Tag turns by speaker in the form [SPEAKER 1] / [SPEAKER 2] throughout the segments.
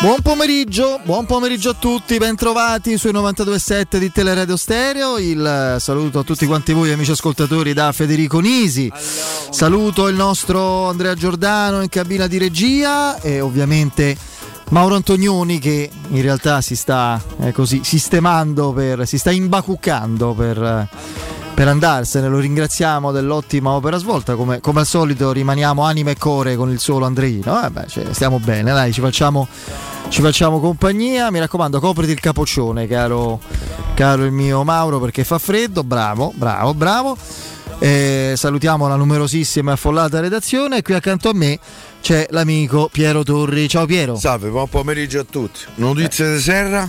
[SPEAKER 1] Buon pomeriggio a tutti, bentrovati sui 92.7 di Teleradio Stereo. Il saluto a tutti quanti voi amici ascoltatori da Federico Nisi. Saluto il nostro Andrea Giordano in cabina di regia e ovviamente Mauro Antonioni che in realtà si sta così sistemando, si sta imbacuccando per andarsene. Lo ringraziamo dell'ottima opera svolta, come al solito rimaniamo anima e core con il solo Andreino. Stiamo bene, dai, ci facciamo compagnia. Mi raccomando, copriti il capoccione, caro il mio Mauro, perché fa freddo. Bravo. Salutiamo la numerosissima e affollata redazione e qui accanto a me c'è l'amico Piero Torri. Ciao Piero.
[SPEAKER 2] Salve, buon pomeriggio a tutti. Notizie di Serra?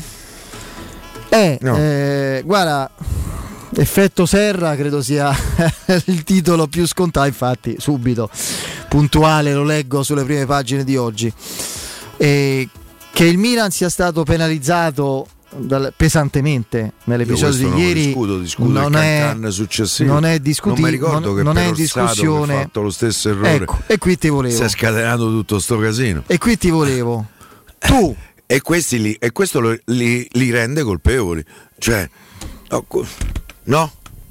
[SPEAKER 1] No. Guarda, effetto Serra credo sia il titolo più scontato, infatti subito puntuale lo leggo sulle prime pagine di oggi. Che il Milan sia stato penalizzato pesantemente nell'episodio di ieri
[SPEAKER 2] non è discutibile,
[SPEAKER 1] non mi ricordo che
[SPEAKER 2] non
[SPEAKER 1] è in discussione,
[SPEAKER 2] ha fatto lo stesso errore.
[SPEAKER 1] Ecco, e qui ti volevo,
[SPEAKER 2] si è scatenato tutto sto casino
[SPEAKER 1] e qui ti volevo tu
[SPEAKER 2] e questo li rende colpevoli, cioè no,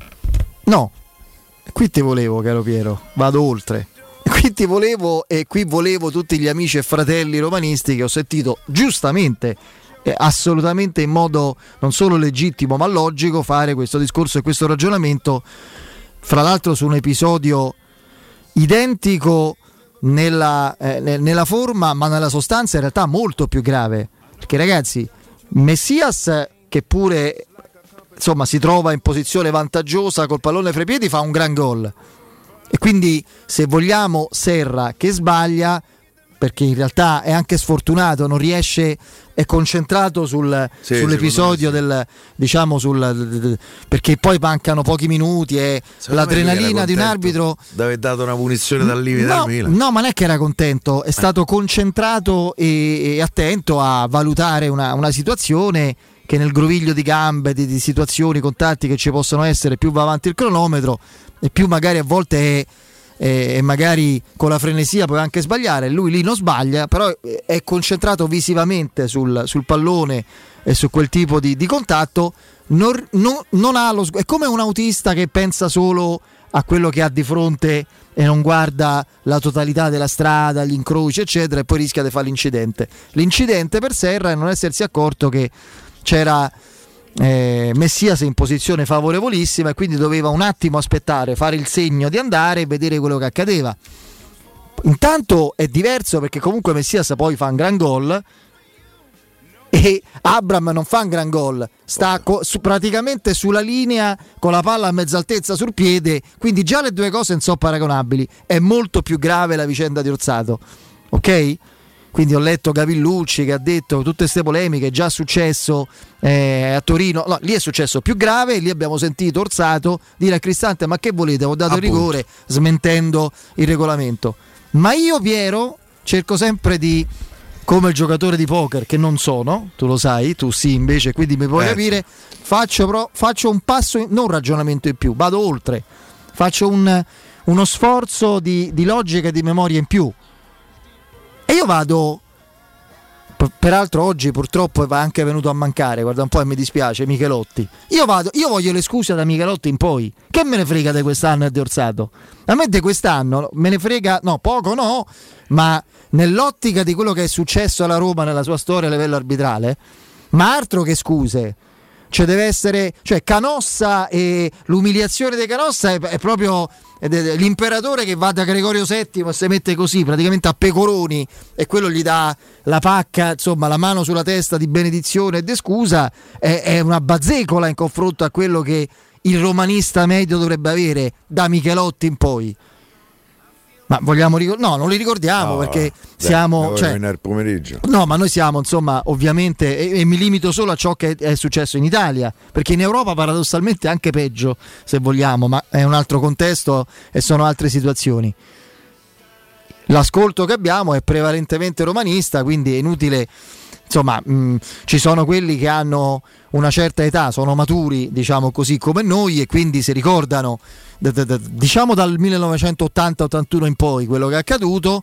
[SPEAKER 1] e qui ti volevo, caro Piero, vado oltre. Qui volevo tutti gli amici e fratelli romanisti che ho sentito giustamente, assolutamente in modo non solo legittimo ma logico, fare questo discorso e questo ragionamento, fra l'altro su un episodio identico nella forma ma nella sostanza in realtà molto più grave, perché ragazzi, Messias, che pure insomma si trova in posizione vantaggiosa col pallone fra i piedi, fa un gran gol. E quindi se vogliamo vogliamo che sbaglia, perché in realtà è anche sfortunato, non riesce, è concentrato sull'episodio perché poi mancano pochi minuti e l'adrenalina di un arbitro.
[SPEAKER 2] Deve aver dato una punizione dal limite al Milan.
[SPEAKER 1] No, ma non è che era contento, è stato concentrato e attento a valutare una situazione che nel groviglio di gambe, di situazioni, contatti che ci possono essere, più va avanti il cronometro e più magari a volte è magari con la frenesia puoi anche sbagliare. Lui lì non sbaglia, però è concentrato visivamente sul pallone e su quel tipo di contatto. Non ha è come un autista che pensa solo a quello che ha di fronte e non guarda la totalità della strada, gli incroci eccetera, e poi rischia di fare l'incidente per Serra e non essersi accorto che c'era Messias in posizione favorevolissima e quindi doveva un attimo aspettare, fare il segno di andare e vedere quello che accadeva. Intanto è diverso perché comunque Messias poi fa un gran gol e Abram non fa un gran gol, sta praticamente sulla linea con la palla a mezza altezza sul piede, quindi già le due cose non sono paragonabili. È molto più grave la vicenda di Orsato, ok? Quindi ho letto Gavillucci che ha detto tutte queste polemiche, è già successo a Torino. No, lì è successo più grave, lì abbiamo sentito Orsato dire a Cristante ma che volete, ho dato il rigore, smentendo il regolamento. Ma io, Piero, cerco sempre di, come il giocatore di poker che non sono, tu lo sai, tu sì invece, quindi mi puoi capire, faccio un passo, non un ragionamento in più, vado oltre, faccio uno sforzo di logica e di memoria in più. E io vado, peraltro oggi purtroppo è anche venuto a mancare, guarda un po' e mi dispiace, Michelotti. Io voglio le scuse da Michelotti in poi. Che me ne frega di quest'anno e di Orsato? A me di quest'anno me ne frega, poco, ma nell'ottica di quello che è successo alla Roma nella sua storia a livello arbitrale, ma altro che scuse. Cioè deve essere, Canossa e l'umiliazione di Canossa è proprio l'imperatore che va da Gregorio VII e si mette così praticamente a pecoroni e quello gli dà la pacca, insomma la mano sulla testa di benedizione e di scusa. È una bazzecola in confronto a quello che il romanista medio dovrebbe avere da Michelotti in poi. Ma vogliamo no, non li ricordiamo perché siamo
[SPEAKER 2] nel pomeriggio.
[SPEAKER 1] No, ma noi siamo insomma ovviamente e mi limito solo a ciò che è successo in Italia, perché in Europa paradossalmente è anche peggio se vogliamo, ma è un altro contesto e sono altre situazioni. L'ascolto che abbiamo è prevalentemente romanista, quindi è inutile, insomma, ci sono quelli che hanno una certa età, sono maturi, diciamo così, come noi, e quindi si ricordano diciamo dal 1980-81 in poi quello che è accaduto,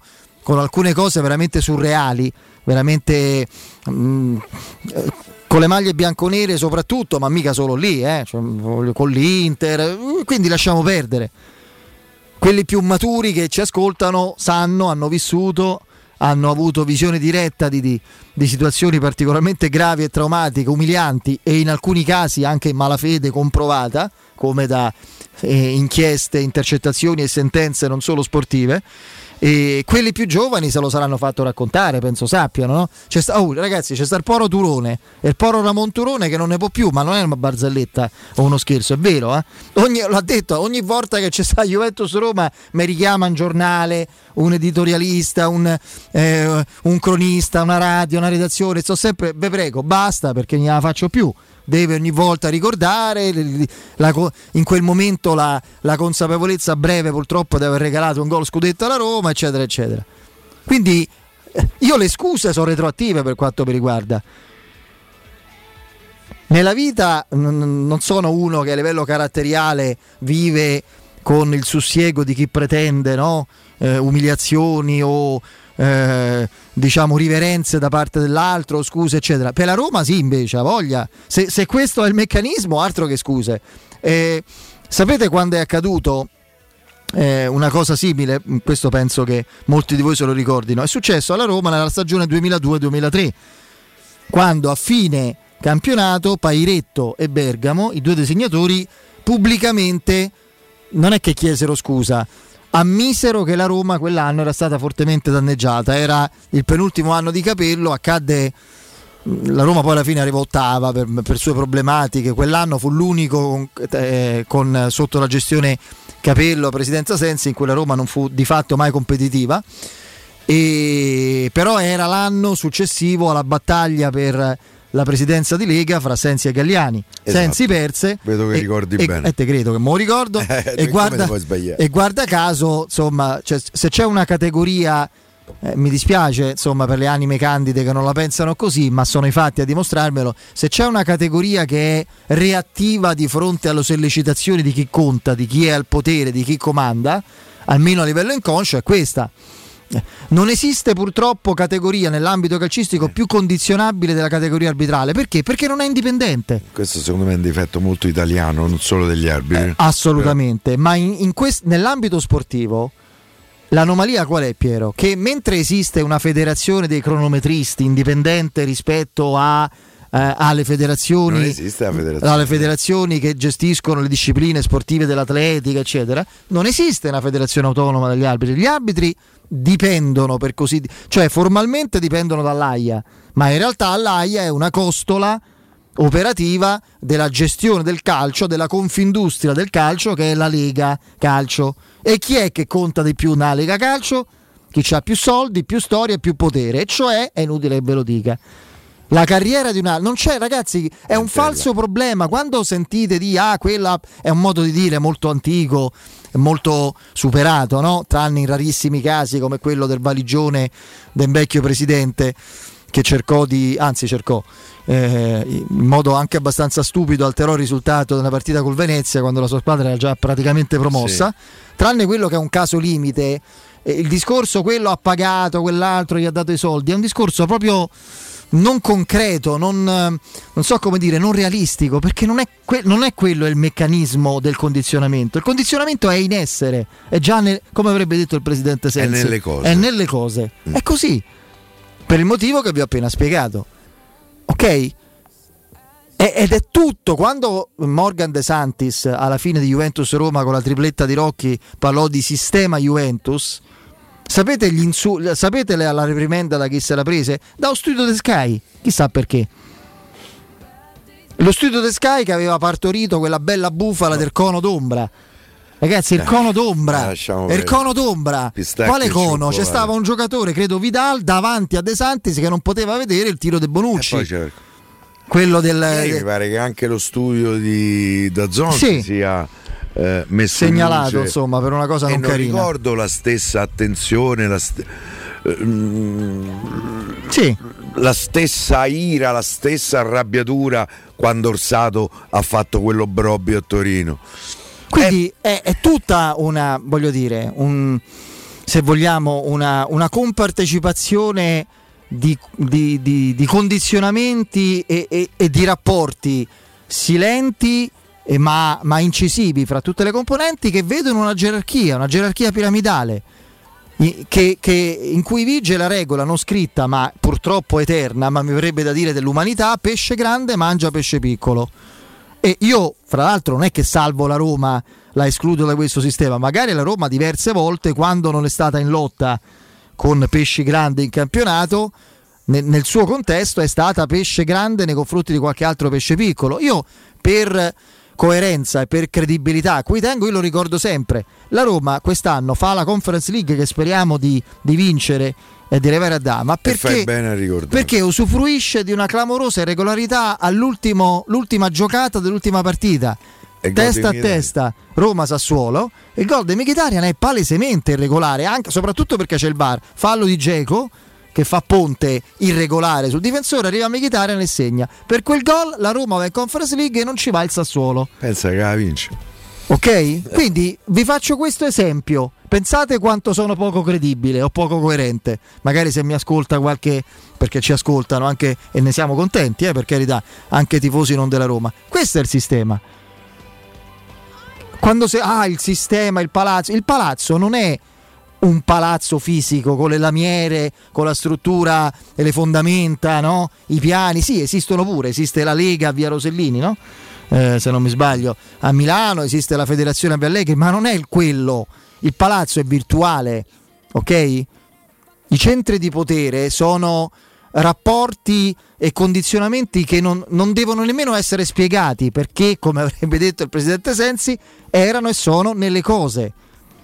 [SPEAKER 1] con alcune cose veramente surreali, veramente con le maglie bianconere soprattutto, ma mica solo lì, cioè, con l'Inter, quindi lasciamo perdere. Quelli più maturi che ci ascoltano sanno, hanno vissuto, hanno avuto visione diretta di situazioni particolarmente gravi e traumatiche, umilianti e in alcuni casi anche in malafede comprovata, come da inchieste, intercettazioni e sentenze non solo sportive. E quelli più giovani se lo saranno fatto raccontare, penso sappiano, no? Ragazzi, c'è sta il Poro Turone e il Poro Ramon Turone che non ne può più, ma non è una barzelletta o uno scherzo, è vero, l'ha detto, ogni volta che c'è sta Juventus Roma mi richiama un giornale, un editorialista, un cronista, una radio, una redazione, sto sempre, ve prego, basta, perché non la faccio più. Deve ogni volta ricordare in quel momento la consapevolezza breve purtroppo di aver regalato un gol scudetto alla Roma, eccetera eccetera. Quindi io le scuse sono retroattive per quanto mi riguarda. Nella vita non sono uno che a livello caratteriale vive con il sussiego di chi pretende, no? Umiliazioni o diciamo riverenze da parte dell'altro, scuse eccetera. Per la Roma sì, invece ha voglia, se questo è il meccanismo, altro che scuse. Sapete quando è accaduto una cosa simile? Questo penso che molti di voi se lo ricordino. È successo alla Roma nella stagione 2002-2003, quando a fine campionato Pairetto e Bergamo, i due designatori, pubblicamente non è che chiesero scusa, ammisero che la Roma quell'anno era stata fortemente danneggiata, era il penultimo anno di Capello, accadde, la Roma poi alla fine arrivò ottava per sue problematiche, quell'anno fu l'unico con sotto la gestione Capello, presidenza Sensi, in cui la Roma non fu di fatto mai competitiva, però era l'anno successivo alla battaglia per la presidenza di Lega fra Sensi e Galliani. Esatto. Sensi perse,
[SPEAKER 2] vedo che ricordi bene,
[SPEAKER 1] te credo che me lo ricordo e guarda caso, insomma, se c'è una categoria, mi dispiace insomma per le anime candide che non la pensano così, ma sono i fatti a dimostrarmelo, se c'è una categoria che è reattiva di fronte alle sollecitazioni di chi conta, di chi è al potere, di chi comanda, almeno a livello inconscio, è questa. Non esiste purtroppo categoria nell'ambito calcistico più condizionabile della categoria arbitrale. Perché? Perché non è indipendente.
[SPEAKER 2] Questo secondo me è un difetto molto italiano, non solo degli arbitri.
[SPEAKER 1] Assolutamente. Ma nell'ambito sportivo l'anomalia qual è, Piero? Che mentre esiste una federazione dei cronometristi indipendente rispetto alle federazioni,
[SPEAKER 2] non esiste la federazione.
[SPEAKER 1] Alle federazioni che gestiscono le discipline sportive dell'atletica eccetera, non esiste una federazione autonoma degli arbitri. Gli arbitri dipendono, per così cioè formalmente dipendono dall'AIA, ma in realtà l'AIA è una costola operativa della gestione del calcio, della Confindustria del calcio, che è la Lega Calcio. E chi è che conta di più nella Lega Calcio? Chi ha più soldi, più storia e più potere, e cioè, è inutile che ve lo dica, la carriera di una... non c'è, ragazzi, è un falso problema. Quando sentite di quella è un modo di dire molto antico, molto superato, no? Tranne in rarissimi casi come quello del valigione del vecchio presidente che cercò in modo anche abbastanza stupido, alterò il risultato della partita col Venezia quando la sua squadra era già praticamente promossa, sì. Tranne quello che è un caso limite, il discorso quello ha pagato, quell'altro gli ha dato i soldi, è un discorso proprio non concreto, non so come dire, non realistico, perché non è quello il meccanismo del condizionamento. Il condizionamento è in essere, è già come avrebbe detto il presidente Sensi, è nelle cose. È così, per il motivo che vi ho appena spiegato, ok? Ed è tutto. Quando Morgan De Santis alla fine di Juventus Roma con la tripletta di Rocchi parlò di sistema Juventus, sapete la reprimenda da chi se la prese? Da uno studio di Sky, chissà perché. Lo studio di Sky che aveva partorito quella bella bufala del cono d'ombra. Ragazzi, il cono d'ombra, il cono d'ombra. Quale cono? C'è stava un giocatore, credo Vidal, davanti a De Santis che non poteva vedere il tiro di Bonucci.
[SPEAKER 2] Poi c'è
[SPEAKER 1] quello del...
[SPEAKER 2] mi pare che anche lo studio di Dazzon sia messo
[SPEAKER 1] segnalato, insomma, per una cosa non carina.
[SPEAKER 2] Non ricordo la stessa attenzione, la stessa ira, la stessa arrabbiatura quando Orsato ha fatto quello brobio a Torino.
[SPEAKER 1] Quindi è tutta una, voglio dire, se vogliamo, una compartecipazione di condizionamenti e di rapporti silenti ma incisivi fra tutte le componenti, che vedono una gerarchia piramidale in cui vige la regola non scritta ma purtroppo eterna, ma mi verrebbe da dire dell'umanità: pesce grande mangia pesce piccolo. E io fra l'altro non è che salvo la Roma, la escludo da questo sistema, magari la Roma diverse volte, quando non è stata in lotta con pesci grandi in campionato, nel suo contesto è stata pesce grande nei confronti di qualche altro pesce piccolo. Io, per coerenza e per credibilità a cui tengo, io lo ricordo sempre: la Roma quest'anno fa la Conference League, che speriamo di vincere e di arrivare a da, ma perché usufruisce di una clamorosa irregolarità all'ultima giocata dell'ultima partita, testa a testa Roma-Sassuolo. Il gol di Mkhitaryan è palesemente irregolare, anche soprattutto perché c'è il VAR, fallo di Dzeko che fa ponte irregolare sul difensore, arriva Mkhitaryan e segna. Per quel gol la Roma va in Conference League e non ci va il Sassuolo.
[SPEAKER 2] Pensa che la vince.
[SPEAKER 1] Ok? Quindi vi faccio questo esempio. Pensate quanto sono poco credibile o poco coerente. Magari se mi ascolta qualche, perché ci ascoltano anche, e ne siamo contenti, per carità, anche tifosi non della Roma. Questo è il sistema. Quando il sistema, il palazzo non è un palazzo fisico con le lamiere, con la struttura e le fondamenta, no? I piani, sì, esistono pure, esiste la Lega a Via Rosellini, no? Se non mi sbaglio, a Milano esiste la Federazione a Via Allegri, ma non è quello. Il palazzo è virtuale, ok? I centri di potere sono rapporti e condizionamenti che non devono nemmeno essere spiegati, perché, come avrebbe detto il presidente Sensi, erano e sono nelle cose.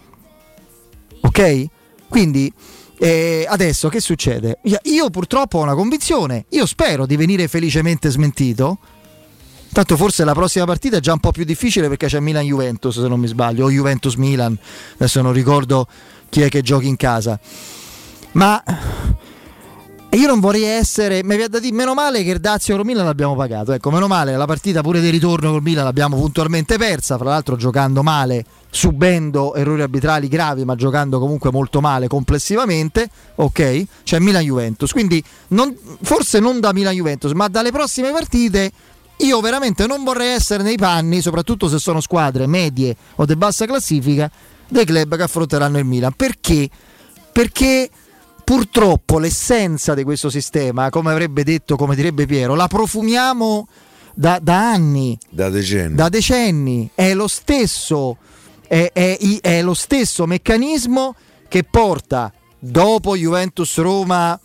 [SPEAKER 1] Ok? Quindi adesso che succede? Io purtroppo ho una convinzione, io spero di venire felicemente smentito. Tanto forse la prossima partita è già un po' più difficile, perché c'è Milan-Juventus, se non mi sbaglio, o Juventus-Milan, adesso non ricordo chi è che giochi in casa. Ma io non vorrei essere, mi viene da dire, meno male che il Lazio-Milan l'abbiamo pagato, ecco, meno male, la partita pure di ritorno col Milan l'abbiamo puntualmente persa, fra l'altro giocando male, subendo errori arbitrali gravi, ma giocando comunque molto male complessivamente, ok? C'è Milan-Juventus, quindi forse non da Milan-Juventus, ma dalle prossime partite io veramente non vorrei essere nei panni, soprattutto se sono squadre medie o di bassa classifica, dei club che affronteranno il Milan. Perché? Perché purtroppo l'essenza di questo sistema, come avrebbe detto, come direbbe Piero, la profumiamo da anni, da decenni. È lo stesso meccanismo che porta, dopo Juventus-Roma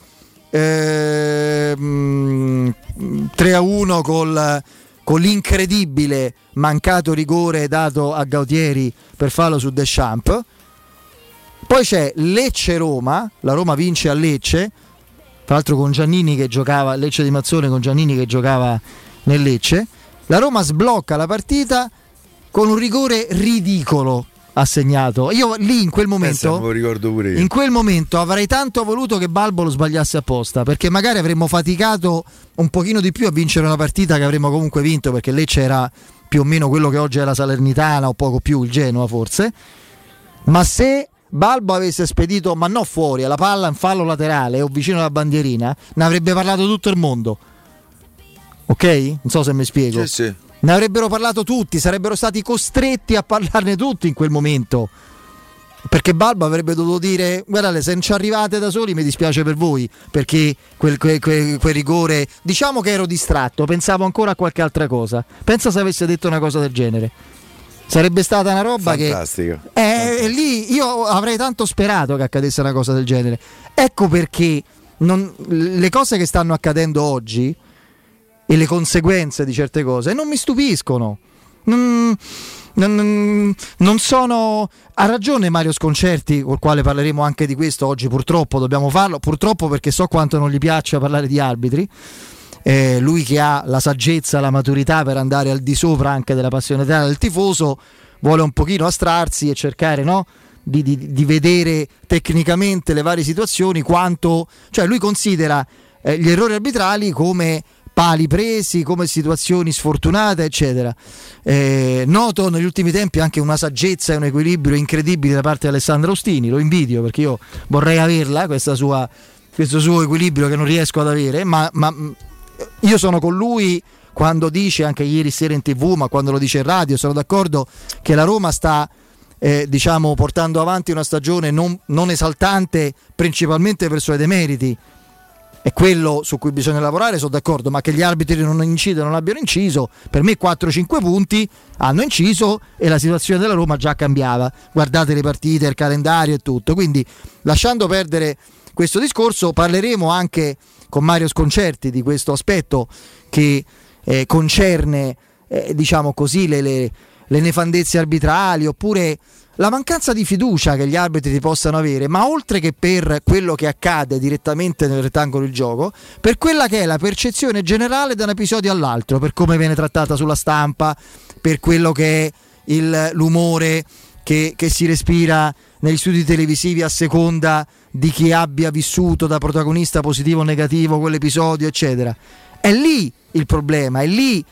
[SPEAKER 1] 3-1 con l'incredibile mancato rigore dato a Gautieri per fallo su Deschamps. Poi c'è Lecce-Roma, la Roma vince a Lecce, tra l'altro con Giannini che giocava, Lecce di Mazzone con Giannini che giocava nel Lecce. La Roma sblocca la partita con un rigore ridicolo assegnato. Io lì in quel momento
[SPEAKER 2] ricordo pure io.
[SPEAKER 1] In quel momento avrei tanto voluto che Balbo lo sbagliasse apposta, perché magari avremmo faticato un pochino di più a vincere una partita che avremmo comunque vinto, perché Lecce era più o meno quello che oggi è la Salernitana, o poco più il Genoa forse. Ma se Balbo avesse spedito, ma no fuori, la palla in fallo laterale o vicino alla bandierina, ne avrebbe parlato tutto il mondo. Ok? Non so se mi spiego.
[SPEAKER 2] Sì.
[SPEAKER 1] Ne avrebbero parlato tutti, sarebbero stati costretti a parlarne tutti in quel momento, perché Balbo avrebbe dovuto dire: guardate, se non ci arrivate da soli mi dispiace per voi, perché quel rigore, diciamo che ero distratto, pensavo ancora a qualche altra cosa. Pensa se avesse detto una cosa del genere, sarebbe stata una roba
[SPEAKER 2] fantastica.
[SPEAKER 1] Lì io avrei tanto sperato che accadesse una cosa del genere. Ecco perché le cose che stanno accadendo oggi e le conseguenze di certe cose non mi stupiscono. Non sono. Ha ragione Mario Sconcerti, col quale parleremo anche di questo oggi, purtroppo dobbiamo farlo, purtroppo, perché so quanto non gli piaccia parlare di arbitri. Lui che ha la saggezza, la maturità per andare al di sopra anche della passione del tifoso, vuole un pochino astrarsi e cercare, no, di vedere tecnicamente le varie situazioni, quanto, cioè lui considera gli errori arbitrali come pali presi, come situazioni sfortunate, eccetera. Noto negli ultimi tempi anche una saggezza e un equilibrio incredibili da parte di Alessandro Ostini, lo invidio perché io vorrei averla, questo suo equilibrio che non riesco ad avere, ma io sono con lui quando dice, anche ieri sera in TV, ma quando lo dice in radio, sono d'accordo che la Roma sta portando avanti una stagione non esaltante, principalmente per i suoi demeriti. È quello su cui bisogna lavorare, sono d'accordo, ma che gli arbitri non incidono, non abbiano inciso, per me 4-5 punti hanno inciso e la situazione della Roma già cambiava. Guardate le partite, il calendario e tutto. Quindi, lasciando perdere questo discorso, parleremo anche con Mario Sconcerti di questo aspetto che concerne le nefandezze arbitrali, oppure la mancanza di fiducia che gli arbitri ti possano avere, ma oltre che per quello che accade direttamente nel rettangolo del gioco, per quella che è la percezione generale da un episodio all'altro, per come viene trattata sulla stampa, per quello che è l'umore che si respira negli studi televisivi a seconda di chi abbia vissuto da protagonista positivo o negativo quell'episodio, eccetera. È lì il problema, è lì,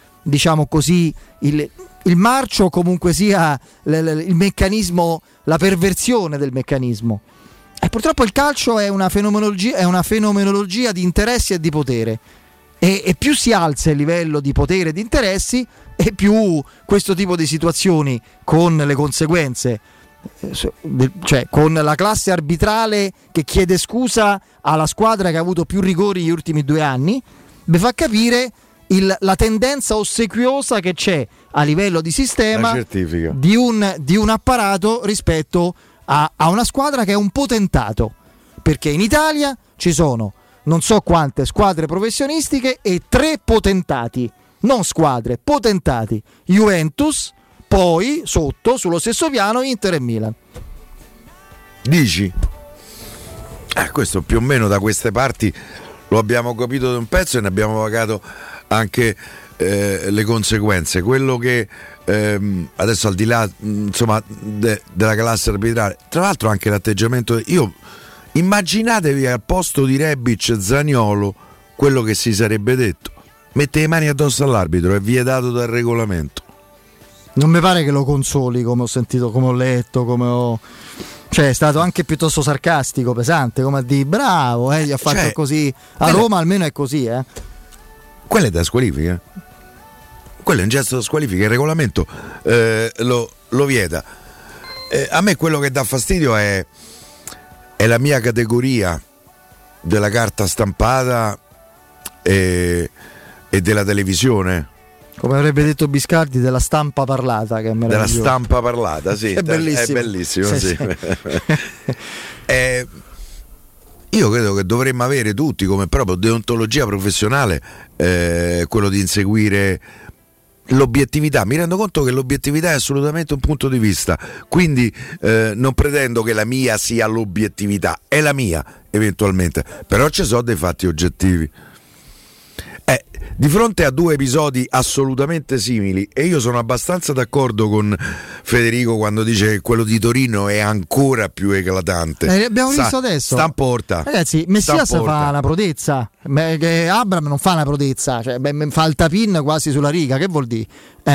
[SPEAKER 1] il marcio, comunque sia il meccanismo, la perversione del meccanismo. E purtroppo il calcio è una fenomenologia di interessi e di potere, e più si alza il livello di potere e di interessi, e più questo tipo di situazioni, con le conseguenze, cioè con la classe arbitrale che chiede scusa alla squadra che ha avuto più rigori negli ultimi 2 anni, vi fa capire la tendenza ossequiosa che c'è a livello di sistema di un apparato rispetto a una squadra che è un potentato, perché in Italia ci sono non so quante squadre professionistiche e 3 potentati, non squadre, potentati: Juventus, poi sotto sullo stesso piano Inter e Milan.
[SPEAKER 2] Dici? Questo più o meno da queste parti lo abbiamo capito da un pezzo e ne abbiamo pagato anche le conseguenze. Quello che adesso, al di là della classe arbitrale, tra l'altro anche l'atteggiamento, immaginatevi al posto di Rebic e Zaniolo quello che si sarebbe detto: mette le mani addosso all'arbitro, è vietato dal regolamento.
[SPEAKER 1] Non mi pare che lo consoli, come ho sentito, come ho letto, cioè è stato anche piuttosto sarcastico, pesante, come a dire bravo, gli ha fatto così. A Roma almeno è così,
[SPEAKER 2] Quella è da squalifica. Quello è un gesto da squalifica, il regolamento lo vieta. A me quello che dà fastidio è la mia categoria della carta stampata e della televisione.
[SPEAKER 1] Come avrebbe detto Biscardi, della stampa parlata, che è meraviglioso.
[SPEAKER 2] Della stampa parlata, sì.
[SPEAKER 1] È bellissimo.
[SPEAKER 2] È bellissimo, sì. Io credo che dovremmo avere tutti come proprio deontologia professionale quello di inseguire l'obiettività. Mi rendo conto che l'obiettività è assolutamente un punto di vista, quindi non pretendo che la mia sia l'obiettività, è la mia eventualmente, però ci sono dei fatti oggettivi. Di fronte a 2 episodi assolutamente simili, e io sono abbastanza d'accordo con Federico quando dice che quello di Torino è ancora più eclatante.
[SPEAKER 1] Abbiamo visto adesso.
[SPEAKER 2] Sta in porta.
[SPEAKER 1] Ragazzi, Messias fa una prodezza, Abram non fa una prodezza, cioè fa il tapin quasi sulla riga, che vuol dire?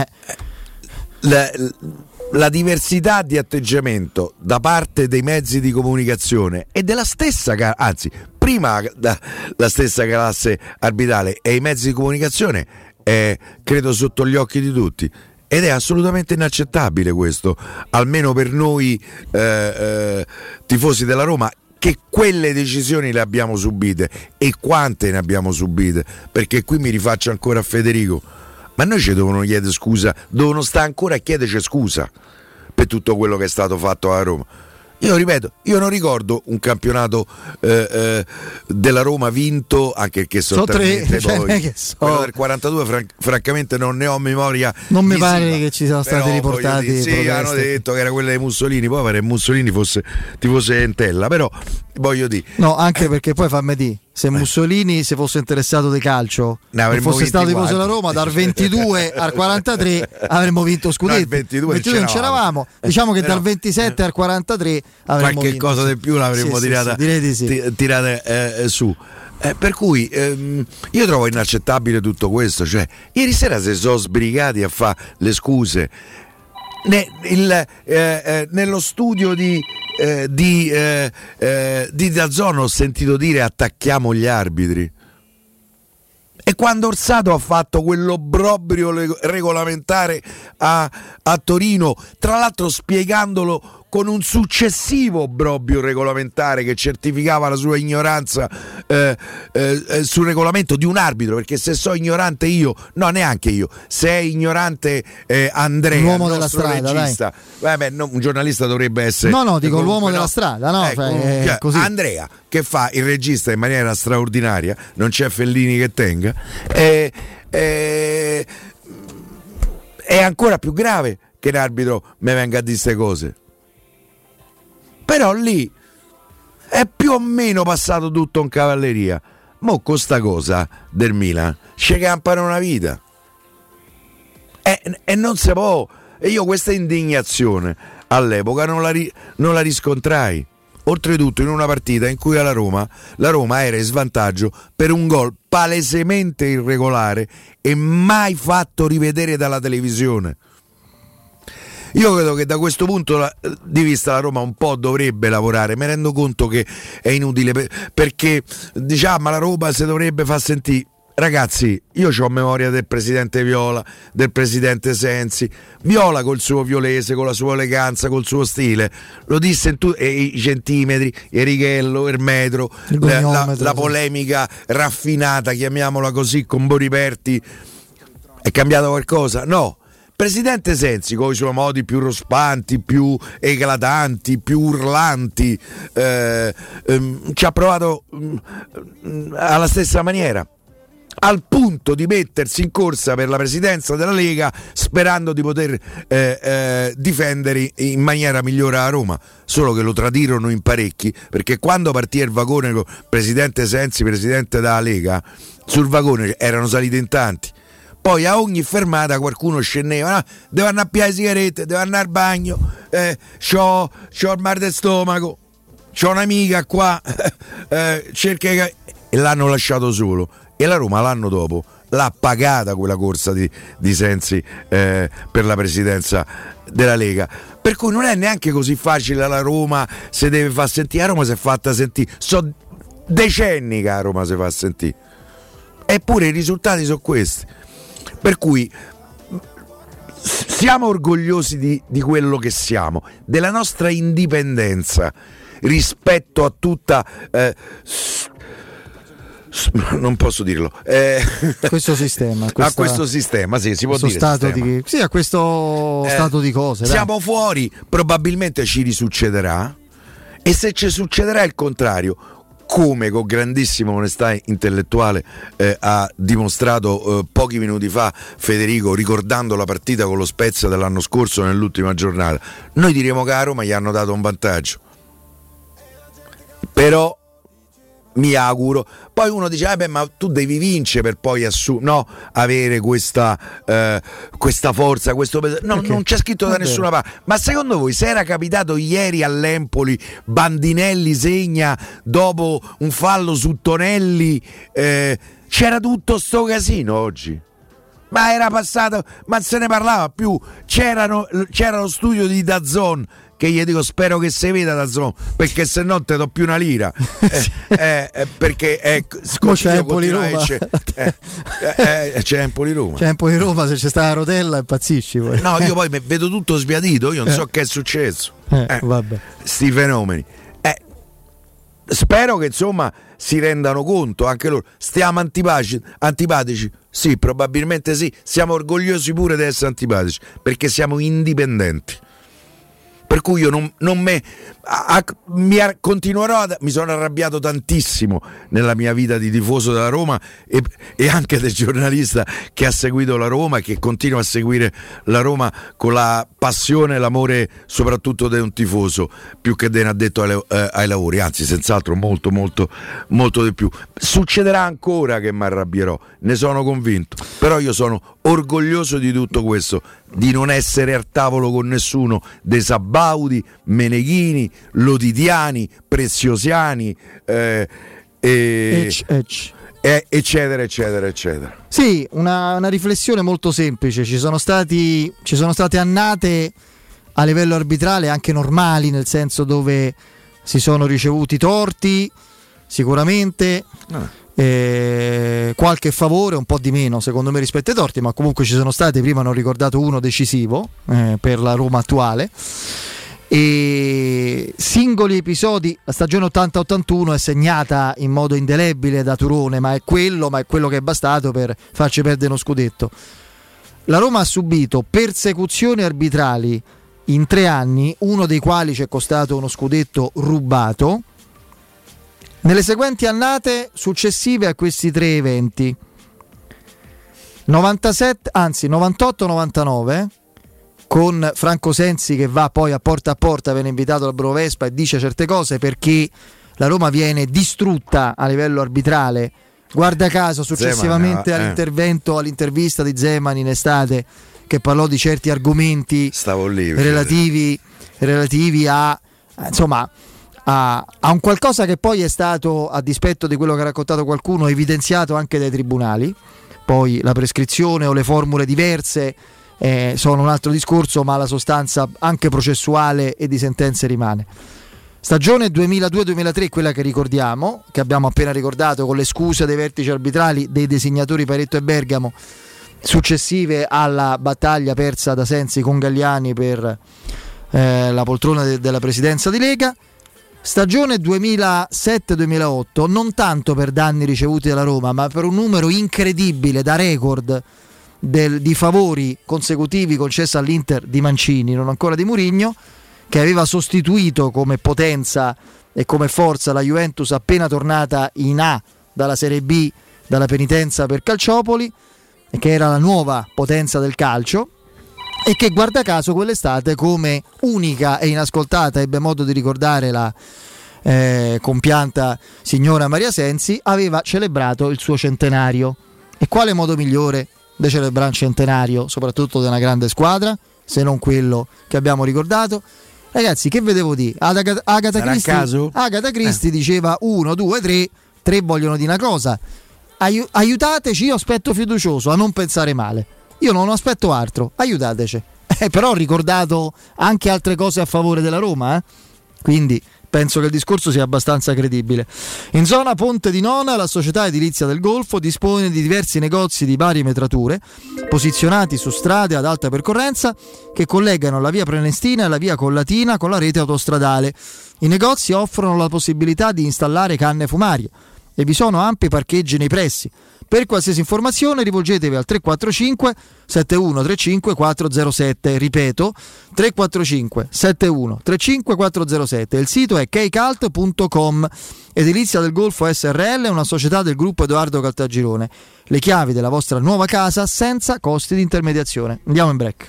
[SPEAKER 2] La diversità di atteggiamento da parte dei mezzi di comunicazione e della stessa, anzi prima la stessa classe arbitrale e i mezzi di comunicazione è, credo, sotto gli occhi di tutti, ed è assolutamente inaccettabile questo, almeno per noi tifosi della Roma, che quelle decisioni le abbiamo subite, e quante ne abbiamo subite, perché qui mi rifaccio ancora a Federico. Ma noi ci devono chiedere scusa, devono stare ancora a chiederci scusa per tutto quello che è stato fatto a Roma. Io ripeto, io non ricordo un campionato della Roma vinto, anche perché sottotalmente poi quello del 42 francamente non ne ho memoria.
[SPEAKER 1] Non mi pare che ci siano stati riportati.
[SPEAKER 2] Sì, hanno detto che era quella di Mussolini, poi pare che Mussolini ti fosse Entella, però voglio dire.
[SPEAKER 1] No, anche perché poi fammi dire, se Mussolini si fosse interessato di calcio e fosse stato tifoso della Roma, dal 22 al 43 avremmo vinto scudetto.
[SPEAKER 2] No, 22
[SPEAKER 1] non c'eravamo. Diciamo che dal 27 al 43 avremmo
[SPEAKER 2] qualche
[SPEAKER 1] vinto,
[SPEAKER 2] cosa di più l'avremmo tirata
[SPEAKER 1] direi di sì.
[SPEAKER 2] tirata su. Per cui io trovo inaccettabile tutto questo. Cioè, ieri sera si sono sbrigati a fare le scuse. Nello studio di DAZN ho sentito dire attacchiamo gli arbitri. E quando Orsato ha fatto quell'obbrobrio regolamentare a Torino, tra l'altro spiegandolo con un successivo obbrobrio regolamentare che certificava la sua ignoranza sul regolamento di un arbitro, perché se so ignorante io, no, neanche io, se è ignorante Andrea,
[SPEAKER 1] l'uomo della strada,
[SPEAKER 2] regista, vabbè, no, un giornalista dovrebbe essere
[SPEAKER 1] dico l'uomo della strada, no,
[SPEAKER 2] ecco,
[SPEAKER 1] così.
[SPEAKER 2] Andrea che fa il regista in maniera straordinaria, non c'è Fellini che tenga, è ancora più grave che l'arbitro mi venga a dire queste cose. Però lì è più o meno passato tutto in cavalleria. Mo' con sta cosa del Milan ci campano una vita e non si può. E io questa indignazione all'epoca non la riscontrai. Oltretutto in una partita in cui la Roma era in svantaggio per un gol palesemente irregolare e mai fatto rivedere dalla televisione. Io credo che da questo punto di vista la Roma un po' dovrebbe lavorare. Mi rendo conto che è inutile perché diciamo la Roma si dovrebbe far sentire. Ragazzi, io ho memoria del presidente Viola, del presidente Sensi. Viola col suo violese, con la sua eleganza, col suo stile, lo disse i centimetri, il righello, il metro, la polemica raffinata, chiamiamola così, con Boriperti. È cambiato qualcosa? No. Presidente Sensi, con i suoi modi più rospanti, più eclatanti, più urlanti, ci ha provato alla stessa maniera, al punto di mettersi in corsa per la presidenza della Lega sperando di poter difendere in maniera migliore la Roma, solo che lo tradirono in parecchi, perché quando partì il vagone con presidente Sensi, presidente della Lega, sul vagone erano saliti in tanti. Poi a ogni fermata qualcuno scendeva, no? Devo andare a piare le sigarette, devo andare al bagno, c'ho il mal del stomaco, c'ho un'amica qua, cerca e l'hanno lasciato solo. E la Roma l'anno dopo l'ha pagata quella corsa di Sensi per la presidenza della Lega. Per cui non è neanche così facile la Roma se deve far sentire. La Roma si è fatta sentire, so decenni che la Roma si fa sentire. Eppure i risultati sono questi. Per cui siamo orgogliosi di quello che siamo, della nostra indipendenza rispetto a tutta non posso dirlo
[SPEAKER 1] questo sistema,
[SPEAKER 2] a questo sistema, sì, si può dire
[SPEAKER 1] stato a questo stato di cose.
[SPEAKER 2] Siamo fuori, probabilmente ci risuccederà, e se ci succederà il contrario, come con grandissima onestà intellettuale ha dimostrato pochi minuti fa Federico, ricordando la partita con lo Spezia dell'anno scorso nell'ultima giornata, noi diremo che a Roma gli hanno dato un vantaggio. Però mi auguro, poi uno dice ma tu devi vincere per poi avere questa forza, questo peso. No, non c'è scritto da nessuna parte. Ma secondo voi, se era capitato ieri all'Empoli, Bandinelli segna dopo un fallo su Tonelli, c'era tutto sto casino oggi? Ma era passato, ma se ne parlava più. C'era lo studio di DAZN, che gli dico spero che si veda DAZN, perché se no te do più una lira, perché
[SPEAKER 1] c'è Empoli Roma,
[SPEAKER 2] c'è Empoli Roma,
[SPEAKER 1] se c'è sta la rotella impazzisci poi.
[SPEAKER 2] No, io poi vedo tutto sbiadito, io non so che è successo,
[SPEAKER 1] vabbè.
[SPEAKER 2] Sti fenomeni, spero che insomma si rendano conto anche loro. Stiamo antipatici? Sì, probabilmente sì. Siamo orgogliosi pure di essere antipatici, perché siamo indipendenti. Per cui io continuerò mi sono arrabbiato tantissimo nella mia vita di tifoso della Roma e anche del giornalista che ha seguito la Roma, che continua a seguire la Roma con la passione e l'amore soprattutto di un tifoso, più che di un addetto ai lavori, anzi senz'altro molto molto molto di più. Succederà ancora che mi arrabbierò, ne sono convinto, però io sono orgoglioso di tutto questo, di non essere al tavolo con nessuno dei Sabbaudi, Meneghini, Lodidiani, Preziosiani, eccetera eccetera eccetera.
[SPEAKER 1] Sì, una riflessione molto semplice. Ci sono state annate a livello arbitrale anche normali, nel senso dove si sono ricevuti torti sicuramente, qualche favore, un po' di meno secondo me rispetto ai torti, ma comunque ci sono stati. Prima ne ho ricordato uno decisivo per la Roma attuale, e singoli episodi. La stagione 80-81 è segnata in modo indelebile da Turone, ma è quello che è bastato per farci perdere uno scudetto. La Roma ha subito persecuzioni arbitrali in 3 anni, uno dei quali ci è costato uno scudetto rubato, nelle seguenti annate successive a questi 3 eventi: 98-99, con Franco Sensi che va poi a porta, viene invitato dal Bruno Vespa e dice certe cose perché la Roma viene distrutta a livello arbitrale. Guarda caso successivamente all'intervista di Zeman in estate, che parlò di certi argomenti relativi a insomma a un qualcosa che poi è stato, a dispetto di quello che ha raccontato qualcuno, evidenziato anche dai tribunali. Poi la prescrizione o le formule diverse sono un altro discorso, ma la sostanza anche processuale e di sentenze rimane. Stagione 2002-2003, quella che ricordiamo, che abbiamo appena ricordato, con le scuse dei vertici arbitrali dei designatori Paretto e Bergamo, successive alla battaglia persa da Sensi con Galliani per la poltrona della presidenza di Lega. Stagione 2007-2008, non tanto per danni ricevuti dalla Roma, ma per un numero incredibile da record di favori consecutivi concessi all'Inter di Mancini, non ancora di Mourinho, che aveva sostituito come potenza e come forza la Juventus appena tornata in A dalla Serie B, dalla penitenza per Calciopoli, e che era la nuova potenza del calcio, e che guarda caso quell'estate, come unica e inascoltata ebbe modo di ricordare la compianta signora Maria Sensi, aveva celebrato il suo centenario. E quale modo migliore di celebrare un centenario, soprattutto di una grande squadra, se non quello che abbiamo ricordato? Ragazzi, che vedevo di Agatha Christie diceva 1, 2, 3 vogliono dire una cosa: aiutateci, io aspetto fiducioso a non pensare male, io non aspetto altro, aiutateci. Però ho ricordato anche altre cose a favore della Roma, quindi penso che il discorso sia abbastanza credibile. In zona Ponte di Nona, la società edilizia del Golfo dispone di diversi negozi di varie metrature posizionati su strade ad alta percorrenza che collegano la via Prenestina e la via Collatina con la rete autostradale. I negozi offrono la possibilità di installare canne fumarie e vi sono ampi parcheggi nei pressi. Per qualsiasi informazione rivolgetevi al 345 7135 407, ripeto 345 7135 407. Il sito è kcalt.com. Edilizia del Golfo SRL è una società del gruppo Edoardo Caltagirone. Le chiavi della vostra nuova casa senza costi di intermediazione. Andiamo in break.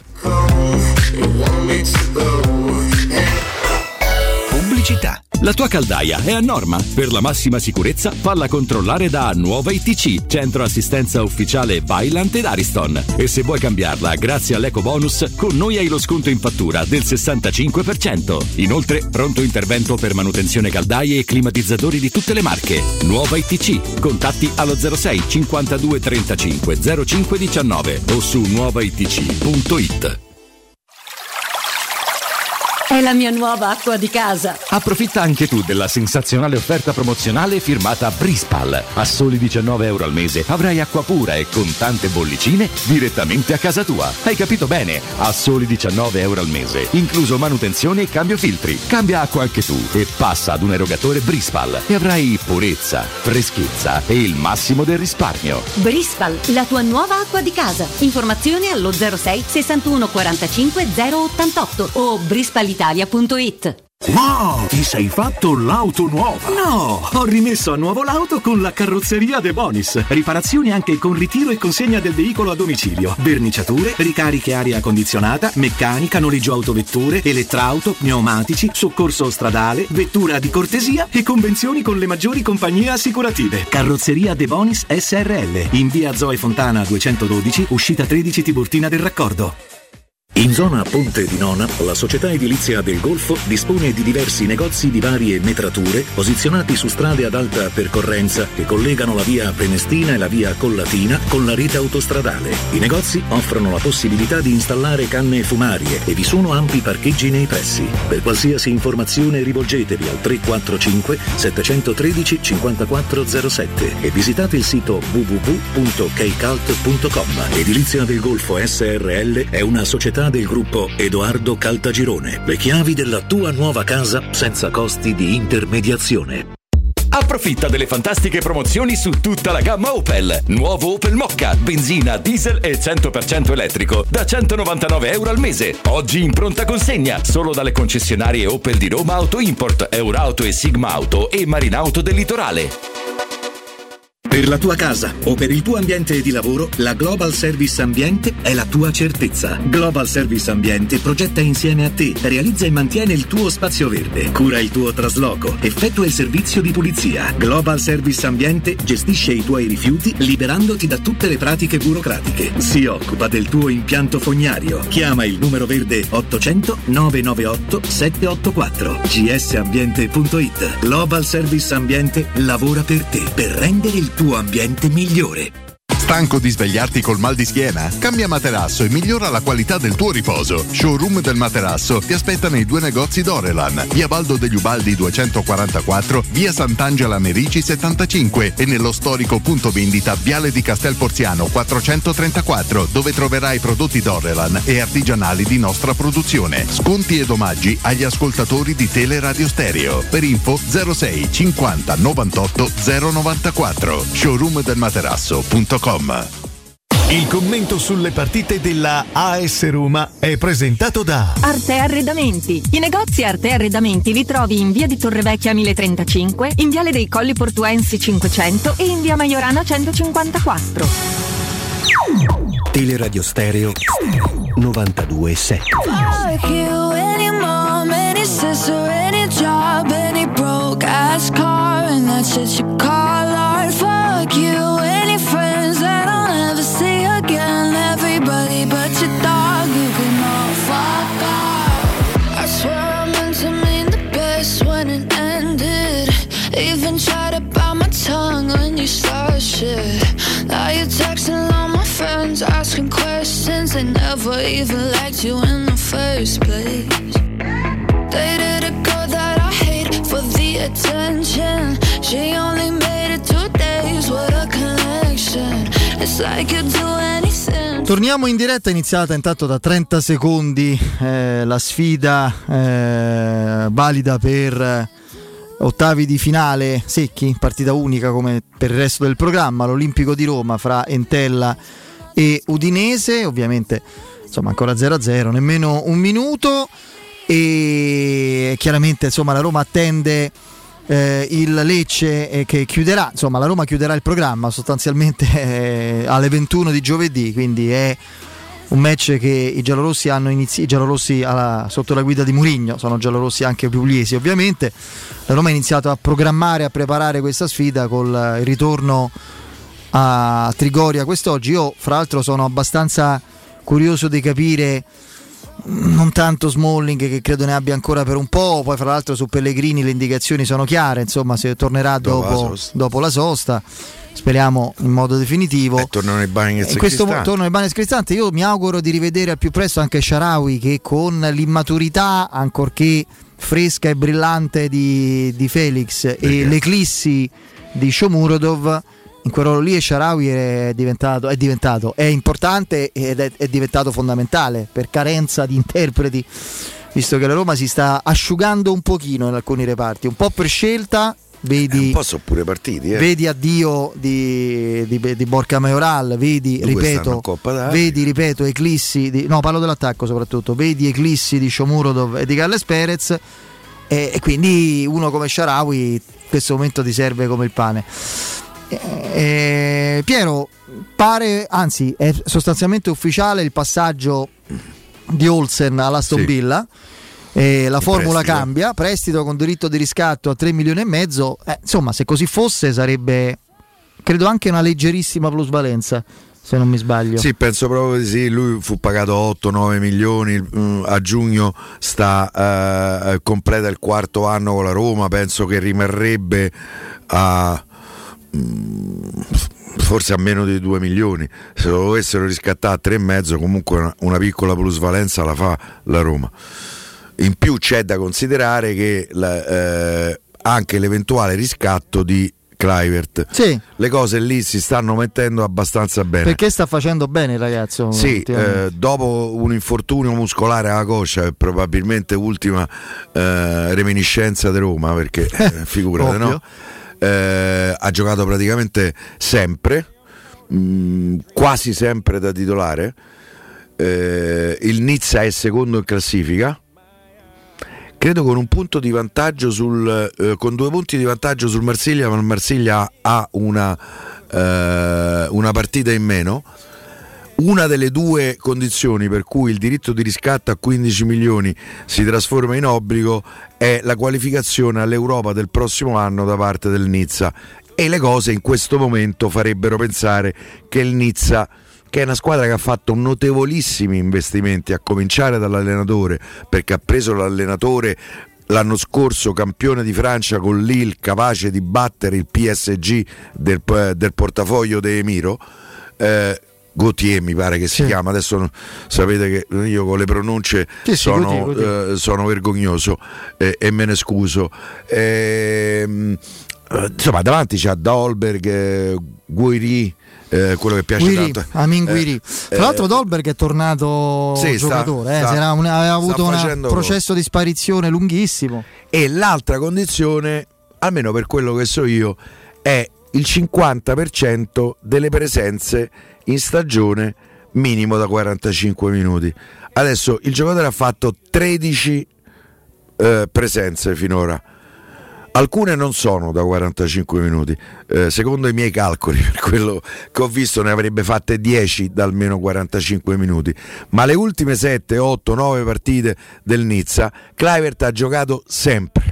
[SPEAKER 3] Pubblicità. La tua caldaia è a norma? Per la massima sicurezza falla controllare da Nuova ITC, centro assistenza ufficiale Vaillant ed Ariston. E se vuoi cambiarla grazie all'eco bonus, con noi hai lo sconto in fattura del 65%. Inoltre pronto intervento per manutenzione caldaie e climatizzatori di tutte le marche. Nuova ITC. Contatti allo 06 52 35 05 19 o su nuovaitc.it.
[SPEAKER 4] È la mia nuova acqua di casa.
[SPEAKER 3] Approfitta anche tu della sensazionale offerta promozionale firmata Brispal. A soli €19 al mese avrai acqua pura e con tante bollicine direttamente a casa tua. Hai capito bene? A soli €19 al mese, incluso manutenzione e cambio filtri. Cambia acqua anche tu e passa ad un erogatore Brispal e avrai purezza, freschezza e il massimo del risparmio.
[SPEAKER 4] Brispal, la tua nuova acqua di casa. Informazioni allo 06 61 45 088 o brispalitalia.it.
[SPEAKER 5] Wow, ti sei fatto l'auto nuova?
[SPEAKER 6] No, ho rimesso a nuovo l'auto con la carrozzeria De Bonis. Riparazioni anche con ritiro e consegna del veicolo a domicilio. Verniciature, ricariche aria condizionata, meccanica, noleggio autovetture, elettrauto, pneumatici, soccorso stradale, vettura di cortesia e convenzioni con le maggiori compagnie assicurative. Carrozzeria De Bonis SRL, in via Zoe Fontana 212, uscita 13 Tiburtina del Raccordo. In zona Ponte di Nona, la società edilizia del Golfo dispone di diversi negozi di varie metrature posizionati su strade ad alta percorrenza che collegano la via Prenestina e la via Collatina con la rete autostradale. I negozi offrono la possibilità di installare canne fumarie e vi sono ampi parcheggi nei pressi. Per qualsiasi informazione rivolgetevi al 345 713 5407 e visitate il sito www.keicalt.com. Edilizia del Golfo SRL è una società del gruppo Edoardo Caltagirone. Le chiavi della tua nuova casa senza costi di intermediazione.
[SPEAKER 3] Approfitta delle fantastiche promozioni su tutta la gamma Opel. Nuovo Opel Mokka, benzina, diesel e 100% elettrico da €199 al mese. Oggi in pronta consegna solo dalle concessionarie Opel di Roma Auto Import, Eurauto e Sigma Auto e Marinauto del Litorale.
[SPEAKER 6] Per la tua casa o per il tuo ambiente di lavoro, la Global Service Ambiente è la tua certezza. Global Service Ambiente progetta insieme a te, realizza e mantiene il tuo spazio verde, cura il tuo trasloco, effettua il servizio di pulizia. Global Service Ambiente gestisce i tuoi rifiuti liberandoti da tutte le pratiche burocratiche. Si occupa del tuo impianto fognario. Chiama il numero verde 800 998 784. gsambiente.it. Global Service Ambiente lavora per te, per rendere il tuo ambiente migliore.
[SPEAKER 7] Stanco di svegliarti col mal di schiena? Cambia materasso e migliora la qualità del tuo riposo. Showroom del materasso ti aspetta nei 2 negozi Dorelan, via Baldo degli Ubaldi 244, via Sant'Angela Merici 75 e nello storico punto vendita Viale di Castel Porziano 434, dove troverai prodotti Dorelan e artigianali di nostra produzione. Sconti ed omaggi agli ascoltatori di Teleradio Stereo. Per info 06 50 98 094. showroomdelmaterasso.com.
[SPEAKER 8] Il commento sulle partite della AS Roma è presentato da
[SPEAKER 9] Arte Arredamenti. I negozi Arte Arredamenti li trovi in via di Torrevecchia 1035, in viale dei Colli Portuensi 500 e in via Maiorana 154.
[SPEAKER 10] Teleradio Stereo 92.7.
[SPEAKER 11] Fuck you, any mom, any sister, any job, any broke ass car, and that's it you call art. Fuck you, any friends that I'll never see again. Everybody but your dog, you can all fuck off. I swear I meant to mean the best when it ended. Even tried to bite my tongue when you started shit. Now you're texting all my friends, asking questions. They never even liked you in the first place. Dated a girl that I hate for the attention. She only made it 2 days, what a connection. It's like you'd do anything.
[SPEAKER 1] Torniamo in diretta, iniziata intanto da 30 secondi la sfida valida per ottavi di finale secchi, partita unica come per il resto del programma, l'Olimpico di Roma fra Entella e Udinese, ovviamente insomma ancora 0-0, nemmeno un minuto, e chiaramente insomma la Roma attende il Lecce che chiuderà, insomma la Roma chiuderà il programma sostanzialmente alle 21 di giovedì, quindi è un match che i giallorossi hanno iniziato, i giallorossi sotto la guida di Mourinho, sono giallorossi anche pugliesi ovviamente. La Roma ha iniziato a programmare, a preparare questa sfida col il ritorno a Trigoria quest'oggi. Io fra l'altro sono abbastanza curioso di capire, non tanto Smalling che credo ne abbia ancora per un po', poi fra l'altro su Pellegrini le indicazioni sono chiare, insomma se tornerà dopo la sosta, speriamo in modo definitivo.
[SPEAKER 2] Tornano i Bagnets
[SPEAKER 1] in questo torno ai Bagnets Cristante. Io mi auguro di rivedere al più presto anche Shaarawy, che con l'immaturità ancorché fresca e brillante di Felix e l'eclissi di Shomurodov, in quel ruolo lì Shaarawy è importante ed è diventato fondamentale per carenza di interpreti, visto che la Roma si sta asciugando un pochino in alcuni reparti, un po' per scelta. Vedi,
[SPEAKER 2] un po' sono pure partiti,
[SPEAKER 1] vedi addio di Borca Majoral, vedi ripeto eclissi no, parlo dell'attacco soprattutto, vedi eclissi di Shomurodov e di Carles Perez, e quindi uno come Shaarawy in questo momento ti serve come il pane. Piero, pare, anzi è sostanzialmente ufficiale il passaggio di Olsen all'Aston Villa. La formula cambia, prestito con diritto di riscatto a 3,5 milioni. Insomma, se così fosse sarebbe, credo, anche una leggerissima plusvalenza. se non mi sbaglio.
[SPEAKER 2] Sì, penso proprio di sì. Lui fu pagato 8-9 milioni, a giugno completa il quarto anno con la Roma, penso che rimarrebbe a forse a meno di 2 milioni. Se lo dovessero riscattare a 3,5, comunque una piccola plusvalenza la fa la Roma. In più c'è da considerare che anche l'eventuale riscatto di Kluivert,
[SPEAKER 1] sì.
[SPEAKER 2] Le cose lì si stanno mettendo abbastanza bene,
[SPEAKER 1] perché sta facendo bene il ragazzo.
[SPEAKER 2] Sì, dopo un infortunio muscolare alla coscia, probabilmente ultima reminiscenza di Roma, perché figurate, no? Ha giocato praticamente sempre, quasi sempre da titolare. Il Nizza è secondo in classifica, credo con un punto di vantaggio con 2 punti di vantaggio sul Marsiglia, ma il Marsiglia ha una partita in meno. Una delle 2 condizioni per cui il diritto di riscatto a 15 milioni si trasforma in obbligo è la qualificazione all'Europa del prossimo anno da parte del Nizza, e le cose in questo momento farebbero pensare che il Nizza, che è una squadra che ha fatto notevolissimi investimenti, a cominciare dall'allenatore, perché ha preso l'allenatore l'anno scorso campione di Francia con Lille, capace di battere il PSG del portafoglio de Emiro, Gauthier mi pare che si chiama, adesso sapete che io con le pronunce sono vergognoso e me ne scuso. Insomma, davanti c'ha Dolberg, Guiri, quello che piace tanto,
[SPEAKER 1] Amin Guiri. Tra l'altro Dolberg è tornato giocatore, aveva avuto un processo di sparizione lunghissimo.
[SPEAKER 2] E l'altra condizione, almeno per quello che so io, è il 50% delle presenze in stagione minimo da 45 minuti. Adesso il giocatore ha fatto 13 presenze finora. Alcune non sono da 45 minuti, secondo i miei calcoli, per quello che ho visto ne avrebbe fatte 10 da almeno 45 minuti, ma le ultime 7, 8, 9 partite del Nizza Kluivert ha giocato sempre.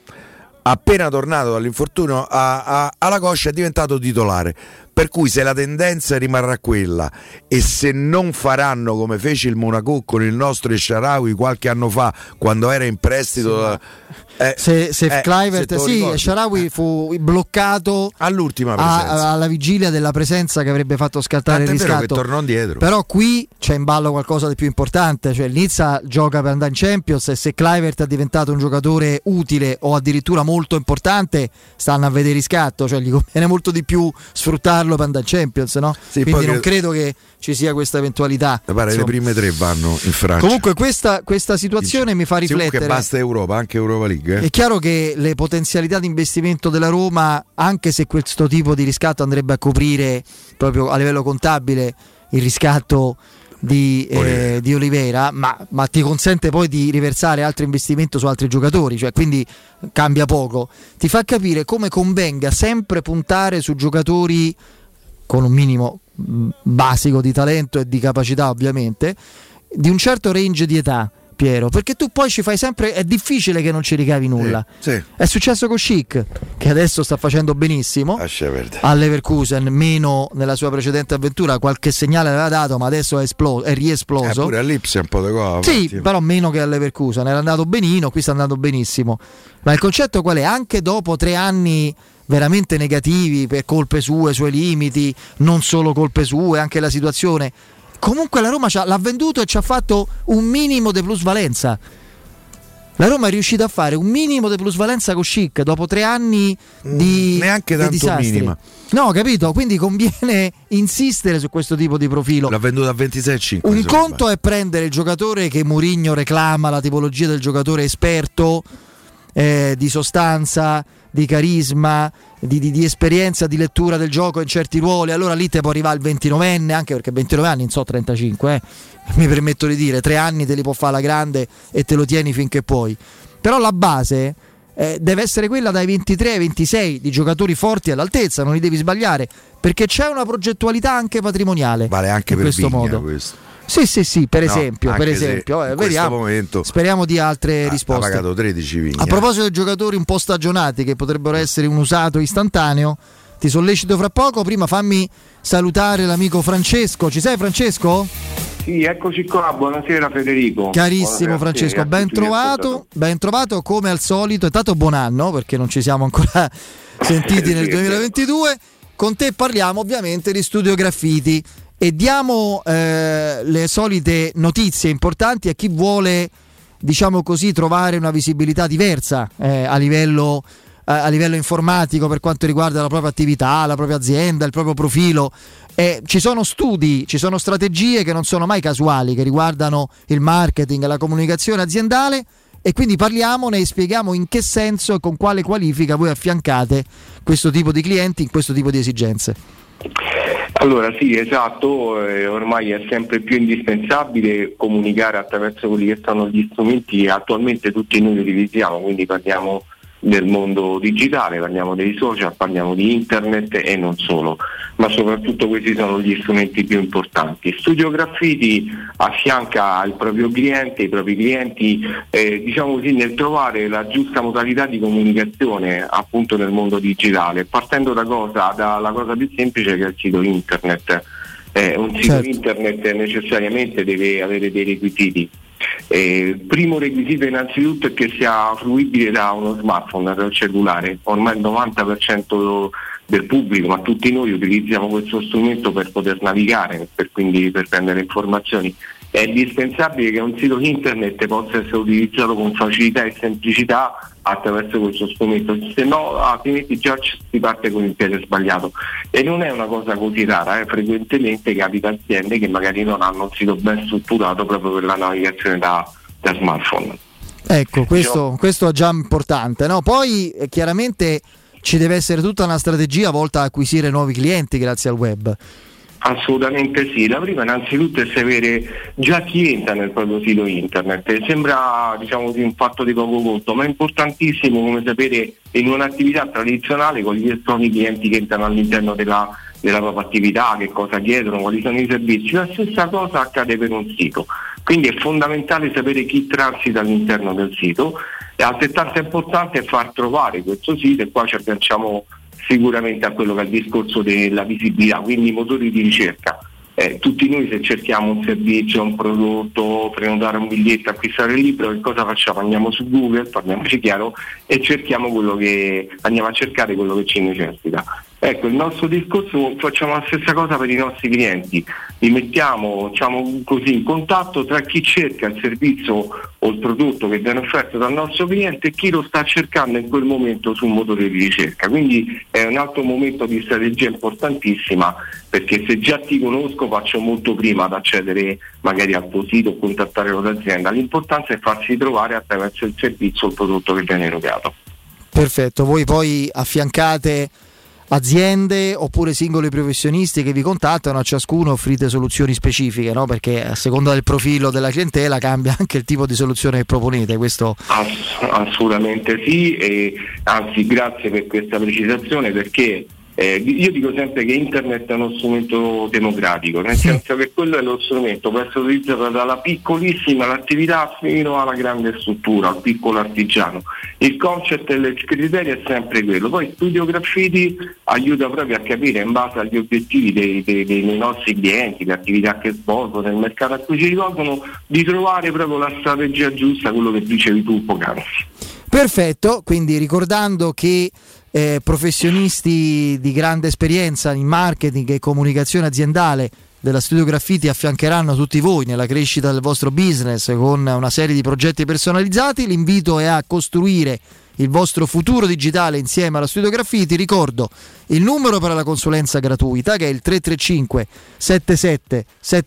[SPEAKER 2] Appena tornato dall'infortunio alla coscia è diventato titolare, per cui se la tendenza rimarrà quella, e se non faranno come fece il Monaco con il nostro Esharawi qualche anno fa quando era in prestito,
[SPEAKER 1] se Kluivert, Esharawi fu bloccato
[SPEAKER 2] all'ultima presenza,
[SPEAKER 1] alla vigilia della presenza che avrebbe fatto scattare il riscatto,
[SPEAKER 2] che tornò indietro.
[SPEAKER 1] Però qui c'è in ballo qualcosa di più importante, cioè il Nizza gioca per andare in Champions, e se Kluivert è diventato un giocatore utile o addirittura molto importante, stanno a vedere riscatto, cioè gli conviene molto di più sfruttarlo per andare in Champions, no?
[SPEAKER 2] Sì,
[SPEAKER 1] quindi non credo che ci sia questa eventualità.
[SPEAKER 2] Pare le prime 3 vanno in Francia.
[SPEAKER 1] Comunque questa situazione mi fa riflettere.
[SPEAKER 2] Comunque basta Europa, anche Europa League.
[SPEAKER 1] È chiaro che le potenzialità di investimento della Roma, anche se questo tipo di riscatto andrebbe a coprire proprio a livello contabile il riscatto di Oliveira, ma ti consente poi di riversare altro investimento su altri giocatori, cioè quindi cambia poco. Ti fa capire come convenga sempre puntare su giocatori con un minimo basico di talento e di capacità, ovviamente, di un certo range di età, Piero, perché tu poi ci fai sempre, è difficile che non ci ricavi nulla.
[SPEAKER 2] Sì.
[SPEAKER 1] È successo con Schick, che adesso sta facendo benissimo al Leverkusen, meno nella sua precedente avventura, qualche segnale aveva dato, ma adesso è riesploso.
[SPEAKER 2] Pure all'Ipsia un po' di qua.
[SPEAKER 1] Sì, però meno che al Leverkusen, era andato benino, qui sta andando benissimo. Ma il concetto qual è? Anche dopo 3 anni veramente negativi per colpe sue, suoi limiti, non solo colpe sue, anche la situazione, comunque la Roma l'ha venduto e ci ha fatto un minimo di plusvalenza. La Roma è riuscita a fare un minimo di plusvalenza con Schick dopo 3 anni di
[SPEAKER 2] neanche tanto
[SPEAKER 1] disastri.
[SPEAKER 2] Minima.
[SPEAKER 1] No, capito? Quindi conviene insistere su questo tipo di profilo.
[SPEAKER 2] L'ha venduto a 26,5.
[SPEAKER 1] Un conto è prendere il giocatore che Mourinho reclama, la tipologia del giocatore esperto, di sostanza, di carisma, di esperienza, di lettura del gioco in certi ruoli. Allora lì te può arrivare il 29enne, anche perché 29 anni non so 35, mi permetto di dire, 3 anni te li può fare la grande e te lo tieni finché puoi. Però la base deve essere quella dai 23 ai 26 di giocatori forti all'altezza, non li devi sbagliare, perché c'è una progettualità anche patrimoniale.
[SPEAKER 2] Vale anche
[SPEAKER 1] in
[SPEAKER 2] per
[SPEAKER 1] questo
[SPEAKER 2] Vigna,
[SPEAKER 1] modo.
[SPEAKER 2] Questo.
[SPEAKER 1] Sì, per esempio,
[SPEAKER 2] vediamo.
[SPEAKER 1] Speriamo di altre risposte.
[SPEAKER 2] Ha pagato 13 Vigna.
[SPEAKER 1] A proposito dei giocatori un po' stagionati che potrebbero essere un usato istantaneo, ti sollecito fra poco. Prima fammi salutare l'amico Francesco. Ci sei, Francesco?
[SPEAKER 12] Sì, eccoci qua, buonasera Federico.
[SPEAKER 1] Carissimo Francesco, ben trovato come al solito. Intanto buon anno, perché non ci siamo ancora sentiti nel 2022. Con te parliamo ovviamente di Studio Graffiti e diamo le solite notizie importanti a chi vuole, diciamo così, trovare una visibilità diversa a livello informatico per quanto riguarda la propria attività, la propria azienda, il proprio profilo. Ci sono studi, ci sono strategie che non sono mai casuali, che riguardano il marketing e la comunicazione aziendale, e quindi parliamone e spieghiamo in che senso e con quale qualifica voi affiancate questo tipo di clienti in questo tipo di esigenze.
[SPEAKER 12] Allora sì, esatto, ormai è sempre più indispensabile comunicare attraverso quelli che sono gli strumenti che attualmente tutti noi utilizziamo, quindi parliamo del mondo digitale, parliamo dei social, parliamo di internet e non solo, ma soprattutto questi sono gli strumenti più importanti. Studio Graffiti affianca il proprio cliente, i propri clienti, diciamo così, nel trovare la giusta modalità di comunicazione appunto nel mondo digitale, partendo dalla cosa più semplice che è il sito internet. Un sito internet necessariamente deve avere dei requisiti. Primo requisito innanzitutto è che sia fruibile da uno smartphone, da un cellulare. Ormai il 90% del pubblico, ma tutti noi utilizziamo questo strumento per poter navigare, quindi per prendere informazioni. È indispensabile che un sito internet possa essere utilizzato con facilità e semplicità attraverso questo strumento, se no altrimenti già si parte con il piede sbagliato, e non è una cosa così rara, frequentemente capita aziende che magari non hanno un sito ben strutturato proprio per la navigazione da smartphone.
[SPEAKER 1] Ecco, questo è già importante, no? Poi chiaramente ci deve essere tutta una strategia volta a acquisire nuovi clienti grazie al web.
[SPEAKER 12] Assolutamente sì, la prima innanzitutto è sapere già chi entra nel proprio sito internet. Sembra, diciamo così, un fatto di poco conto, ma è importantissimo come sapere in un'attività tradizionale quali sono i clienti che entrano all'interno della propria attività, che cosa chiedono, quali sono i servizi. La stessa cosa accade per un sito, quindi è fondamentale sapere chi transita all'interno del sito, e altrettanto importante è far trovare questo sito, e qua ci agganciamo sicuramente a quello che è il discorso della visibilità, quindi i motori di ricerca. Tutti noi, se cerchiamo un servizio, un prodotto, prenotare un biglietto, acquistare il libro, che cosa facciamo? Andiamo su Google, parliamoci chiaro, e andiamo a cercare quello che ci necessita. Ecco, il nostro discorso, facciamo la stessa cosa per i nostri clienti, li mettiamo, diciamo così, in contatto tra chi cerca il servizio o il prodotto che viene offerto dal nostro cliente e chi lo sta cercando in quel momento su un motore di ricerca. Quindi è un altro momento di strategia importantissima, perché se già ti conosco faccio molto prima ad accedere magari al tuo sito o contattare l'azienda. L'importanza è farsi trovare attraverso il servizio o il prodotto che viene erogato.
[SPEAKER 1] Perfetto, voi poi affiancate aziende oppure singoli professionisti che vi contattano, a ciascuno offrite soluzioni specifiche, no? Perché a seconda del profilo della clientela cambia anche il tipo di soluzione che proponete. Questo
[SPEAKER 12] assolutamente sì, e anzi grazie per questa precisazione, perché io dico sempre che internet è uno strumento democratico, nel senso che quello è lo strumento, può essere utilizzato dalla piccolissima l'attività fino alla grande struttura, al piccolo artigiano. Il concetto e il criterio è sempre quello. Poi Studio Graffiti aiuta proprio a capire, in base agli obiettivi dei nostri clienti, le attività che svolgono, il mercato a cui si rivolgono, di trovare proprio la strategia giusta, quello che dicevi tu poc'anzi.
[SPEAKER 1] Perfetto, quindi ricordando che professionisti di grande esperienza in marketing e comunicazione aziendale della Studio Graffiti affiancheranno tutti voi nella crescita del vostro business con una serie di progetti personalizzati. L'invito è a costruire il vostro futuro digitale insieme alla Studio Graffiti. Ricordo il numero per la consulenza gratuita, che è il 335 77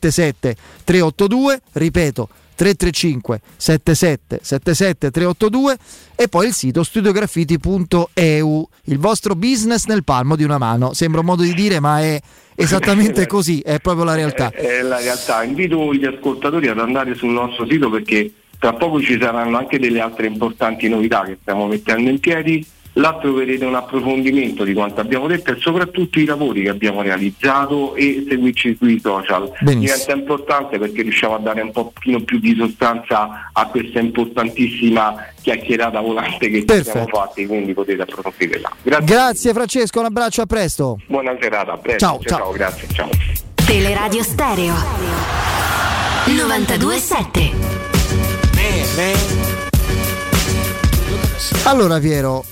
[SPEAKER 1] 77 382, ripeto 335 77 77 382, e poi il sito studiograffiti.eu. il vostro business nel palmo di una mano. Sembra un modo di dire, ma è esattamente così, è proprio la realtà.
[SPEAKER 12] È la realtà. Invito gli ascoltatori ad andare sul nostro sito, perché tra poco ci saranno anche delle altre importanti novità che stiamo mettendo in piedi, là troverete un approfondimento di quanto abbiamo detto e soprattutto i lavori che abbiamo realizzato, e seguirci sui social.
[SPEAKER 1] Benissimo.
[SPEAKER 12] Diventa importante perché riusciamo a dare un pochino più di sostanza a questa importantissima chiacchierata volante che ci siamo fatti, quindi potete approfondire là.
[SPEAKER 1] Grazie Francesco, un abbraccio, a presto.
[SPEAKER 12] Buona serata, a presto. Ciao. Grazie, ciao.
[SPEAKER 4] Teleradio Stereo 92.7.
[SPEAKER 1] Allora Piero,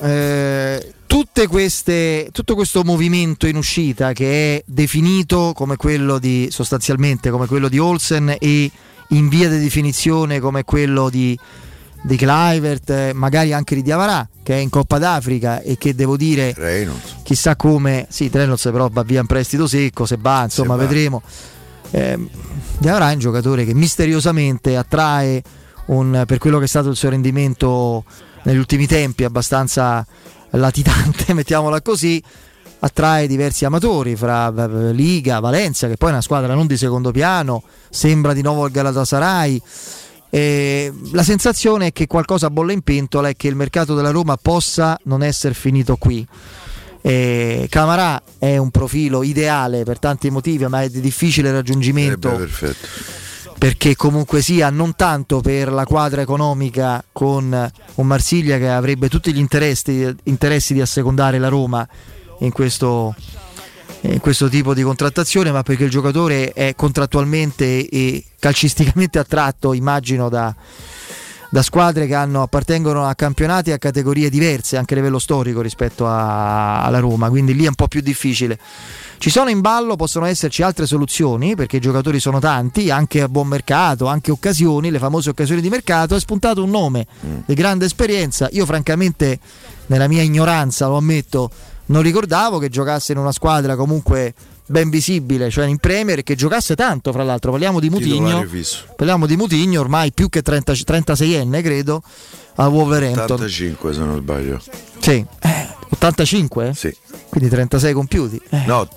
[SPEAKER 1] tutto questo movimento in uscita che è definito come quello sostanzialmente come quello di Olsen e in via di definizione come quello di Kluivert, magari anche di Diawara, che è in Coppa d'Africa e che devo dire
[SPEAKER 2] Reynolds.
[SPEAKER 1] Chissà come, sì, Reynolds però va via in prestito secco, se va, insomma, vedremo. Diawara è un giocatore che misteriosamente attrae per quello che è stato il suo rendimento negli ultimi tempi, abbastanza latitante, mettiamola così, attrae diversi amatori fra Liga, Valencia, che poi è una squadra non di secondo piano, sembra di nuovo il Galatasaray. La sensazione è che qualcosa bolle in pentola e che il mercato della Roma possa non essere finito qui. Camarà è un profilo ideale per tanti motivi, ma è di difficile raggiungimento.
[SPEAKER 2] Perfetto.
[SPEAKER 1] Perché comunque sia, non tanto per la quadra economica con un Marsiglia che avrebbe tutti gli interessi di assecondare la Roma in questo tipo di contrattazione, ma perché il giocatore è contrattualmente e calcisticamente attratto, immagino, da squadre che appartengono a campionati e a categorie diverse anche a livello storico rispetto alla Roma, quindi lì è un po' più difficile. Ci sono in ballo, possono esserci altre soluzioni perché i giocatori sono tanti, anche a buon mercato, anche occasioni, le famose occasioni di mercato. È spuntato un nome di grande esperienza. Io francamente, nella mia ignoranza, lo ammetto, non ricordavo che giocasse in una squadra comunque ben visibile, cioè in Premier, e che giocasse tanto. Fra l'altro parliamo di Moutinho, ormai più che 36enne credo, a Wolverhampton.
[SPEAKER 2] 85 se non sbaglio.
[SPEAKER 1] Sì, 85?
[SPEAKER 2] Sì.
[SPEAKER 1] Quindi 36 compiuti.
[SPEAKER 2] No.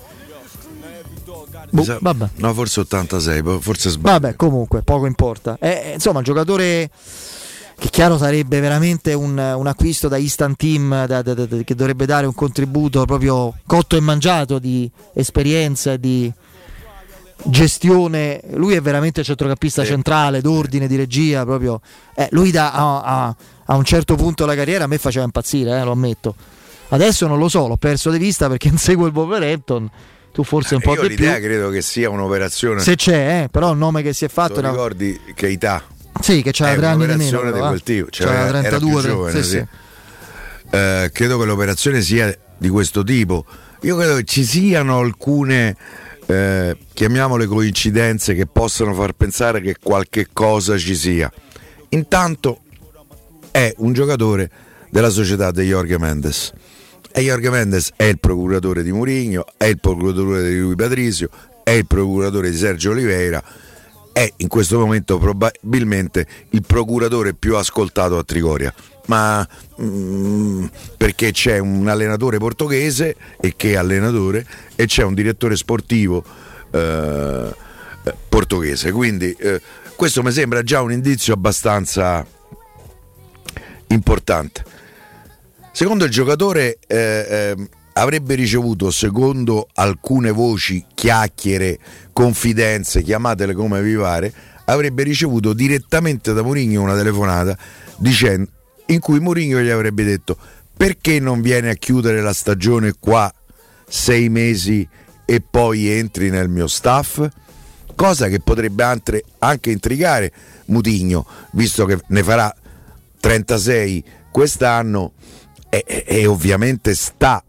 [SPEAKER 1] Vabbè.
[SPEAKER 2] No, forse 86, forse sbaglio.
[SPEAKER 1] Vabbè, comunque poco importa. Insomma, il giocatore che chiaro sarebbe veramente un acquisto da instant team, che dovrebbe dare un contributo proprio cotto e mangiato di esperienza e di gestione. Lui è veramente centrocampista centrale, d'ordine, di regia proprio. Lui a un certo punto della carriera a me faceva impazzire, lo ammetto. Adesso non lo so, l'ho perso di vista perché non seguo il Wolverhampton. Tu forse un po' di
[SPEAKER 2] l'idea
[SPEAKER 1] più.
[SPEAKER 2] Credo che sia un'operazione.
[SPEAKER 1] Se c'è, però il nome che si è fatto.
[SPEAKER 2] Tu ricordi che età?
[SPEAKER 1] Sì, che c'era 3 anni di meno.
[SPEAKER 2] Di quel tipo.
[SPEAKER 1] C'era 32,
[SPEAKER 2] giovane,
[SPEAKER 1] sì.
[SPEAKER 2] Credo che l'operazione sia di questo tipo. Io credo che ci siano alcune, chiamiamole coincidenze, che possano far pensare che qualche cosa ci sia. Intanto è un giocatore della società di Jorge Mendes. E Jorge Mendes è il procuratore di Mourinho, è il procuratore di Rui Patricio, è il procuratore di Sergio Oliveira, è in questo momento probabilmente il procuratore più ascoltato a Trigoria, ma perché c'è un allenatore portoghese e che è allenatore, e c'è un direttore sportivo portoghese, quindi questo mi sembra già un indizio abbastanza importante. Secondo il giocatore avrebbe ricevuto, secondo alcune voci, chiacchiere, confidenze, chiamatele come vi pare, avrebbe ricevuto direttamente da Mourinho una telefonata in cui Mourinho gli avrebbe detto: perché non vieni a chiudere la stagione qua 6 mesi e poi entri nel mio staff? Cosa che potrebbe anche intrigare Moutinho, visto che ne farà 36 quest'anno e ovviamente sta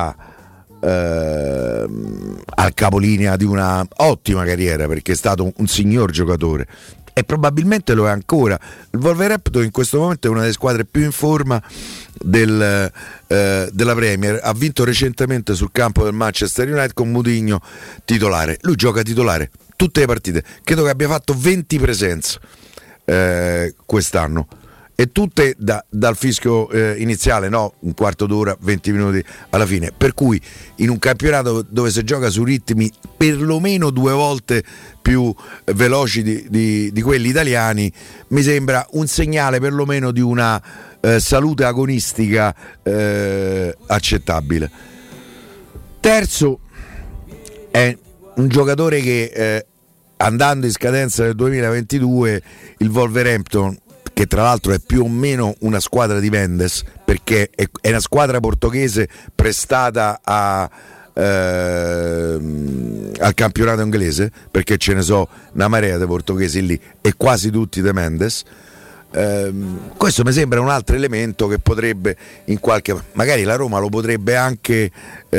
[SPEAKER 2] al capolinea di una ottima carriera, perché è stato un signor giocatore e probabilmente lo è ancora. Il Wolverhampton in questo momento è una delle squadre più in forma della Premier, ha vinto recentemente sul campo del Manchester United con Moutinho titolare. Lui gioca titolare tutte le partite, credo che abbia fatto 20 presenze quest'anno, e tutte dal fischio iniziale, no, un quarto d'ora, 20 minuti alla fine, per cui in un campionato dove si gioca su ritmi perlomeno 2 volte più veloci di quelli italiani, mi sembra un segnale perlomeno di una salute agonistica accettabile. Terzo, è un giocatore che andando in scadenza nel 2022 il Wolverhampton, che tra l'altro è più o meno una squadra di Mendes, perché è una squadra portoghese prestata al campionato inglese, perché ce ne so una marea di portoghesi lì e quasi tutti di Mendes. Questo mi sembra un altro elemento che potrebbe magari la Roma lo potrebbe anche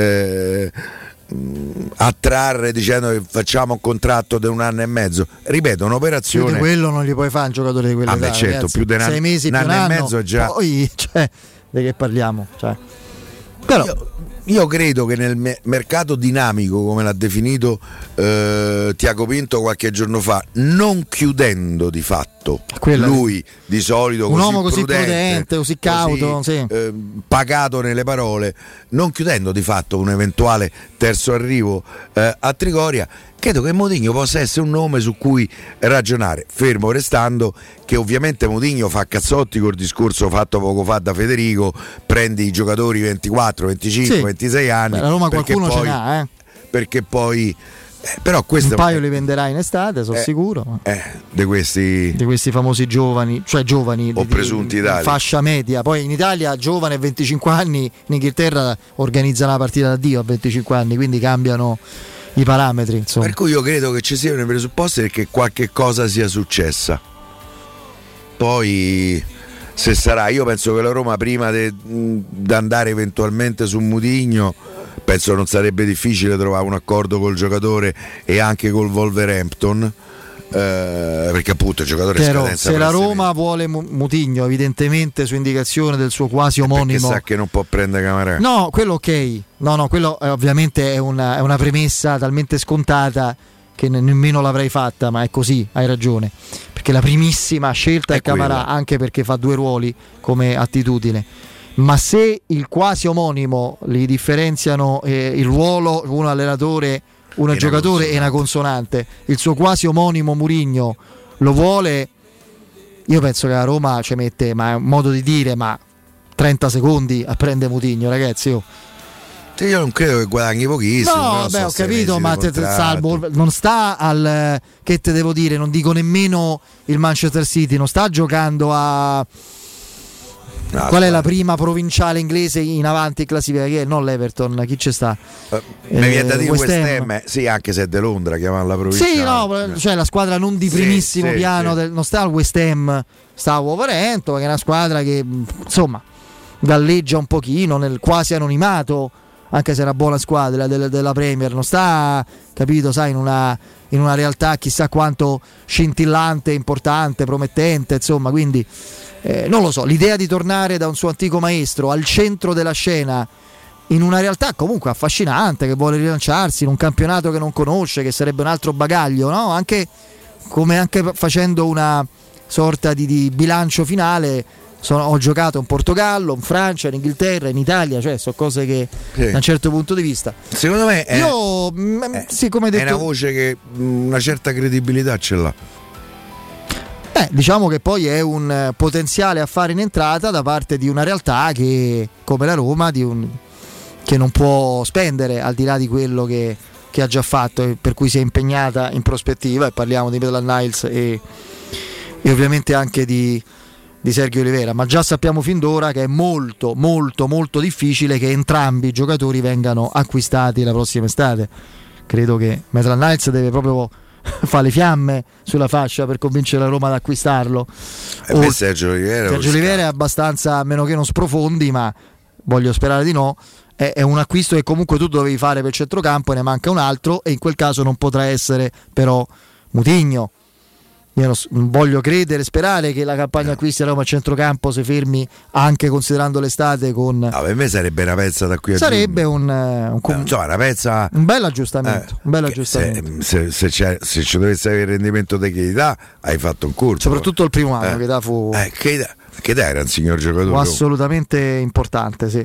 [SPEAKER 2] attrarre dicendo che facciamo un contratto di 1 anno e mezzo. Ripeto, un'operazione.
[SPEAKER 1] Più di quello non gli puoi fare un giocatore di quella età,
[SPEAKER 2] certo,
[SPEAKER 1] ragazzi.
[SPEAKER 2] più di
[SPEAKER 1] 6 mesi,
[SPEAKER 2] un anno e mezzo è già.
[SPEAKER 1] Poi, di che parliamo? Però
[SPEAKER 2] io credo che nel mercato dinamico, come l'ha definito Tiago Pinto qualche giorno fa, non chiudendo di fatto lui di solito
[SPEAKER 1] un
[SPEAKER 2] così
[SPEAKER 1] uomo così prudente, così cauto,
[SPEAKER 2] così, pagato nelle parole, non chiudendo di fatto un eventuale terzo arrivo a Trigoria, credo che Moutinho possa essere un nome su cui ragionare, fermo restando che ovviamente Moutinho fa cazzotti col discorso fatto poco fa da Federico, prendi i giocatori 24, 25, 26 anni.
[SPEAKER 1] La Roma qualcuno ce n'ha,
[SPEAKER 2] perché poi però questo
[SPEAKER 1] un paio li venderà in estate, sono sicuro.
[SPEAKER 2] Di questi
[SPEAKER 1] famosi giovani, cioè giovani
[SPEAKER 2] o presunti
[SPEAKER 1] di fascia media. Poi in Italia giovane a 25 anni, in Inghilterra organizzano la partita da Dio a 25 anni, quindi cambiano i parametri, insomma.
[SPEAKER 2] Per cui io credo che ci siano i presupposti perché qualche cosa sia successa. Poi se sarà, io penso che la Roma prima di andare eventualmente su Moutinho, penso non sarebbe difficile trovare un accordo col giocatore e anche col Wolverhampton, perché appunto il giocatore è scadenza.
[SPEAKER 1] Se la Roma vuole Moutinho, evidentemente su indicazione del suo quasi omonimo,
[SPEAKER 2] perché sa che non può prendere Camarà.
[SPEAKER 1] No, quello ok. No, quello ovviamente è una premessa talmente scontata che nemmeno l'avrei fatta, ma è così, hai ragione, perché la primissima scelta è Camarà, anche perché fa 2 ruoli come attitudine. Ma se il quasi omonimo li differenziano il ruolo, uno allenatore, uno giocatore e una consonante, il suo quasi omonimo Mourinho lo vuole, io penso che la Roma ci mette, ma è un modo di dire, ma 30 secondi a prendere Moutinho, ragazzi.
[SPEAKER 2] Io non credo che guadagni pochissimo.
[SPEAKER 1] No, ho capito, ma salvo non sta al, che te devo dire, non dico nemmeno il Manchester City, non sta giocando a qual è la prima provinciale inglese in avanti in classifica? Che è? Non l'Everton, chi c'è sta?
[SPEAKER 2] Mi viene da dire West Ham. Sì, anche se è di Londra, chiamano la provinciale.
[SPEAKER 1] Sì, no, cioè la squadra non di primissimo piano, non sta al West Ham, sta a Wolverhampton, che è una squadra che insomma galleggia un pochino nel quasi anonimato, anche se è una buona squadra della Premier, non sta, capito, sai, in una realtà chissà quanto scintillante, importante, promettente, insomma, quindi non lo so, l'idea di tornare da un suo antico maestro al centro della scena in una realtà comunque affascinante, che vuole rilanciarsi in un campionato che non conosce, che sarebbe un altro bagaglio, no? Anche facendo una sorta di bilancio finale. Ho giocato in Portogallo, in Francia, in Inghilterra, in Italia, cioè sono cose che da un certo punto di vista,
[SPEAKER 2] secondo me
[SPEAKER 1] come detto,
[SPEAKER 2] è una voce che una certa credibilità ce l'ha.
[SPEAKER 1] Diciamo che poi è un potenziale affare in entrata da parte di una realtà che, come la Roma, che non può spendere al di là di quello che ha già fatto e per cui si è impegnata in prospettiva, e parliamo di Maitland-Niles e ovviamente anche di Sergio Oliveira, ma già sappiamo fin d'ora che è molto molto molto difficile che entrambi i giocatori vengano acquistati la prossima estate. Credo che Maitland-Niles deve proprio fare le fiamme sulla fascia per convincere la Roma ad acquistarlo.
[SPEAKER 2] Sergio Oliveira
[SPEAKER 1] è abbastanza, a meno che non sprofondi, ma voglio sperare di no, è un acquisto che comunque tu dovevi fare per centrocampo e ne manca un altro, e in quel caso non potrà essere però Moutinho. Io non voglio credere, sperare che la campagna acquisti a Roma a centrocampo si fermi anche considerando l'estate con...
[SPEAKER 2] per me sarebbe una pezza da qui a
[SPEAKER 1] sarebbe
[SPEAKER 2] una pezza,
[SPEAKER 1] un bel aggiustamento,
[SPEAKER 2] se ci dovesse avere il rendimento di Keita hai fatto un corso,
[SPEAKER 1] soprattutto il primo anno. Keita fu
[SPEAKER 2] Keita era un signor giocatore,
[SPEAKER 1] assolutamente importante, sì.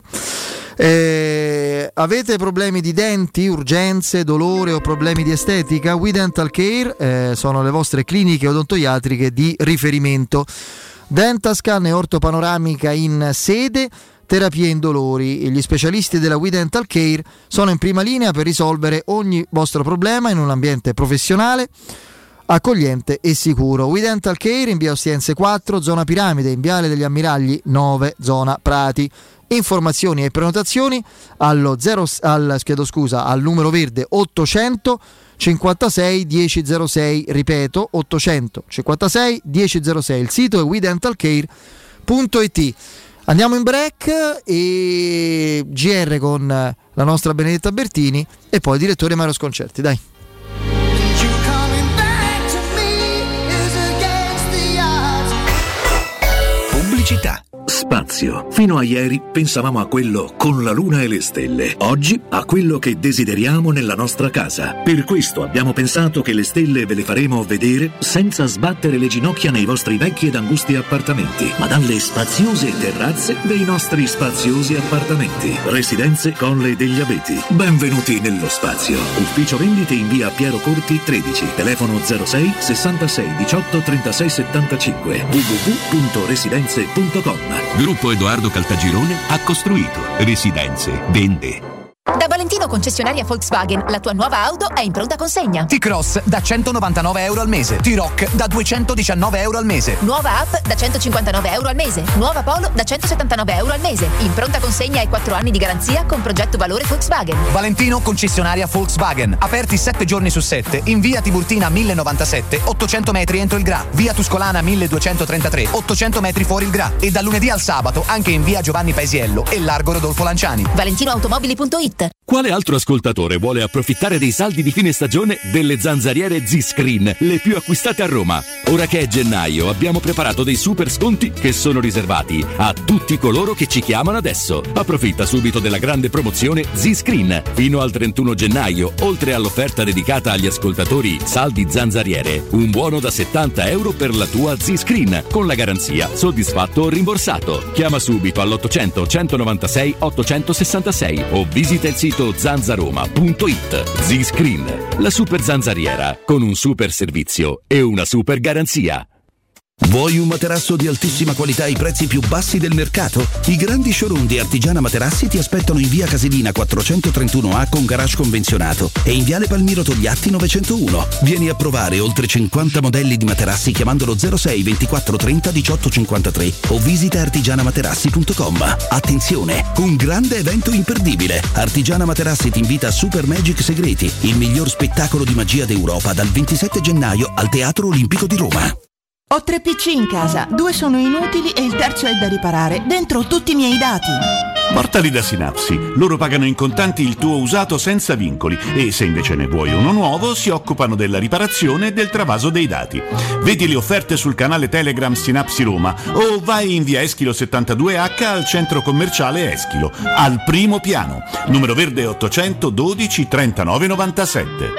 [SPEAKER 1] Avete problemi di denti, urgenze, dolore o problemi di estetica? We Dental Care sono le vostre cliniche odontoiatriche di riferimento. Dentascan e ortopanoramica in sede, terapie indolori. E gli specialisti della We Dental Care sono in prima linea per risolvere ogni vostro problema in un ambiente professionale, accogliente e sicuro. We Dental Care in via Ostiense 4, zona Piramide, in viale degli Ammiragli 9, zona Prati. Informazioni e prenotazioni al numero verde 800 56 1006, ripeto 800 56 1006. Il sito è wedentalcare.it. Andiamo in break e GR con la nostra Benedetta Bertini e poi il direttore Mario Sconcerti. Dai.
[SPEAKER 5] Pubblicità. Spazio. Fino a ieri pensavamo a quello con la luna e le stelle. Oggi a quello che desideriamo nella nostra casa. Per questo abbiamo pensato che le stelle ve le faremo vedere senza sbattere le ginocchia nei vostri vecchi ed angusti appartamenti, ma dalle spaziose terrazze dei nostri spaziosi appartamenti. Residenze Colle degli Abeti. Benvenuti nello spazio. Ufficio vendite in via Piero Corti 13. Telefono 06 66 18 36 75. www.residenze.com.
[SPEAKER 3] Gruppo Edoardo Caltagirone ha costruito, residenze, vende.
[SPEAKER 13] Da Valentino concessionaria Volkswagen, la tua nuova auto è in pronta consegna.
[SPEAKER 14] T-Cross da €199 al mese. T-Rock da €219 al mese.
[SPEAKER 13] Nuova app da €159 al mese. Nuova Polo da €179 al mese. In pronta consegna e 4 anni di garanzia con progetto valore Volkswagen.
[SPEAKER 14] Valentino concessionaria Volkswagen. Aperti 7 giorni su 7 in via Tiburtina 1097, 800 metri entro il Gra. Via Tuscolana 1233, 800 metri fuori il Gra. E dal lunedì al sabato anche in via Giovanni Paesiello e largo Rodolfo Lanciani.
[SPEAKER 13] ValentinoAutomobili.it.
[SPEAKER 3] Quale altro ascoltatore vuole approfittare dei saldi di fine stagione delle zanzariere Z-Screen, le più acquistate a Roma? Ora che è gennaio abbiamo preparato dei super sconti che sono riservati a tutti coloro che ci chiamano adesso. Approfitta subito della grande promozione Z-Screen. Fino al 31 gennaio, oltre all'offerta dedicata agli ascoltatori saldi zanzariere, un buono da €70 per la tua Z-Screen, con la garanzia soddisfatto o rimborsato. Chiama subito all'800 196 866 o visita il sito zanzaroma.it. Z-Screen, la super zanzariera con un super servizio e una super garanzia.
[SPEAKER 5] Vuoi un materasso di altissima qualità ai prezzi più bassi del mercato? I grandi showroom di Artigiana Materassi ti aspettano in via Casilina 431A con garage convenzionato e in viale Palmiro Togliatti 901. Vieni a provare oltre 50 modelli di materassi chiamandolo 06 24 30 18 53 o visita artigianamaterassi.com. Attenzione, un grande evento imperdibile. Artigiana Materassi ti invita a Super Magic Segreti, il miglior spettacolo di magia d'Europa, dal 27 gennaio al Teatro Olimpico di Roma.
[SPEAKER 15] Ho 3 PC in casa, 2 sono inutili e il terzo è da riparare. Dentro ho tutti i miei dati.
[SPEAKER 16] Portali da Synapsi. Loro pagano in contanti il tuo usato senza vincoli e se invece ne vuoi uno nuovo si occupano della riparazione e del travaso dei dati. Vedi le offerte sul canale Telegram Synapsi Roma o vai in via Eschilo 72H al centro commerciale Eschilo, al primo piano. Numero verde 800 12 39 97.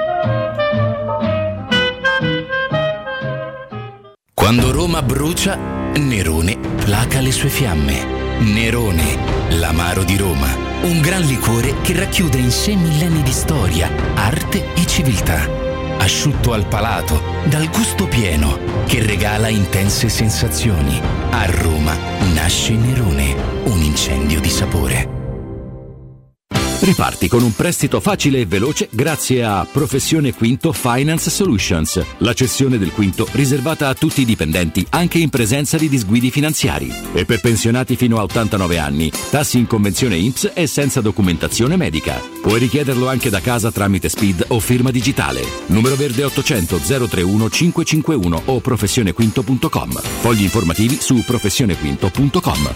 [SPEAKER 17] Quando Roma brucia, Nerone placa le sue fiamme. Nerone, l'amaro di Roma. Un gran liquore che racchiude in sé millenni di storia, arte e civiltà. Asciutto al palato, dal gusto pieno, che regala intense sensazioni. A Roma nasce Nerone, un incendio di sapore.
[SPEAKER 3] Riparti con un prestito facile e veloce grazie a Professione Quinto Finance Solutions, la cessione del quinto riservata a tutti i dipendenti anche in presenza di disguidi finanziari. E per pensionati fino a 89 anni, tassi in convenzione INPS e senza documentazione medica. Puoi richiederlo anche da casa tramite SPID o firma digitale. Numero verde 800 031 551 o professionequinto.com. Fogli informativi su professionequinto.com.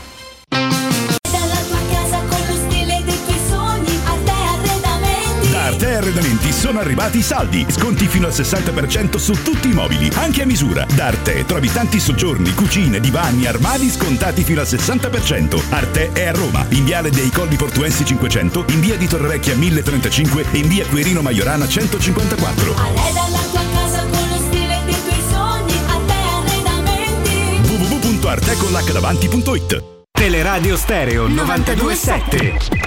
[SPEAKER 18] Arte Arredamenti sono arrivati i saldi, sconti fino al 60% su tutti i mobili, anche a misura. Da Arte trovi tanti soggiorni, cucine, divani, armadi scontati fino al 60%. Arte è a Roma, in viale dei Colli Portuensi 500, in via di Torrevecchia 1035 e in via Quirino Maiorana 154.
[SPEAKER 11] Arreda la tua casa con lo stile dei tuoi sogni. Arte Arredamenti.
[SPEAKER 18] www.artecollacdavanti.it.
[SPEAKER 8] Teleradio Stereo 92.7.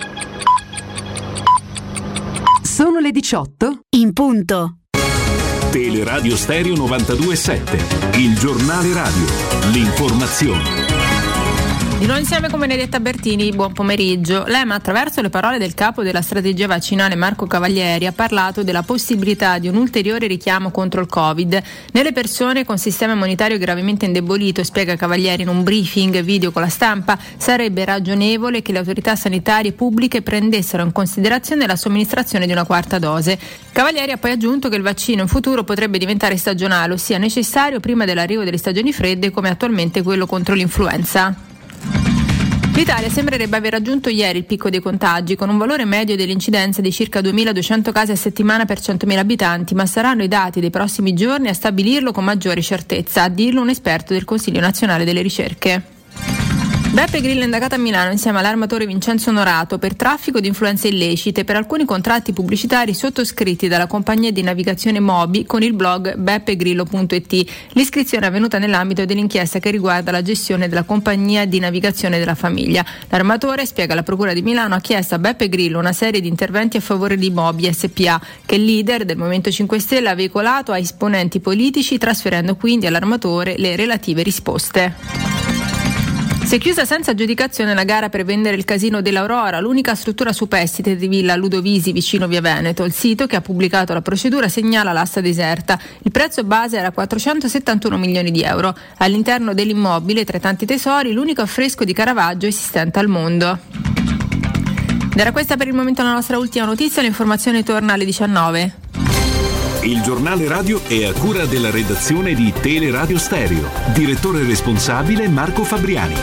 [SPEAKER 4] Sono le 18 in punto.
[SPEAKER 3] Teleradio Stereo 92.7, il giornale radio, l'informazione.
[SPEAKER 19] Di nuovo insieme con Benedetta Bertini, buon pomeriggio. L'EMA, attraverso le parole del capo della strategia vaccinale Marco Cavalieri, ha parlato della possibilità di un ulteriore richiamo contro il Covid nelle persone con sistema immunitario gravemente indebolito. Spiega Cavalieri in un briefing video con la stampa, sarebbe ragionevole che le autorità sanitarie pubbliche prendessero in considerazione la somministrazione di una quarta dose. Cavalieri ha poi aggiunto che il vaccino in futuro potrebbe diventare stagionale, ossia necessario prima dell'arrivo delle stagioni fredde, come attualmente quello contro l'influenza. L'Italia sembrerebbe aver raggiunto ieri il picco dei contagi, con un valore medio dell'incidenza di circa 2.200 casi a settimana per 100.000 abitanti, ma saranno i dati dei prossimi giorni a stabilirlo con maggiore certezza, a dirlo un esperto del Consiglio Nazionale delle Ricerche. Beppe Grillo è indagato a Milano insieme all'armatore Vincenzo Onorato per traffico di influenze illecite per alcuni contratti pubblicitari sottoscritti dalla compagnia di navigazione Mobi con il blog beppegrillo.it. L'iscrizione è avvenuta nell'ambito dell'inchiesta che riguarda la gestione della compagnia di navigazione della famiglia. L'armatore, spiega la Procura di Milano, ha chiesto a Beppe Grillo una serie di interventi a favore di Mobi SPA, che il leader del Movimento 5 Stelle ha veicolato a esponenti politici, trasferendo quindi all'armatore le relative risposte. Si è chiusa senza aggiudicazione la gara per vendere il casino dell'Aurora, l'unica struttura superstite di Villa Ludovisi vicino Via Veneto. Il sito che ha pubblicato la procedura segnala l'asta deserta. Il prezzo base era 471 milioni di euro. All'interno dell'immobile, tra i tanti tesori, l'unico affresco di Caravaggio esistente al mondo. Ed era questa per il momento la nostra ultima notizia, l'informazione torna alle 19.
[SPEAKER 3] Il giornale radio è a cura della redazione di Teleradio Stereo. Direttore responsabile Marco Fabriani.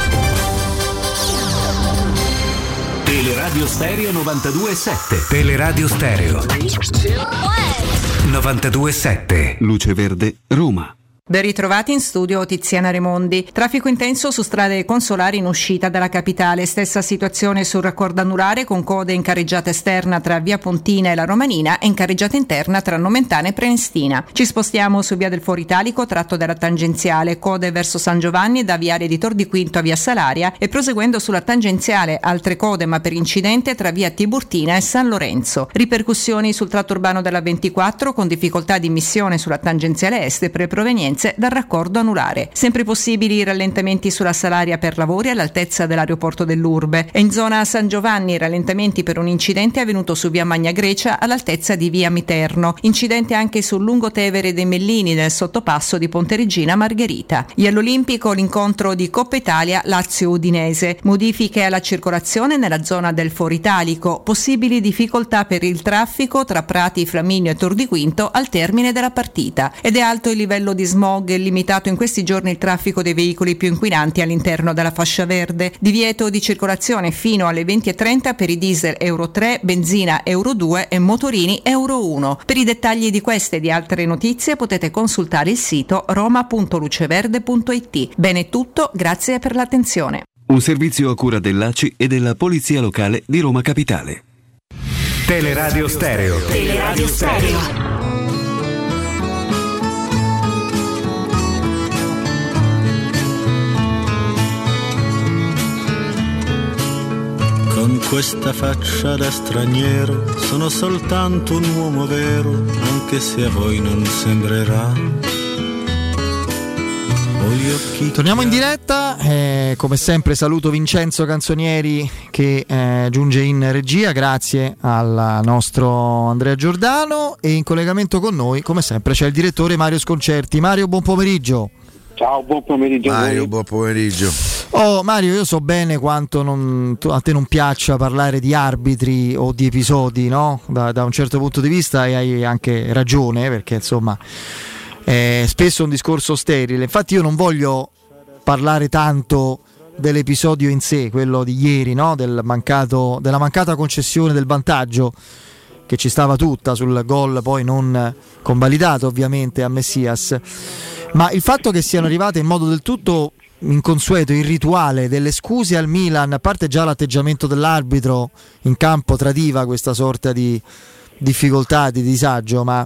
[SPEAKER 3] Teleradio Stereo 92.7.
[SPEAKER 10] Teleradio Stereo 92.7. Luce Verde, Roma.
[SPEAKER 20] Ben ritrovati in studio Tiziana Remondi. Traffico intenso su strade consolari in uscita dalla capitale. Stessa situazione sul raccordo anulare con code in carreggiata esterna tra via Pontina e la Romanina e in carreggiata interna tra Nomentana e Prenestina. Ci spostiamo su via del Foro Italico tratto dalla tangenziale, code verso San Giovanni da viale di Tor di Quinto a via Salaria e proseguendo sulla tangenziale altre code ma per incidente tra via Tiburtina e San Lorenzo. Ripercussioni sul tratto urbano della 24 con difficoltà di immissione sulla tangenziale est per provenienze dal raccordo anulare. Sempre possibili rallentamenti sulla Salaria per lavori all'altezza dell'aeroporto dell'Urbe e in zona San Giovanni rallentamenti per un incidente avvenuto su via Magna Grecia all'altezza di via Miterno. Incidente anche sul lungotevere dei Mellini nel sottopasso di Ponte Regina Margherita. E all'Olimpico l'incontro di Coppa Italia Lazio-Udinese. Modifiche alla circolazione nella zona del Foro Italico. Possibili difficoltà per il traffico tra Prati, Flaminio e Tor di Quinto al termine della partita. Ed è alto il livello di smog e limitato in questi giorni il traffico dei veicoli più inquinanti all'interno della fascia verde. Divieto di circolazione fino alle 20:30 per i diesel Euro 3, benzina Euro 2 e motorini Euro 1. Per i dettagli di queste e di altre notizie potete consultare il sito roma.luceverde.it. Bene, tutto, grazie per l'attenzione.
[SPEAKER 10] Un servizio a cura dell'ACI e della Polizia Locale di Roma Capitale. Teleradio Stereo.
[SPEAKER 11] Teleradio Stereo.
[SPEAKER 21] Con questa faccia da straniero sono soltanto un uomo vero, anche se a voi non sembrerà.
[SPEAKER 1] Torniamo in diretta, come sempre saluto Vincenzo Canzonieri che giunge in regia, grazie al nostro Andrea Giordano, e in collegamento con noi come sempre c'è il direttore Mario Sconcerti. Mario, buon pomeriggio.
[SPEAKER 22] Ciao, buon pomeriggio.
[SPEAKER 2] Mario, buon pomeriggio.
[SPEAKER 1] Oh Mario, io so bene quanto a te non piaccia parlare di arbitri o di episodi, no? Da un certo punto di vista, e hai anche ragione, perché insomma è spesso un discorso sterile. Infatti io non voglio parlare tanto dell'episodio in sé, quello di ieri, no? Della mancata concessione del vantaggio che ci stava tutta sul gol poi non convalidato ovviamente a Messias, ma il fatto che siano arrivate in modo del tutto inconsueto, irrituale, delle scuse al Milan, a parte già l'atteggiamento dell'arbitro in campo tradiva questa sorta di difficoltà, di disagio, ma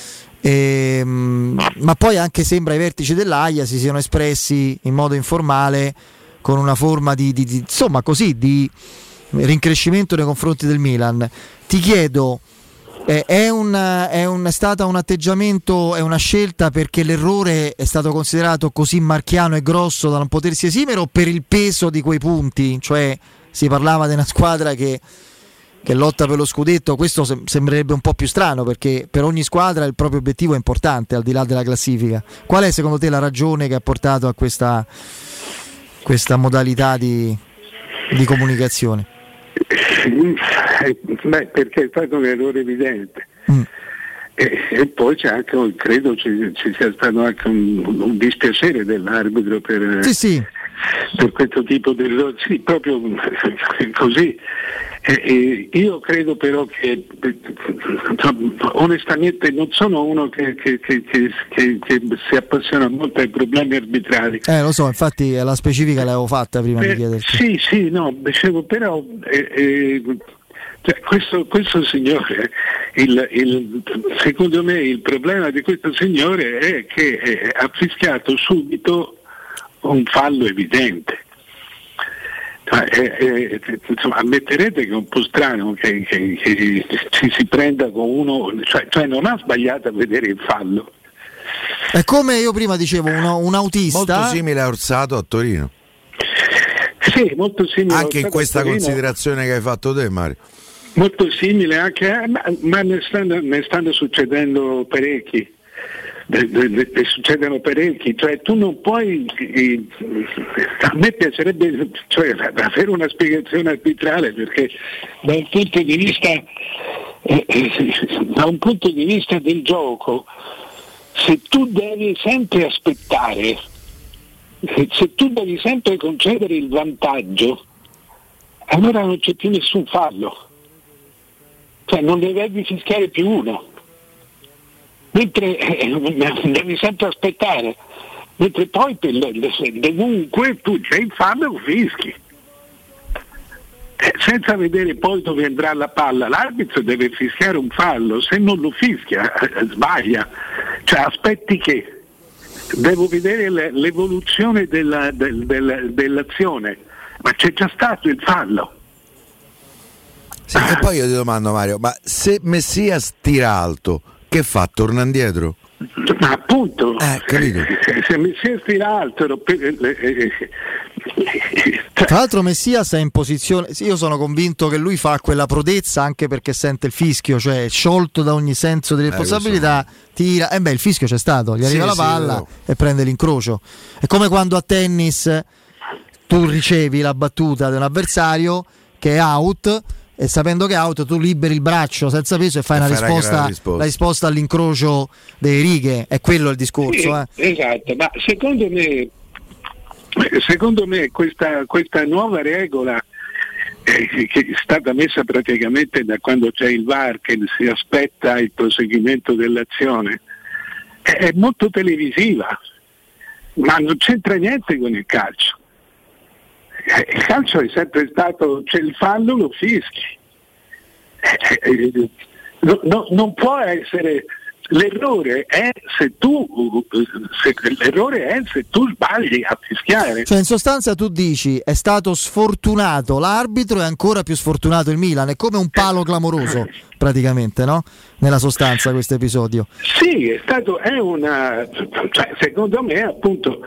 [SPEAKER 1] poi anche sembra i vertici dell'AIA si siano espressi in modo informale con una forma di insomma così di rincrescimento nei confronti del Milan. Ti chiedo, è un è stata un atteggiamento e una scelta perché l'errore è stato considerato così marchiano e grosso da non potersi esimere, o per il peso di quei punti? Cioè si parlava di una squadra che lotta per lo scudetto. Questo sembrerebbe un po' più strano, perché per ogni squadra il proprio obiettivo è importante al di là della classifica. Qual è secondo te la ragione che ha portato a questa modalità di comunicazione?
[SPEAKER 6] Perché è stato un errore evidente. E poi c'è anche, credo ci sia stato anche un dispiacere dell'arbitro per questo tipo di errore. Sì, proprio così. Io credo però che onestamente non sono uno che si appassiona molto ai problemi arbitrali.
[SPEAKER 1] Lo so, infatti la specifica l'avevo fatta prima di chiederti.
[SPEAKER 6] Sì, no, dicevo però questo signore, secondo me il problema di questo signore è che ha fischiato subito un fallo evidente. Insomma, ammetterete che è un po' strano che ci si prenda con uno, cioè non ha sbagliato a vedere il fallo.
[SPEAKER 1] È come io prima dicevo, un autista
[SPEAKER 2] molto simile a Orsato a Torino.
[SPEAKER 6] Sì, molto simile
[SPEAKER 2] anche in questa considerazione che hai fatto te, Mario.
[SPEAKER 6] Molto simile anche, ma ne stanno succedendo parecchi. Succedono parecchi, cioè tu non puoi, a me piacerebbe avere una spiegazione arbitrale, perché da un punto di vista del gioco, se tu devi sempre aspettare, se tu devi sempre concedere il vantaggio, allora non c'è più nessun fallo, cioè non ne devi fischiare più uno. Mentre devi sempre aspettare, mentre poi dovunque tu c'è il fallo lo fischi, senza vedere poi dove andrà la palla. L'arbitro deve fischiare un fallo, se non lo fischia sbaglia, cioè aspetti che devo vedere l'evoluzione dell'azione, ma c'è già stato il fallo.
[SPEAKER 2] Sì, e poi io ti domando, Mario, ma se Messias tira alto, che fa? Torna indietro?
[SPEAKER 6] Ma appunto,
[SPEAKER 2] capito.
[SPEAKER 6] Se Messias tira alto,
[SPEAKER 1] tra l'altro Messias è in posizione, io sono convinto che lui fa quella prodezza anche perché sente il fischio, cioè sciolto da ogni senso di responsabilità, tira, il fischio c'è stato, gli arriva la palla e prende l'incrocio. È come quando a tennis tu ricevi la battuta di un avversario che è out, e sapendo che è out tu liberi il braccio senza peso e fai la risposta all'incrocio delle righe. È quello il discorso.
[SPEAKER 6] Sì, esatto, ma secondo me questa nuova regola che è stata messa praticamente da quando c'è il VAR, che si aspetta il proseguimento dell'azione, è molto televisiva, ma non c'entra niente con il calcio. Il calcio è sempre stato, c'è il fallo, lo fischi. Non può essere. L'errore è se tu sbagli a fischiare.
[SPEAKER 1] Cioè in sostanza tu dici è stato sfortunato l'arbitro e ancora più sfortunato il Milan, è come un palo clamoroso praticamente, no? Nella sostanza questo episodio.
[SPEAKER 6] Sì, secondo me appunto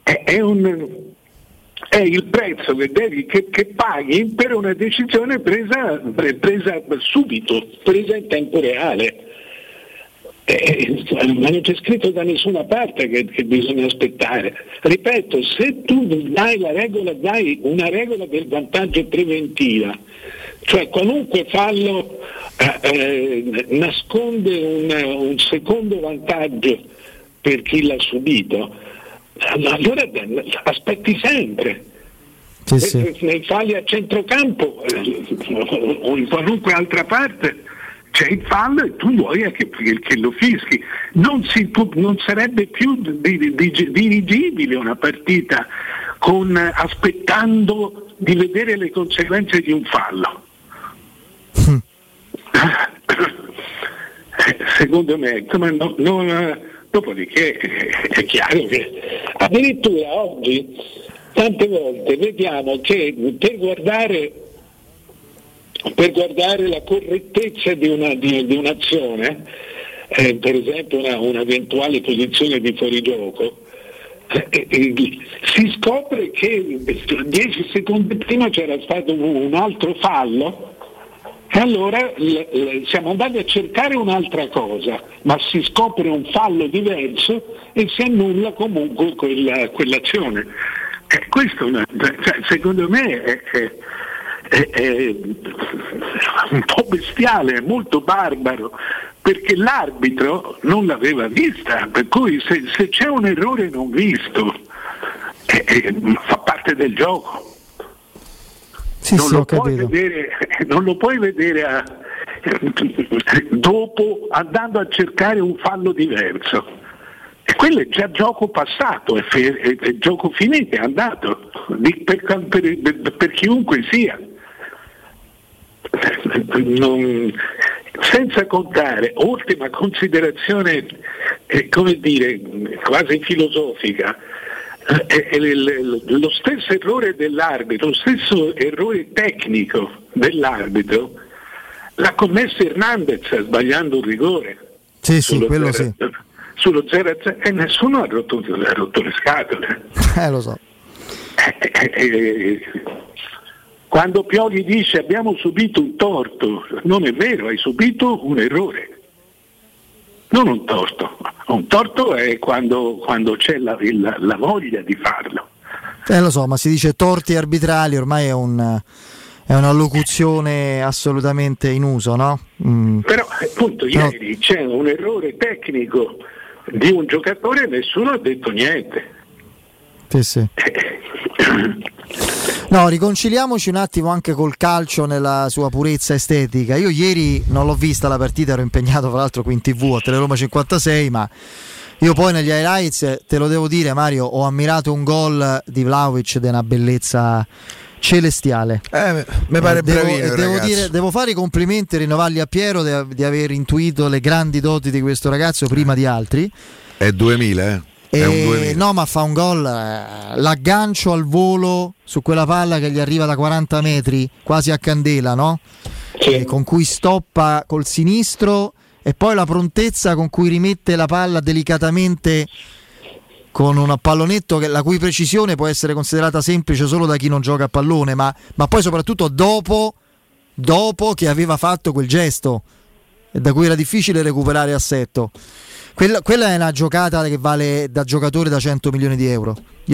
[SPEAKER 6] è il prezzo che paghi per una decisione presa subito, presa in tempo reale. Ma non c'è scritto da nessuna parte che bisogna aspettare. Ripeto, se tu dai una regola del vantaggio preventiva, cioè qualunque fallo nasconde un secondo vantaggio per chi l'ha subito, allora aspetti sempre.
[SPEAKER 1] Sì.
[SPEAKER 6] Nei falli a centrocampo o in qualunque altra parte c'è il fallo e tu vuoi che lo fischi. Non sarebbe più dirigibile una partita aspettando di vedere le conseguenze di un fallo. Secondo me, dopodiché è chiaro che addirittura oggi tante volte vediamo che per guardare la correttezza di un'azione per esempio un'eventuale posizione di fuorigioco, si scopre che 10 secondi prima c'era stato un altro fallo e allora siamo andati a cercare un'altra cosa, ma si scopre un fallo diverso e si annulla comunque quell'azione. Questo secondo me è un po' bestiale, è molto barbaro, perché l'arbitro non l'aveva vista, per cui se c'è un errore non visto fa parte del gioco.
[SPEAKER 1] Sì,
[SPEAKER 6] Non lo puoi vedere dopo andando a cercare un fallo diverso. E quello è già gioco passato, è gioco finito, è andato, per chiunque sia. Senza contare, ultima considerazione, come dire, quasi filosofica, lo stesso errore dell'arbitro, lo stesso errore tecnico dell'arbitro l'ha commesso Hernandez sbagliando un rigore.
[SPEAKER 1] Sì, quello sì.
[SPEAKER 6] Sullo 0-0 e nessuno ha rotto le scatole.
[SPEAKER 1] Lo so.
[SPEAKER 6] Quando Pioli dice abbiamo subito un torto, non è vero, hai subito un errore. Non un torto. Un torto è quando c'è la voglia di farlo.
[SPEAKER 1] Lo so, ma si dice torti arbitrali, ormai è una locuzione assolutamente in uso, no?
[SPEAKER 6] Però appunto ieri c'è un errore tecnico di un giocatore e nessuno ha detto niente.
[SPEAKER 1] Sì. No, riconciliamoci un attimo anche col calcio nella sua purezza estetica. Io ieri non l'ho vista la partita, ero impegnato tra l'altro qui in TV a Teleroma 56, ma io poi negli highlights, te lo devo dire Mario, ho ammirato un gol di Vlahovic di una bellezza celestiale.
[SPEAKER 2] Mi pare bravino,
[SPEAKER 1] devo fare i complimenti e rinnovarli a Piero di aver intuito le grandi doti di questo ragazzo prima di altri.
[SPEAKER 2] È 2000, È un 2000.
[SPEAKER 1] No, ma fa un gol, l'aggancio al volo su quella palla che gli arriva da 40 metri quasi a candela, no?
[SPEAKER 6] Sì.
[SPEAKER 1] Con cui stoppa col sinistro e poi la prontezza con cui rimette la palla delicatamente con un pallonetto la cui precisione può essere considerata semplice solo da chi non gioca a pallone, ma poi soprattutto dopo che aveva fatto quel gesto e da cui era difficile recuperare assetto. Quella è una giocata che vale da giocatore da 100 milioni di euro.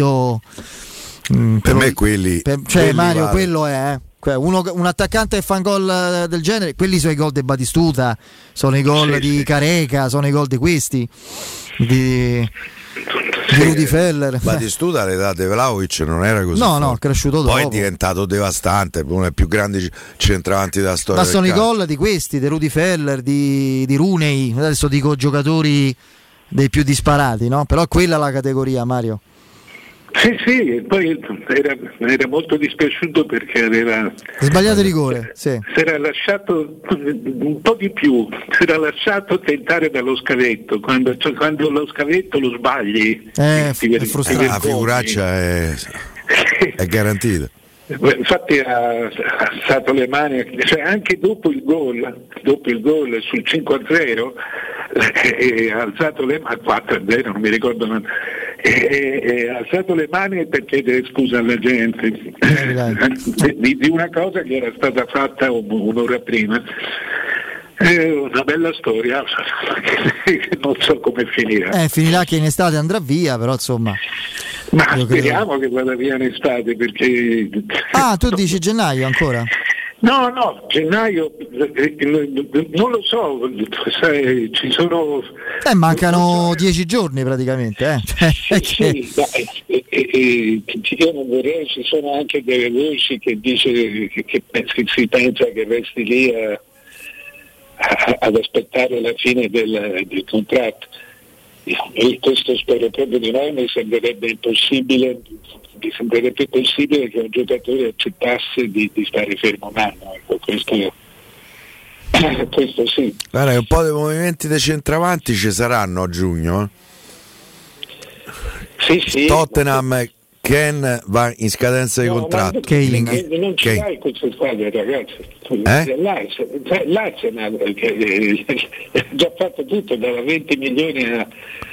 [SPEAKER 2] Per me quelli
[SPEAKER 1] Mario
[SPEAKER 2] vale.
[SPEAKER 1] Quello è un attaccante che fa un gol del genere. Quelli sono i gol di Batistuta, sono i gol di Careca, sono i gol di questi di Rudi Feller.
[SPEAKER 2] Batistuta all'età di Vlahovic non era così.
[SPEAKER 1] No, è cresciuto dopo.
[SPEAKER 2] Poi è diventato devastante, uno dei più grandi centravanti della storia.
[SPEAKER 1] Ma sono i gol di questi, di Rudi Feller, di Rooney. Adesso dico giocatori dei più disparati, no? Però quella è la categoria, Mario.
[SPEAKER 6] Sì, poi era molto dispiaciuto perché aveva
[SPEAKER 1] sbagliato il rigore, sì.
[SPEAKER 6] Si era lasciato un po' di più, si era lasciato tentare dallo scavetto, quando lo scavetto lo sbagli
[SPEAKER 1] è frustrante.
[SPEAKER 2] La figuraccia è garantita.
[SPEAKER 6] Infatti ha alzato le mani, cioè anche dopo il gol sul 5-0 ha alzato le mani, 4-0 non mi ricordo, ha alzato le mani per chiedere scusa alla gente di una cosa che era stata fatta un'ora prima. È una bella storia, non so come finirà.
[SPEAKER 1] Finirà che in estate andrà via, però insomma.
[SPEAKER 6] Ma speriamo che vada via in estate, perché...
[SPEAKER 1] tu dici gennaio ancora?
[SPEAKER 6] No, gennaio non lo so, sai, ci sono...
[SPEAKER 1] mancano 10 giorni praticamente.
[SPEAKER 6] Sì, io non vorrei, ci sono anche delle voci che dice che si pensa che resti lì ad aspettare la fine del contratto. E questo spero proprio di noi, mi sembrerebbe impossibile che un giocatore accettasse di stare fermo un anno. Ecco, questo sì.
[SPEAKER 2] Guarda, un po' dei movimenti dei centravanti ci saranno a giugno.
[SPEAKER 6] Sì.
[SPEAKER 2] Tottenham Ken va in scadenza di contratto.
[SPEAKER 6] Non ci vai queste squadre, ragazzi. L'Arsenal che ha già fatto tutto, dalla 20 milioni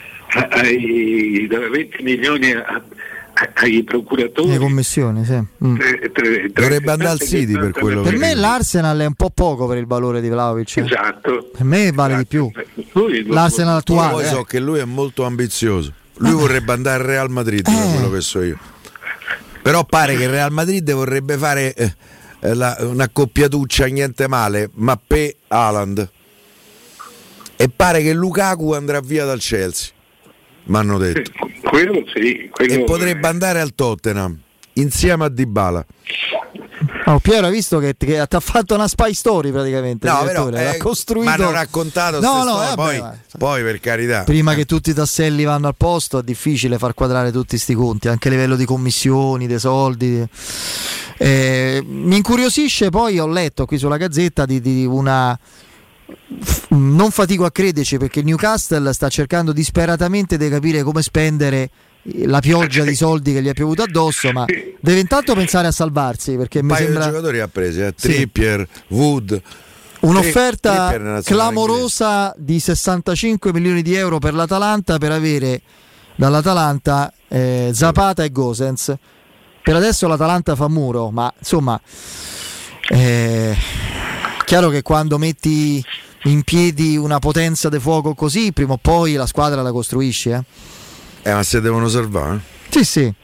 [SPEAKER 6] ai procuratori,
[SPEAKER 1] le commissioni, sì.
[SPEAKER 2] Dovrebbe andare al City per quello.
[SPEAKER 1] Per me l'Arsenal è un po' poco per il valore di Vlahovic.
[SPEAKER 6] Esatto.
[SPEAKER 1] Per me vale di più. L'Arsenal attuale.
[SPEAKER 2] Poi so che lui è molto ambizioso. Lui vorrebbe andare al Real Madrid, per quello che so io. Però pare che il Real Madrid vorrebbe fare una accoppiatuccia niente male, Mbappé Haaland. E pare che Lukaku andrà via dal Chelsea. M'hanno detto.
[SPEAKER 6] Quello sì.
[SPEAKER 2] E potrebbe andare al Tottenham insieme a Dybala.
[SPEAKER 1] Piero, hai visto che ti ha fatto una spy story praticamente?
[SPEAKER 2] No, però,
[SPEAKER 1] l'ha costruito.
[SPEAKER 2] Ma hanno raccontato poi per carità.
[SPEAKER 1] Prima che tutti i tasselli vanno al posto è difficile far quadrare tutti sti conti, anche a livello di commissioni, dei soldi. Mi incuriosisce, poi ho letto qui sulla Gazzetta di una... Non fatico a crederci, perché il Newcastle sta cercando disperatamente di capire come spendere la pioggia di soldi che gli ha piovuto addosso, ma deve intanto pensare a salvarsi, perché mi sembra...
[SPEAKER 2] giocatori ha presi, Trippier, Wood.
[SPEAKER 1] Un'offerta clamorosa di 65 milioni di euro per l'Atalanta, per avere dall'Atalanta Zapata e Gosens. Per adesso l'Atalanta fa muro, ma insomma chiaro che quando metti in piedi una potenza di fuoco così, prima o poi la squadra la costruisci,
[SPEAKER 2] ma se devono salvare?
[SPEAKER 1] Sì,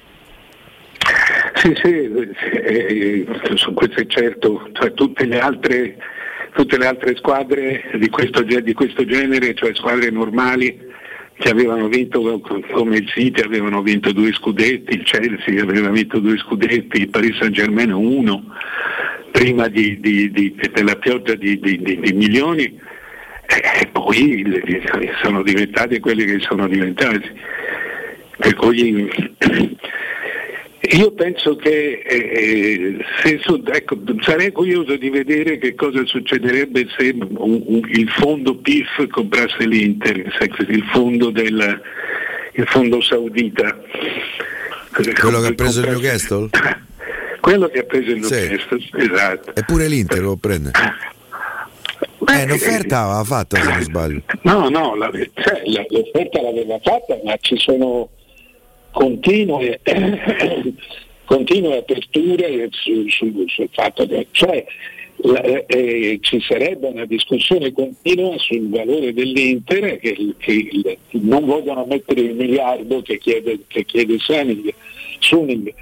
[SPEAKER 6] su questo è certo. Cioè, tutte le altre squadre di questo genere, cioè squadre normali che avevano vinto, come il City avevano vinto 2 scudetti, il Chelsea aveva vinto 2 scudetti, il Paris Saint-Germain 1 prima della pioggia di milioni, e poi sono diventati quelli che sono diventati. Per cui io penso che sarei curioso di vedere che cosa succederebbe se il fondo PIF comprasse l'Inter, il fondo saudita.
[SPEAKER 2] Quello che ha preso il Newcastle?
[SPEAKER 6] Quello che ha preso il Newcastle, esatto.
[SPEAKER 2] Eppure l'Inter lo prende. L'offerta aveva fatta, se non sbaglio.
[SPEAKER 6] No, l'offerta l'aveva fatta, ma ci sono continue aperture sul fatto che ci sarebbe una discussione continua sul valore dell'Inter, che non vogliono mettere il miliardo che chiede Suning.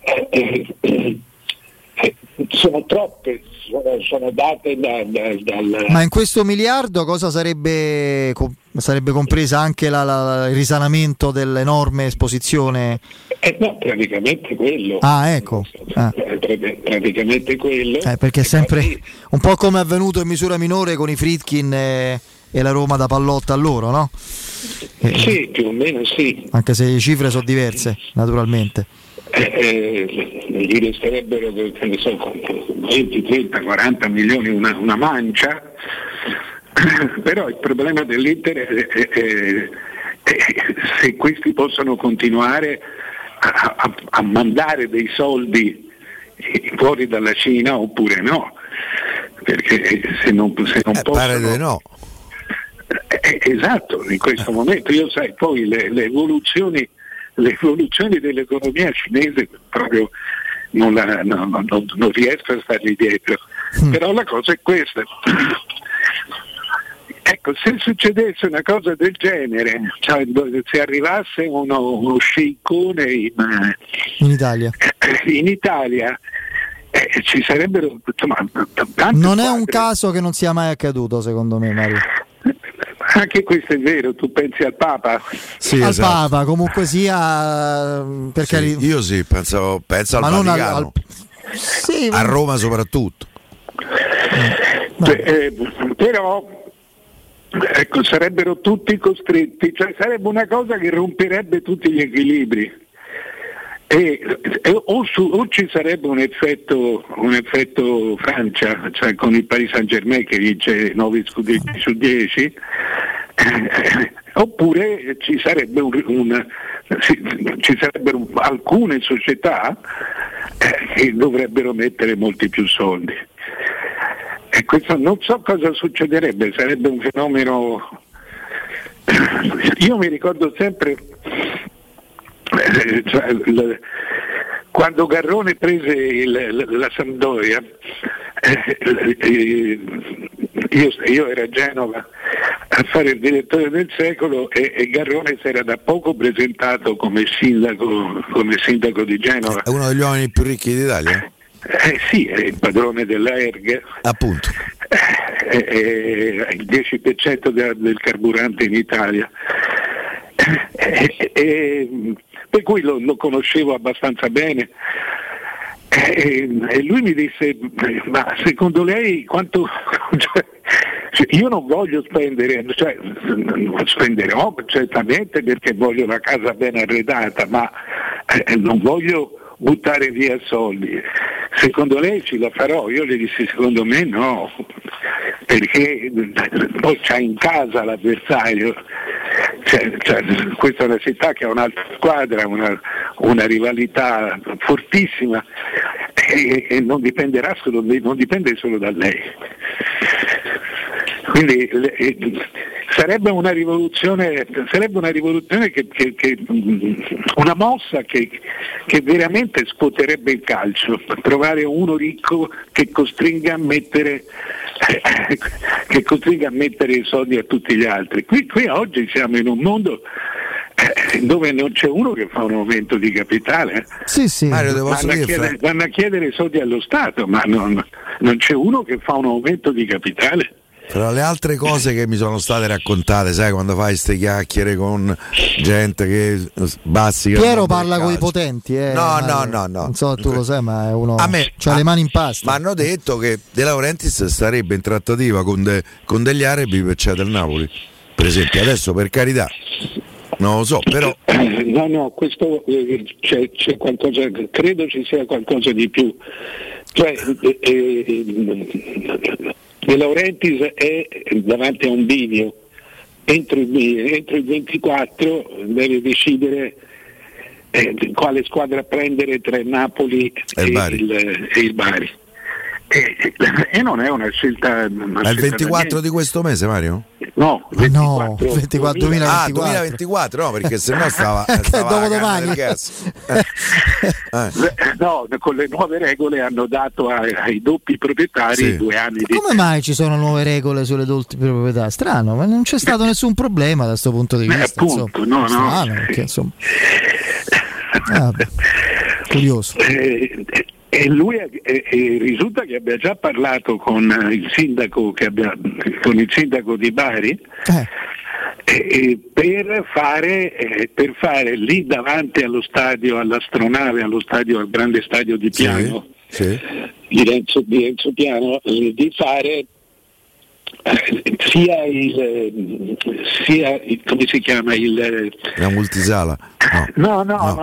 [SPEAKER 6] Sono troppe, sono date dal...
[SPEAKER 1] Ma in questo miliardo cosa sarebbe compresa anche il risanamento dell'enorme esposizione?
[SPEAKER 6] No, praticamente quello.
[SPEAKER 1] Ecco.
[SPEAKER 6] Praticamente quello.
[SPEAKER 1] Perché è sempre un po' come è avvenuto in misura minore con i Friedkin e la Roma da Pallotta a loro, no?
[SPEAKER 6] Sì, più o meno sì.
[SPEAKER 1] Anche se le cifre sono diverse, naturalmente.
[SPEAKER 6] Gli resterebbero 20, 30, 40 milioni una mancia, però il problema dell'Inter è se questi possono continuare a mandare dei soldi fuori dalla Cina oppure no, perché se non possono,
[SPEAKER 2] pare di no.
[SPEAKER 6] Esatto, in questo momento io sai poi le evoluzioni dell'economia cinese proprio non riesco a stargli dietro, però la cosa è questa. Ecco, se succedesse una cosa del genere, cioè se arrivasse uno sceicone in Italia, ci sarebbero
[SPEAKER 1] non è un caso che non sia mai accaduto, secondo me, Mario.
[SPEAKER 6] Anche questo è vero, tu pensi al Papa?
[SPEAKER 2] Sì,
[SPEAKER 1] al
[SPEAKER 2] esatto.
[SPEAKER 1] Papa, comunque sia,
[SPEAKER 2] io sì, penso al Vaticano,
[SPEAKER 1] sì,
[SPEAKER 2] a Roma soprattutto.
[SPEAKER 6] Però ecco, sarebbero tutti costretti, cioè sarebbe una cosa che romperebbe tutti gli equilibri. O ci sarebbe un effetto Francia, cioè con il Paris Saint-Germain che vince 9 scudetti su 10, oppure ci sarebbe ci sarebbero alcune società che dovrebbero mettere molti più soldi. E questo non so cosa succederebbe, sarebbe un fenomeno. Io mi ricordo sempre quando Garrone prese la Sampdoria, io ero a Genova a fare il direttore del secolo e Garrone si era da poco presentato come sindaco di Genova.
[SPEAKER 2] È uno degli uomini più ricchi d'Italia?
[SPEAKER 6] Sì, è il padrone della Erg.
[SPEAKER 2] Appunto.
[SPEAKER 6] Il 10% del carburante in Italia. Per cui lo conoscevo abbastanza bene. E lui mi disse: ma secondo lei quanto io non voglio spenderò certamente perché voglio una casa ben arredata, ma non voglio buttare via soldi. Secondo lei ce la farò? Io le dissi: secondo me no, perché poi c'ha in casa l'avversario. Questa è una città che ha un'altra squadra, una rivalità fortissima e non dipende solo da lei. Quindi sarebbe una rivoluzione che una mossa che veramente scuoterebbe il calcio, trovare uno ricco che costringa a mettere i soldi a tutti gli altri. Qui oggi siamo in un mondo dove non c'è uno che fa un aumento di capitale.
[SPEAKER 1] Sì.
[SPEAKER 2] Mario,
[SPEAKER 6] vanno a chiedere soldi allo Stato, ma non c'è uno che fa un aumento di capitale.
[SPEAKER 2] Tra le altre cose che mi sono state raccontate, sai, quando fai ste chiacchiere con gente che bazzica.
[SPEAKER 1] Piero parla con i potenti,
[SPEAKER 2] No.
[SPEAKER 1] Non so se tu lo sai, ma è uno. C'ha le mani in pasta.
[SPEAKER 2] Ma hanno detto che De Laurentiis starebbe in trattativa con degli arabi per cedere il Napoli, per esempio. Adesso, per carità, non lo so, però.
[SPEAKER 6] No, questo c'è qualcosa, credo ci sia qualcosa di più. Cioè, De Laurentiis è davanti a un bivio, entro il 24 deve decidere quale squadra prendere tra il Napoli e il Bari. E non è una scelta.
[SPEAKER 2] È il 24 di questo mese, Mario?
[SPEAKER 6] No,
[SPEAKER 1] 2024.
[SPEAKER 2] 2024, no, perché sennò stava
[SPEAKER 1] dopo domani.
[SPEAKER 6] No, con le nuove regole hanno dato ai doppi proprietari 2 anni di.
[SPEAKER 1] Come mai ci sono nuove regole sulle doppi proprietà? Strano, ma non c'è stato nessun problema da questo punto di vista.
[SPEAKER 6] Appunto,
[SPEAKER 1] strano, perché, insomma. Curioso.
[SPEAKER 6] E lui risulta che abbia già parlato con il sindaco di Bari per fare lì davanti allo stadio, all'Astronave, al grande stadio di Piano, di Renzo Piano, di fare sia come si chiama
[SPEAKER 2] la multisala?
[SPEAKER 6] No,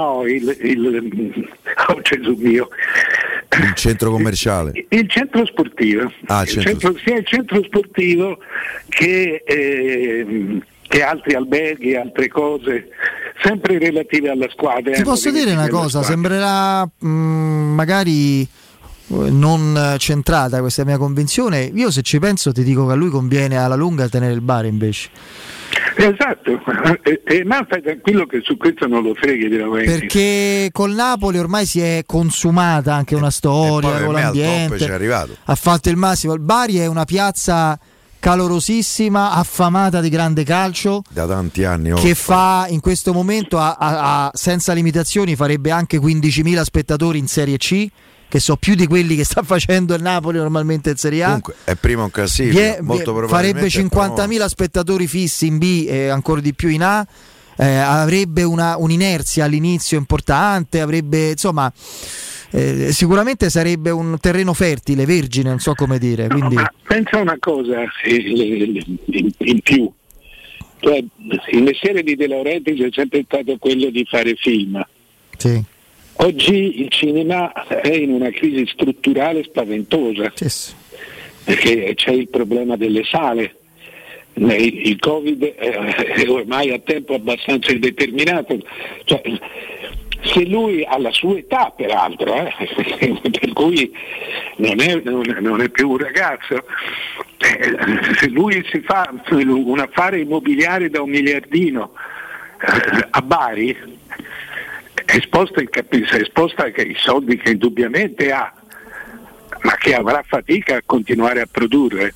[SPEAKER 6] Gesù mio,
[SPEAKER 2] il centro commerciale,
[SPEAKER 6] il centro sportivo, sia il centro sportivo che altri alberghi, altre cose sempre relative alla squadra.
[SPEAKER 1] Ti posso dire una cosa, sembrerà magari non centrata questa mia convinzione. Io, se ci penso, ti dico che a lui conviene alla lunga tenere il bar invece.
[SPEAKER 6] Esatto, ma stai tranquillo che su questo non lo freghi di Laurentiis,
[SPEAKER 1] perché col Napoli ormai si è consumata anche una storia con l'ambiente,
[SPEAKER 2] c'è arrivato.
[SPEAKER 1] Ha fatto il massimo. Il Bari è una piazza calorosissima, affamata di grande calcio
[SPEAKER 2] da tanti anni,
[SPEAKER 1] che fa in questo momento senza limitazioni farebbe anche 15.000 spettatori in Serie C, che so più di quelli che sta facendo il Napoli normalmente in Serie A.
[SPEAKER 2] Comunque è primo in classifica, molto probabilmente
[SPEAKER 1] farebbe 50.000 spettatori fissi in B e ancora di più in A, avrebbe un'inerzia all'inizio importante, avrebbe, insomma, sicuramente sarebbe un terreno fertile, vergine, non so come dire. Quindi.
[SPEAKER 6] Ma pensa una cosa in più, cioè, il mestiere di De Laurentiis è sempre stato quello di fare film.
[SPEAKER 1] Sì.
[SPEAKER 6] Oggi il cinema è in una crisi strutturale spaventosa, perché c'è il problema delle sale, Il Covid è ormai a tempo abbastanza indeterminato, cioè, se lui ha la sua età peraltro, per cui non è più un ragazzo, se lui si fa un affare immobiliare da un miliardino a Bari, è esposta i soldi che indubbiamente ha, ma che avrà fatica a continuare a produrre,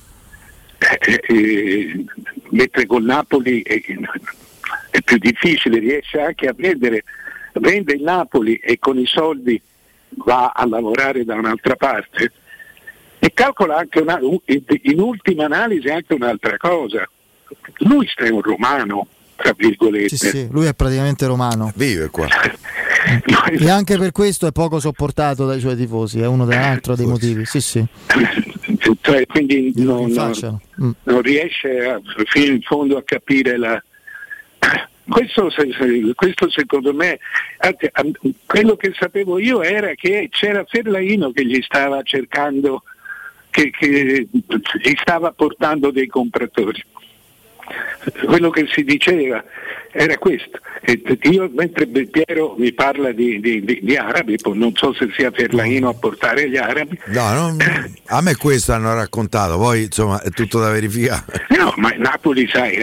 [SPEAKER 6] mentre col Napoli è più difficile, riesce anche a vende il Napoli e con i soldi va a lavorare da un'altra parte, e calcola anche in ultima analisi anche un'altra cosa: lui è un romano, tra virgolette.
[SPEAKER 1] Sì, lui è praticamente romano,
[SPEAKER 2] vive qua
[SPEAKER 1] e anche per questo è poco sopportato dai suoi tifosi, è uno dell'altro dei motivi. Sì.
[SPEAKER 6] Cioè, quindi non riesce fino in fondo a capire questo secondo me, quello che sapevo io era che c'era Fellaino che gli stava cercando, che gli stava portando dei compratori. Quello che si diceva era questo. Io, mentre Piero mi parla di arabi, non so se sia Fellaino a portare gli arabi.
[SPEAKER 2] No, a me questo hanno raccontato, poi insomma è tutto da verificare.
[SPEAKER 6] No, ma Napoli, sai,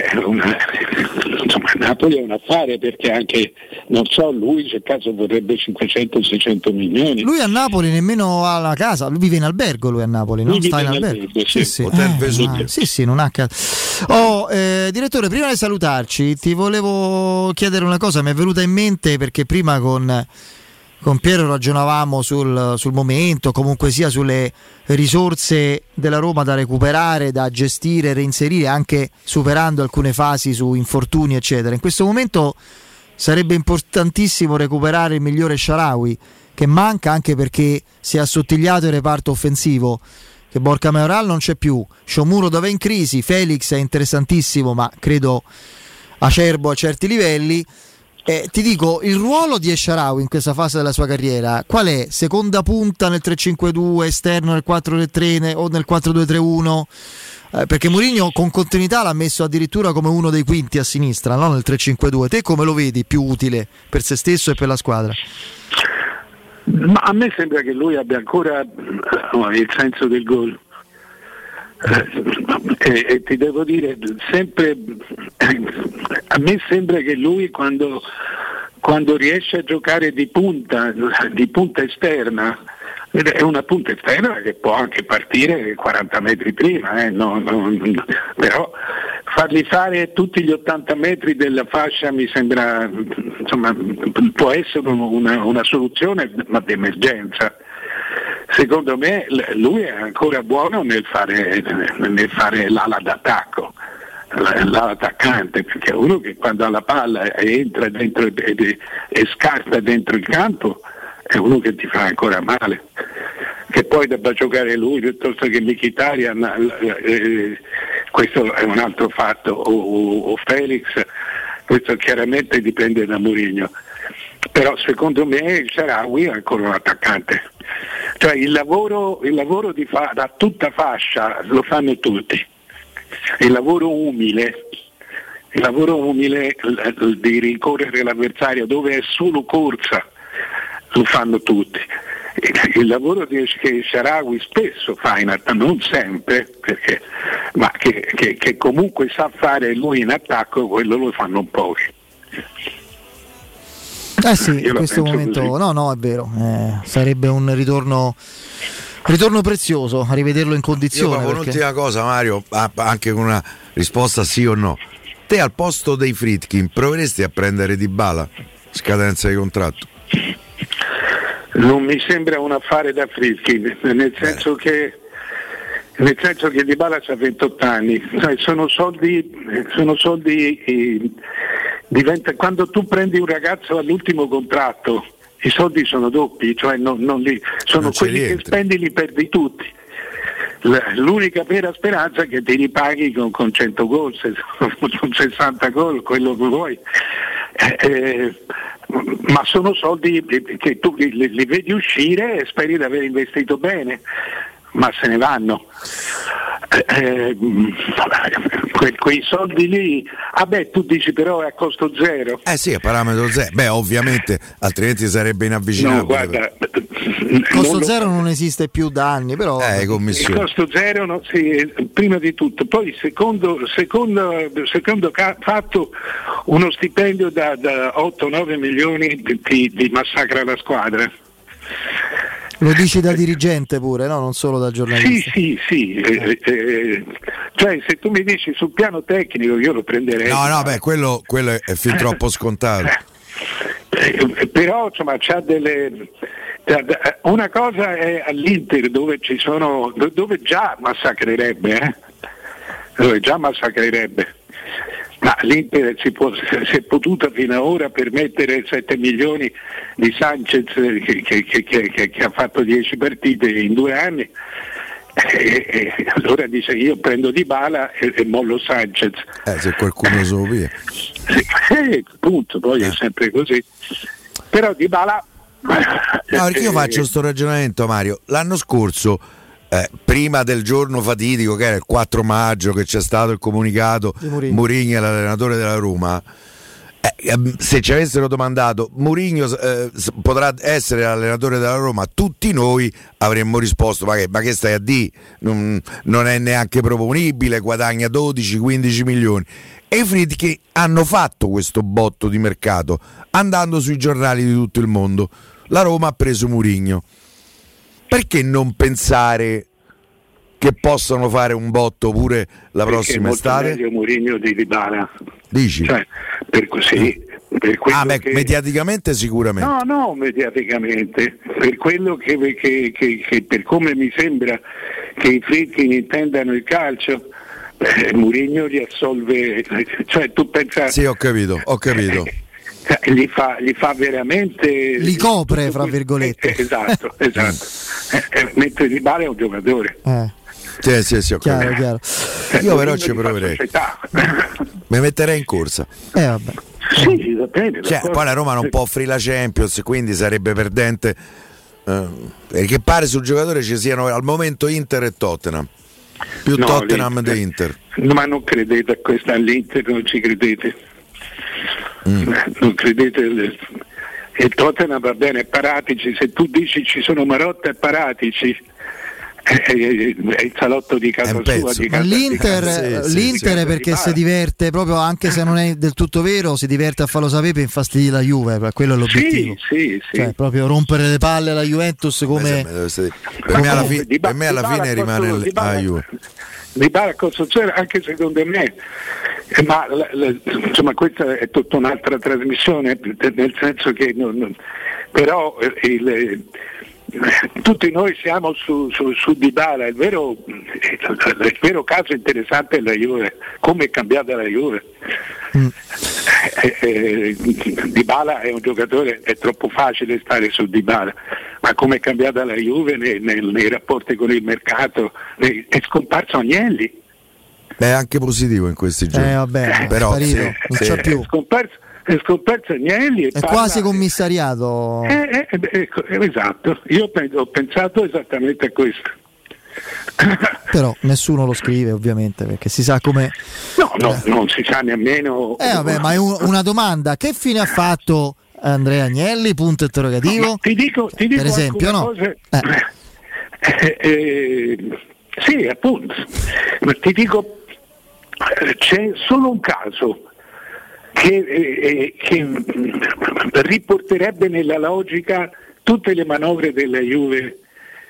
[SPEAKER 6] Napoli è un affare, perché anche, non so, lui se caso vorrebbe 500-600 milioni.
[SPEAKER 1] Lui a Napoli nemmeno ha la casa, lui vive in albergo, lui a Napoli, non sta in albergo. Sì.
[SPEAKER 2] Hotel Vesuvio.
[SPEAKER 1] Sì, non ha casa. Direttore, prima di salutarci ti volevo chiedere una cosa, mi è venuta in mente perché prima con Piero ragionavamo sul momento, comunque sia sulle risorse della Roma da recuperare, da gestire, reinserire, anche superando alcune fasi su infortuni eccetera. In questo momento sarebbe importantissimo recuperare il migliore Shaarawy, che manca, anche perché si è assottigliato il reparto offensivo, che Borca Majoral non c'è più, Sciomuro dove è in crisi, Felix è interessantissimo ma credo acerbo a certi livelli. Ti dico, il ruolo di Shaarawy in questa fase della sua carriera qual è? Seconda punta nel 3-5-2, esterno nel 4-3-3 o nel 4-2-3-1? Perché Mourinho con continuità l'ha messo addirittura come uno dei quinti a sinistra, no? Nel 3-5-2. Te come lo vedi più utile per se stesso e per la squadra?
[SPEAKER 6] Ma a me sembra che lui abbia ancora il senso del gol. E ti devo dire, sempre a me sembra che lui quando riesce a giocare di punta esterna, è una punta esterna che può anche partire 40 metri prima, però fargli fare tutti gli 80 metri della fascia mi sembra, insomma, può essere una soluzione, ma di emergenza. Secondo me lui è ancora buono nel fare l'ala d'attacco, l'ala attaccante, perché è uno che quando ha la palla entra dentro e scarta dentro il campo è uno che ti fa ancora male. Che poi debba giocare lui piuttosto che Mkhitaryan, questo è un altro fatto, o Felix, questo chiaramente dipende da Mourinho. Però secondo me il Shaarawy è ancora un attaccante, cioè il lavoro da tutta fascia lo fanno tutti, il lavoro umile di rincorrere l'avversario dove è solo corsa lo fanno tutti. Il lavoro che Shaarawy spesso fa non sempre, perché, ma che comunque sa fare lui in attacco, quello lo fanno pochi.
[SPEAKER 1] Sì, in questo momento così. No, è vero, sarebbe un ritorno prezioso a rivederlo in condizione.
[SPEAKER 2] Io un'ultima cosa, Mario, anche con una risposta sì o no. Te al posto dei Friedkin proveresti a prendere Dybala, scadenza di contratto?
[SPEAKER 6] Non mi sembra un affare da Friedkin, nel senso che Dybala ha 28 anni, sono soldi quando tu prendi un ragazzo all'ultimo contratto i soldi sono doppi, cioè non sono quelli che spendi li perdi tutti. L'unica vera speranza è che ti ripaghi con 100 gol, con 60 gol, quello che vuoi. Ma sono soldi che tu li vedi uscire e speri di aver investito bene, ma se ne vanno. quei soldi lì, tu dici però è a costo zero.
[SPEAKER 2] Sì, a parametro zero. Beh, ovviamente, altrimenti sarebbe inavvicinabile.
[SPEAKER 6] No, guarda,
[SPEAKER 1] il costo zero non esiste più da anni, però
[SPEAKER 2] commissioni.
[SPEAKER 6] Il costo zero, no, sì, prima di tutto. Poi secondo fatto, uno stipendio da 8-9 milioni ti massacra la squadra.
[SPEAKER 1] Lo dici da dirigente pure, no? Non solo da giornalista.
[SPEAKER 6] Sì. Cioè, se tu mi dici sul piano tecnico io lo prenderei.
[SPEAKER 2] No, quello è fin troppo scontato.
[SPEAKER 6] Però insomma c'ha delle. Una cosa è all'Inter dove già massacrerebbe. Ma l'Inter si è potuta fino ad ora permettere 7 milioni di Sanchez che ha fatto 10 partite in 2 anni, e allora dice io prendo Dybala e mollo Sanchez.
[SPEAKER 2] Se qualcuno se lo via.
[SPEAKER 6] Punto, poi è sempre così. Però Dybala.
[SPEAKER 2] Perché io faccio sto ragionamento, Mario. L'anno scorso, prima del giorno fatidico che era il 4 maggio, che c'è stato il comunicato Mourinho è l'allenatore della Roma, se ci avessero domandato Mourinho potrà essere l'allenatore della Roma, tutti noi avremmo risposto ma che stai a dire, non è neanche proponibile, guadagna 12-15 milioni. E i Friedkin hanno fatto questo botto di mercato andando sui giornali di tutto il mondo. La Roma ha preso Mourinho. Perché non pensare che possano fare un botto pure la prossima estate?
[SPEAKER 6] Meglio Mourinho di Dybala.
[SPEAKER 2] Dici?
[SPEAKER 6] Cioè, per
[SPEAKER 2] mediaticamente sicuramente.
[SPEAKER 6] No, mediaticamente. Per quello che per come mi sembra che i Friedkin intendano il calcio, Mourinho li assolve. Cioè tu pensa.
[SPEAKER 2] Sì, ho capito.
[SPEAKER 6] Li fa veramente.
[SPEAKER 1] Li copre, fra virgolette.
[SPEAKER 6] Esatto. Mentre Dybala è un giocatore.
[SPEAKER 2] Sì, ho capito.
[SPEAKER 1] Chiaro.
[SPEAKER 2] Io però ci proverei. Mi metterei in corsa.
[SPEAKER 6] Vabbè. Sì, va bene.
[SPEAKER 2] Poi la Roma non può offrire la Champions, quindi sarebbe perdente. Perché pare sul giocatore ci siano al momento Inter e Tottenham. Più Tottenham di Inter.
[SPEAKER 6] Ma non credete a questa, all'Inter non ci credete. Non credete. Il Tottenham va bene, Paratici, se tu dici ci sono Marotta e Paratici, è il salotto di casa sua, di casa.
[SPEAKER 1] L'Inter è perché si diverte proprio, anche se non è del tutto vero, si diverte a farlo sapere per infastidire la Juve, quello è l'obiettivo.
[SPEAKER 6] Sì.
[SPEAKER 1] Cioè, proprio rompere le palle alla Juventus come.
[SPEAKER 2] Per me alla fine rimane la Juve.
[SPEAKER 6] Dybala Costruzione anche secondo me, ma insomma questa è tutta un'altra trasmissione, nel senso che però tutti noi siamo su Dybala. Il vero caso interessante è la Juve, come è cambiata la Juve. Dybala è un giocatore, è troppo facile stare su Dybala, ma come è cambiata la Juve nei rapporti con il mercato. È scomparso Agnelli.
[SPEAKER 2] È anche positivo in questi giorni.
[SPEAKER 1] Però non c'è più.
[SPEAKER 6] È scomparso Agnelli.
[SPEAKER 1] È quasi commissariato.
[SPEAKER 6] Esatto, io ho pensato esattamente a questo.
[SPEAKER 1] Però nessuno lo scrive, ovviamente, perché si sa come.
[SPEAKER 6] No, non si sa nemmeno.
[SPEAKER 1] Ma è una domanda: che fine ha fatto Andrea Agnelli? Punto interrogativo.
[SPEAKER 6] Ti dico
[SPEAKER 1] per esempio, no?
[SPEAKER 6] Sì, appunto. Ma ti dico, c'è solo un caso che riporterebbe nella logica tutte le manovre della Juve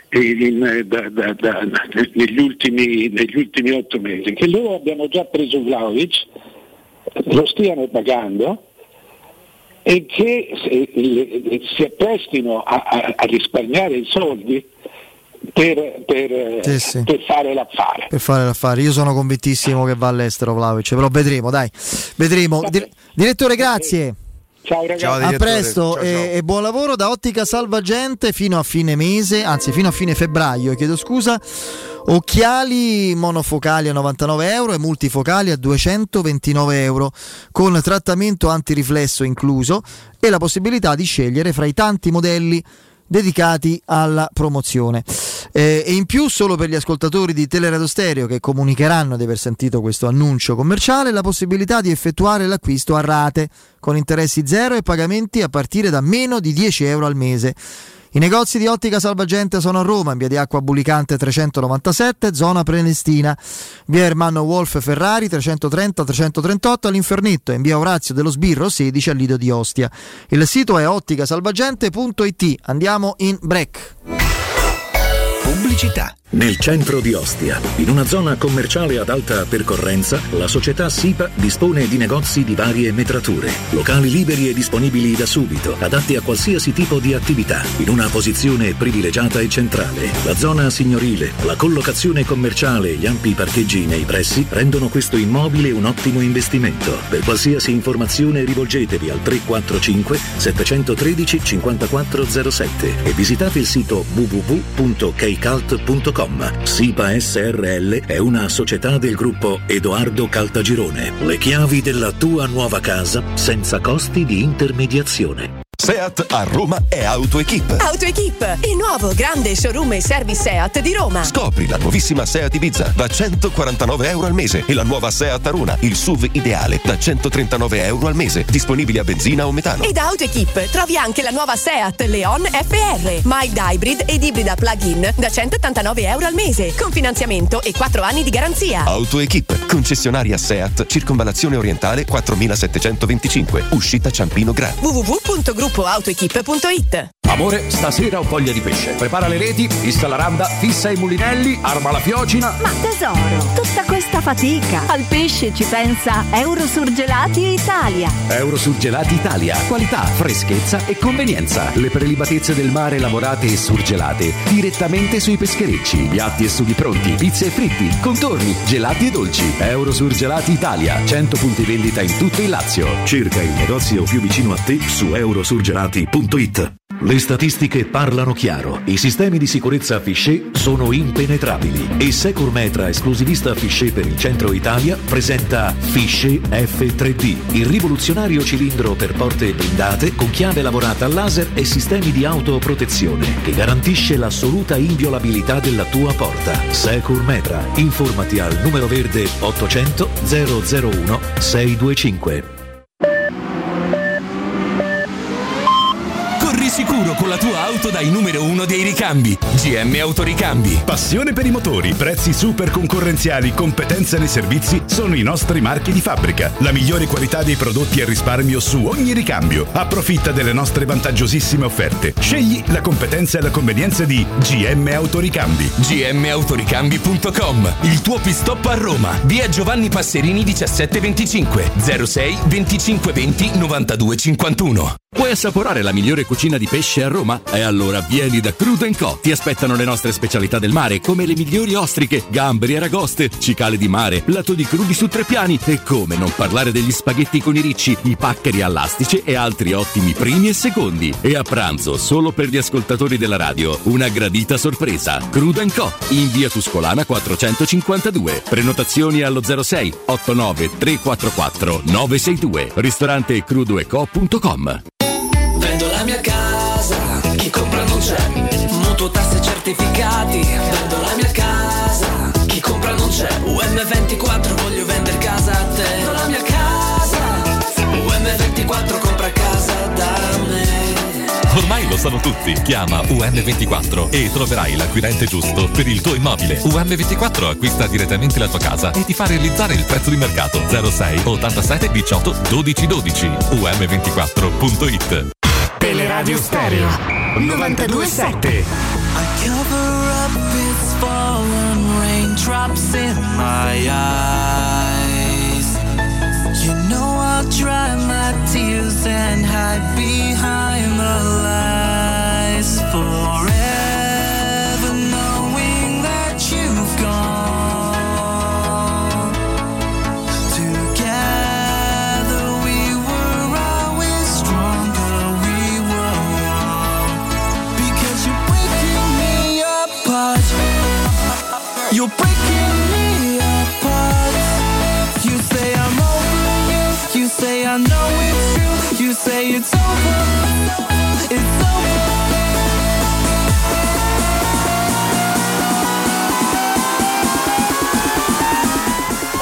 [SPEAKER 6] negli ultimi 8 mesi, che loro abbiamo già preso Vlahovic, lo stiano pagando e che si apprestino a risparmiare i soldi per fare l'affare.
[SPEAKER 1] Per fare l'affare. Io sono convintissimo che va all'estero Vlahovic, però vedremo. Direttore, grazie.
[SPEAKER 6] Ciao ragazzi.
[SPEAKER 2] Ciao,
[SPEAKER 1] a presto. Ciao. E buon lavoro da Ottica Salvagente fino a fine mese, anzi fino a fine febbraio, chiedo scusa. Occhiali monofocali a €99 e multifocali a €229 con trattamento antiriflesso incluso e la possibilità di scegliere fra i tanti modelli dedicati alla promozione. E in più, solo per gli ascoltatori di Teleradio Stereo che comunicheranno di aver sentito questo annuncio commerciale, la possibilità di effettuare l'acquisto a rate con interessi zero e pagamenti a partire da meno di 10 euro al mese. I negozi di Ottica Salvagente sono a Roma, in via di Acqua Bulicante 397, zona Prenestina, via Ermanno Wolf Ferrari 330-338 all'Infernetto e in via Orazio dello Sbirro 16 al Lido di Ostia. Il sito è otticasalvagente.it. Andiamo in break.
[SPEAKER 7] Pubblicità. Nel centro di Ostia, in una zona commerciale ad alta percorrenza, la società SIPA dispone di negozi di varie metrature, locali liberi e disponibili da subito, adatti a qualsiasi tipo di attività, in una posizione privilegiata e centrale. La zona signorile, la collocazione commerciale e gli ampi parcheggi nei pressi rendono questo immobile un ottimo investimento. Per qualsiasi informazione rivolgetevi al 345 713 5407 e visitate il sito www.kcalt.com. SIPA SRL è una società del gruppo Edoardo Caltagirone. Le chiavi della tua nuova casa senza costi di intermediazione.
[SPEAKER 22] Seat a Roma è AutoEquip.
[SPEAKER 23] AutoEquip, il nuovo grande showroom e service Seat di Roma.
[SPEAKER 22] Scopri la nuovissima Seat Ibiza da 149 euro al mese e la nuova Seat Arona, il SUV ideale, da 139 euro al mese, disponibili a benzina o metano.
[SPEAKER 23] E da AutoEquip trovi anche la nuova Seat Leon FR, mild hybrid ed ibrida plug-in da 189 euro al mese, con finanziamento e 4 anni di garanzia.
[SPEAKER 22] AutoEquip, concessionaria Seat, Circonvallazione Orientale 4725, uscita Ciampino Gra.
[SPEAKER 23] www.gruppoautoequip.it.
[SPEAKER 24] Amore, stasera ho voglia di pesce. Prepara le reti, fissa la randa, fissa i mulinelli, arma la fiocina.
[SPEAKER 25] Ma tesoro, tutta questa fatica. Al pesce ci pensa Eurosurgelati Italia.
[SPEAKER 24] Eurosurgelati Italia. Qualità, freschezza e convenienza. Le prelibatezze del mare lavorate e surgelate direttamente sui pescherecci. Piatti e sughi pronti, pizze e fritti, contorni, gelati e dolci. Eurosurgelati Italia. 100 punti vendita in tutto il Lazio.
[SPEAKER 7] Cerca il negozio più vicino a te su eurosurgelati.it. Le statistiche parlano chiaro. I sistemi di sicurezza Fichet sono impenetrabili e Securmetra, esclusivista Fichet per il centro Italia, presenta Fichet F3D, il rivoluzionario cilindro per porte blindate con chiave lavorata a laser e sistemi di autoprotezione che garantisce l'assoluta inviolabilità della tua porta. Securmetra. Informati al numero verde 800 001 625.
[SPEAKER 17] Sicuro con la tua auto dai numero 1 dei ricambi. GM Autoricambi.
[SPEAKER 18] Passione per i motori, prezzi super concorrenziali, competenza nei servizi sono i nostri marchi di fabbrica. La migliore qualità dei prodotti e risparmio su ogni ricambio. Approfitta delle nostre vantaggiosissime offerte. Scegli la competenza e la convenienza di GM Autoricambi.
[SPEAKER 17] gmautoricambi.com. Il tuo pit stop a Roma. Via Giovanni Passerini 1725 06 25 20 92 51.
[SPEAKER 3] Vuoi assaporare la migliore cucina di pesce a Roma? E allora vieni da Crudo & Co. Ti aspettano le nostre specialità del mare, come le migliori ostriche, gamberi e aragoste, cicale di mare, lato di crudi su 3 piani e come non parlare degli spaghetti con i ricci, i paccheri all'astice e altri ottimi primi e secondi. E a pranzo, solo per gli ascoltatori della radio, una gradita sorpresa. Crudo & Co. in via Tuscolana 452. Prenotazioni allo 06 89 344 962. Ristorante crudoeco.com.
[SPEAKER 26] Vendo la mia casa, chi compra non c'è. Mutuo, tasse, certificati. Vendo la mia casa, chi compra non c'è. UM24, voglio vendere casa a te. Vendo la mia casa, UM24, compra casa da me.
[SPEAKER 27] Ormai lo sanno tutti. Chiama UM24 e troverai l'acquirente giusto per il tuo immobile. UM24 acquista direttamente la tua casa e ti fa realizzare il prezzo di mercato. 06 87 18 12 12. UM24.it.
[SPEAKER 28] Teleradio Stereo 92.7.
[SPEAKER 11] I cover up its fallen raindrops in my eyes. You know I'll dry my tears and hide behind the lies forever, knowing that you've gone. Together we were always stronger, we were one. Because you're breaking me apart. You're breaking me apart. You say I'm over you. You say I know it's true. You say it's over. It's over.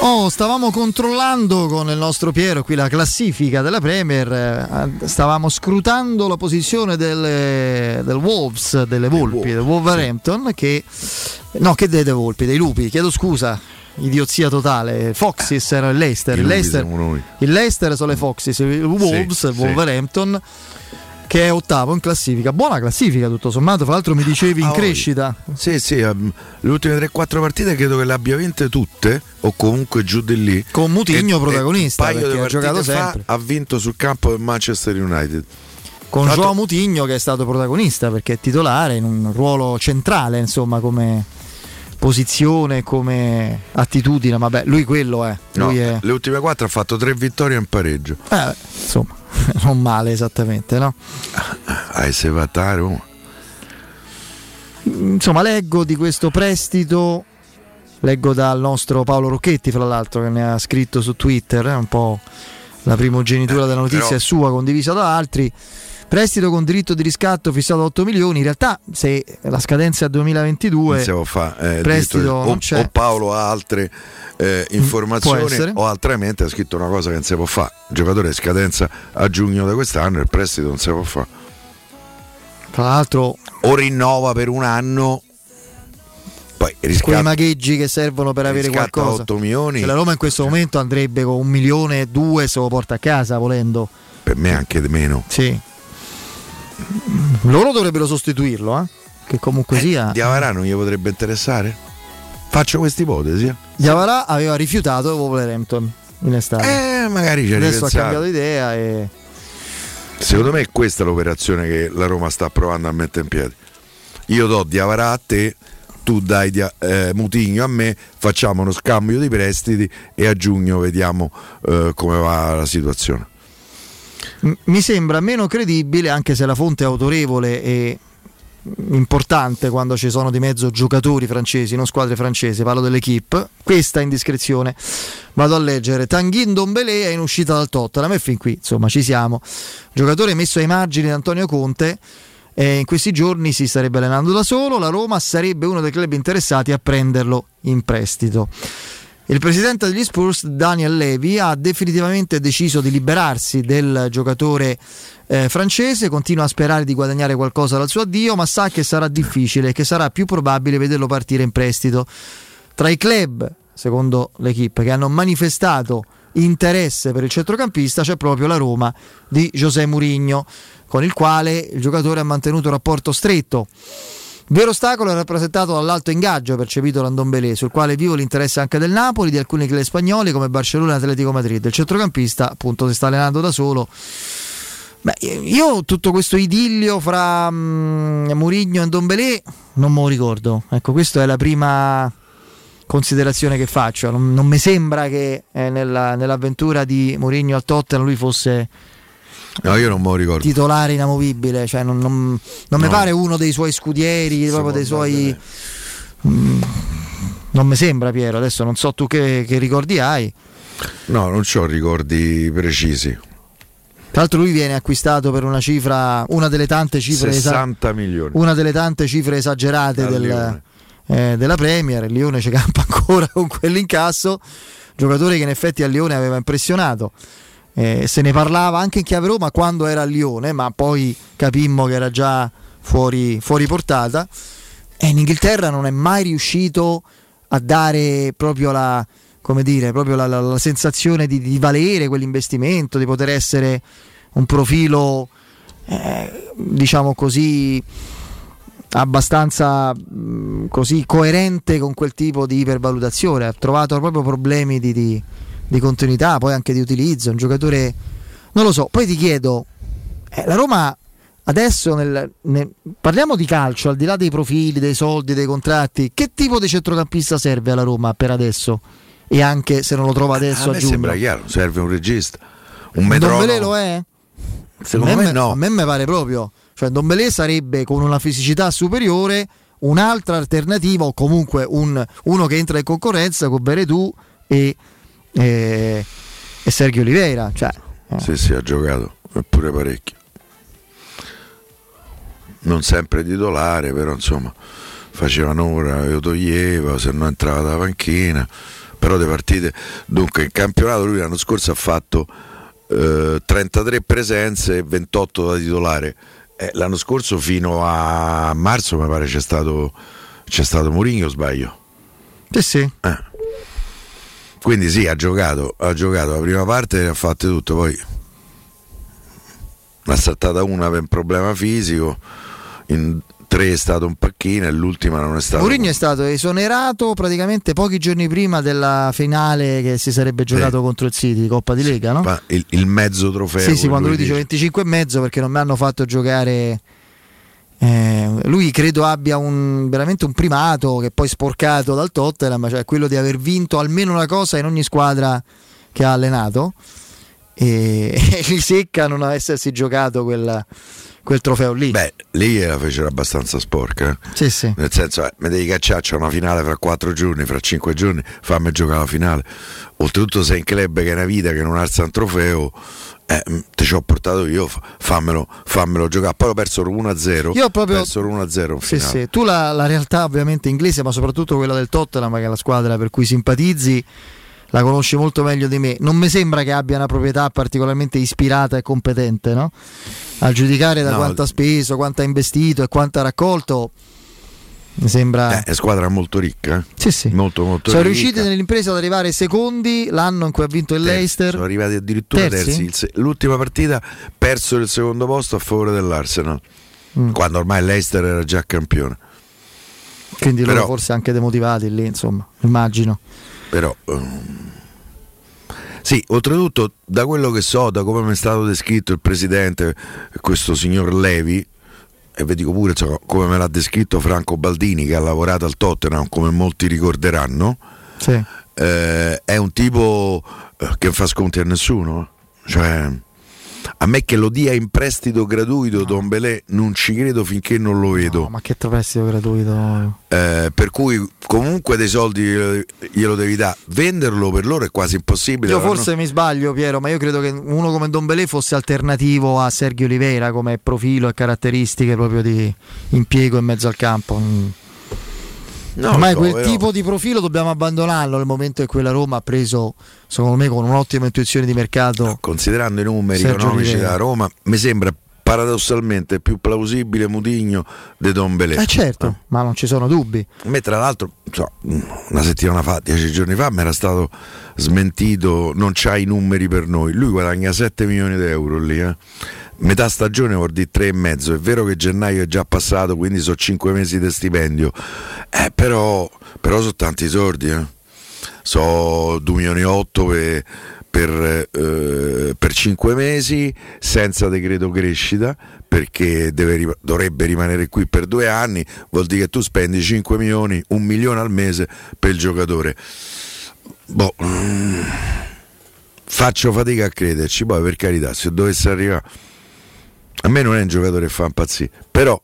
[SPEAKER 1] Stavamo controllando con il nostro Piero qui la classifica della Premier, stavamo scrutando la posizione del Wolves, delle Volpi, del Wolverhampton, dei Volpi, dei Lupi, chiedo scusa, idiozia totale. Foxes era il Leicester, il Leicester sono le Foxes, il Wolves, il Wolverhampton, che è ottavo in classifica. Buona classifica tutto sommato, fra l'altro mi dicevi in crescita.
[SPEAKER 2] Sì, le ultime 3-4 partite credo che le abbia vinte tutte, o comunque giù di lì,
[SPEAKER 1] con Moutinho protagonista,
[SPEAKER 2] un paio
[SPEAKER 1] perché
[SPEAKER 2] di
[SPEAKER 1] ha giocato sempre.
[SPEAKER 2] Ha vinto sul campo del Manchester United
[SPEAKER 1] con Joao Moutinho, che è stato protagonista perché è titolare in un ruolo centrale, insomma, come posizione, come attitudine. Vabbè, lui quello è.
[SPEAKER 2] Le ultime 4 ha fatto 3 vittorie e un pareggio.
[SPEAKER 1] Insomma, non male esattamente, no?
[SPEAKER 2] Se va a
[SPEAKER 1] insomma, leggo di questo prestito, leggo dal nostro Paolo Rocchetti, fra l'altro, che ne ha scritto su Twitter, un po' la primogenitura della notizia è sua, condivisa da altri. Prestito con diritto di riscatto fissato a 8 milioni. In realtà, se la scadenza è 2022, prestito non c'è.
[SPEAKER 2] O Paolo ha altre informazioni, o altrimenti ha scritto una cosa che non si può fare. Il giocatore è scadenza a giugno di quest'anno, il prestito non si può fare.
[SPEAKER 1] Tra l'altro,
[SPEAKER 2] o rinnova per un anno, poi
[SPEAKER 1] quei magheggi che servono per avere qualcosa.
[SPEAKER 2] 8 milioni.
[SPEAKER 1] La Roma in questo momento andrebbe con 1,2 milioni se lo porta a casa, volendo.
[SPEAKER 2] Per me anche di meno.
[SPEAKER 1] Sì. Loro dovrebbero sostituirlo, che comunque sia.
[SPEAKER 2] Diawara non gli potrebbe interessare? Faccio questa ipotesi.
[SPEAKER 1] Diawara aveva rifiutato il Wolverhampton in estate.
[SPEAKER 2] Magari
[SPEAKER 1] adesso ha cambiato idea e...
[SPEAKER 2] Secondo me è questa l'operazione che la Roma sta provando a mettere in piedi. Io do Diawara a te, tu dai Moutinho a me, facciamo uno scambio di prestiti e a giugno vediamo come va la situazione.
[SPEAKER 1] Mi sembra meno credibile, anche se la fonte è autorevole e importante quando ci sono di mezzo giocatori francesi, non squadre francesi, parlo dell'Equipe. Questa indiscrezione, vado a leggere: Tanguy Ndombele è in uscita dal Tottenham, e fin qui insomma ci siamo. Giocatore messo ai margini da Antonio Conte, in questi giorni si starebbe allenando da solo. La Roma sarebbe uno dei club interessati a prenderlo in prestito. Il presidente degli Spurs, Daniel Levy, ha definitivamente deciso di liberarsi del giocatore francese. Continua a sperare di guadagnare qualcosa dal suo addio, ma sa che sarà difficile e che sarà più probabile vederlo partire in prestito. Tra i club, secondo l'Equipe, che hanno manifestato interesse per il centrocampista c'è proprio la Roma di José Mourinho, con il quale il giocatore ha mantenuto un rapporto stretto. Vero ostacolo è rappresentato dall'alto ingaggio percepito da Ndombele, sul quale vivo l'interesse anche del Napoli, di alcuni club spagnoli come Barcellona e Atletico Madrid. Il centrocampista appunto si sta allenando da solo. Io tutto questo idillio fra Mourinho e Ndombele non me lo ricordo. Ecco, questa è la prima considerazione che faccio. Non mi sembra che nell'avventura di Mourinho al Tottenham lui fosse...
[SPEAKER 2] No, io non me lo ricordo.
[SPEAKER 1] Titolare inamovibile, cioè non mi pare uno dei suoi scudieri, proprio dei suoi. Non mi sembra, Piero. Adesso non so tu che ricordi hai.
[SPEAKER 2] No, non c'ho ricordi precisi.
[SPEAKER 1] Tra l'altro lui viene acquistato per una cifra, una delle tante cifre
[SPEAKER 2] 60 milioni.
[SPEAKER 1] Una delle tante cifre esagerate della Premier. Il Lione ci campa ancora con quell'incasso. Giocatore che in effetti a Lione aveva impressionato. Se ne parlava anche in chiave Roma quando era a Lione, ma poi capimmo che era già fuori portata. E in Inghilterra non è mai riuscito a dare proprio la sensazione di valere quell'investimento, di poter essere un profilo diciamo così abbastanza così coerente con quel tipo di ipervalutazione. Ha trovato proprio problemi di continuità, poi anche di utilizzo. Un giocatore, non lo so. Poi ti chiedo, la Roma adesso parliamo di calcio, al di là dei profili, dei soldi, dei contratti, che tipo di centrocampista serve alla Roma per adesso? E anche se non lo trova adesso a giugno,
[SPEAKER 2] sembra chiaro, serve un regista, un metronomo.
[SPEAKER 1] Ndombele lo è?
[SPEAKER 2] Secondo me no.
[SPEAKER 1] A me pare proprio, cioè Ndombele sarebbe con una fisicità superiore un'altra alternativa, o comunque uno che entra in concorrenza con Veretù e Sergio Oliveira, cioè.
[SPEAKER 2] Sì, ha giocato pure parecchio, non sempre titolare, però insomma faceva un'ora, lo toglieva, se no entrava da panchina, però le partite. Dunque in campionato lui l'anno scorso ha fatto 33 presenze e 28 da titolare. L'anno scorso fino a marzo mi pare c'è stato Mourinho, sbaglio?
[SPEAKER 1] Sì.
[SPEAKER 2] Quindi sì, ha giocato la prima parte e ha fatto tutto, poi l'ha saltata una per un problema fisico, in 3 è stato un pacchino e l'ultima non è stato.
[SPEAKER 1] Mourinho è stato esonerato praticamente pochi giorni prima della finale che si sarebbe giocato contro il City, Coppa di Lega, no?
[SPEAKER 2] Il mezzo trofeo.
[SPEAKER 1] Sì, quando lui dice 25 e mezzo, perché non mi hanno fatto giocare. Lui credo abbia veramente un primato che poi sporcato dal Tottenham, cioè quello di aver vinto almeno una cosa in ogni squadra che ha allenato, e gli secca non essersi giocato quel trofeo lì.
[SPEAKER 2] Beh, lì la fecero abbastanza sporca.
[SPEAKER 1] Sì.
[SPEAKER 2] Nel senso, mi devi cacciare, c'è una finale fra 4 giorni, fra 5 giorni, fammi giocare la finale. Oltretutto sei in club che è una vita che non alza un trofeo, te ci ho portato io, fammelo giocare. Poi ho perso 1-0.
[SPEAKER 1] Io proprio
[SPEAKER 2] perso 1-0
[SPEAKER 1] sì. Tu la realtà ovviamente inglese, ma soprattutto quella del Tottenham, che è la squadra per cui simpatizzi, la conosci molto meglio di me. Non mi sembra che abbia una proprietà particolarmente ispirata e competente, no? A giudicare da quanto ha speso, quanto ha investito e quanto ha raccolto, mi sembra.
[SPEAKER 2] È squadra molto ricca.
[SPEAKER 1] Sì.
[SPEAKER 2] Molto
[SPEAKER 1] sono
[SPEAKER 2] ricca.
[SPEAKER 1] riusciti nell'impresa ad arrivare secondi l'anno in cui ha vinto il Leicester.
[SPEAKER 2] Sono arrivati addirittura terzi. L'ultima partita perso il secondo posto a favore dell'Arsenal, quando ormai il Leicester era già campione.
[SPEAKER 1] Quindi loro forse anche demotivati lì, insomma, immagino.
[SPEAKER 2] Però sì, oltretutto da quello che so, da come mi è stato descritto il presidente, questo signor Levi, e vi dico pure come me l'ha descritto Franco Baldini, che ha lavorato al Tottenham, come molti ricorderanno,
[SPEAKER 1] sì.
[SPEAKER 2] È un tipo che non fa sconti a nessuno, cioè a me che lo dia in prestito gratuito Dombele non ci credo finché non lo vedo.
[SPEAKER 1] No, ma che prestito gratuito?
[SPEAKER 2] Per cui comunque dei soldi glielo devi dare. Venderlo per loro è quasi impossibile.
[SPEAKER 1] Io forse mi sbaglio, Piero, ma io credo che uno come Dombele fosse alternativo a Sergio Oliveira come profilo e caratteristiche proprio di impiego in mezzo al campo. No, ormai quel tipo di profilo dobbiamo abbandonarlo nel momento in cui la Roma ha preso, secondo me, con un'ottima intuizione di mercato.
[SPEAKER 2] Considerando i numeri
[SPEAKER 1] Sergio
[SPEAKER 2] economici
[SPEAKER 1] Oliveira.
[SPEAKER 2] della Roma, mi sembra paradossalmente più plausibile Moutinho de Dombele.
[SPEAKER 1] Certo, ma non ci sono dubbi.
[SPEAKER 2] A me tra l'altro una settimana fa, 10 giorni fa, mi era stato smentito: non c'ha i numeri per noi. Lui guadagna 7 milioni di euro lì, metà stagione vuol dire 3,5. È vero che gennaio è già passato, quindi sono 5 mesi di stipendio, però sono tanti soldi, so 2,8 milioni per 5 mesi senza decreto crescita, perché dovrebbe rimanere qui per 2 anni. Vuol dire che tu spendi 5 milioni, 1 milione al mese per il giocatore. Faccio fatica a crederci. Poi, per carità, se dovesse arrivare, a me non è un giocatore che fa impazzire, però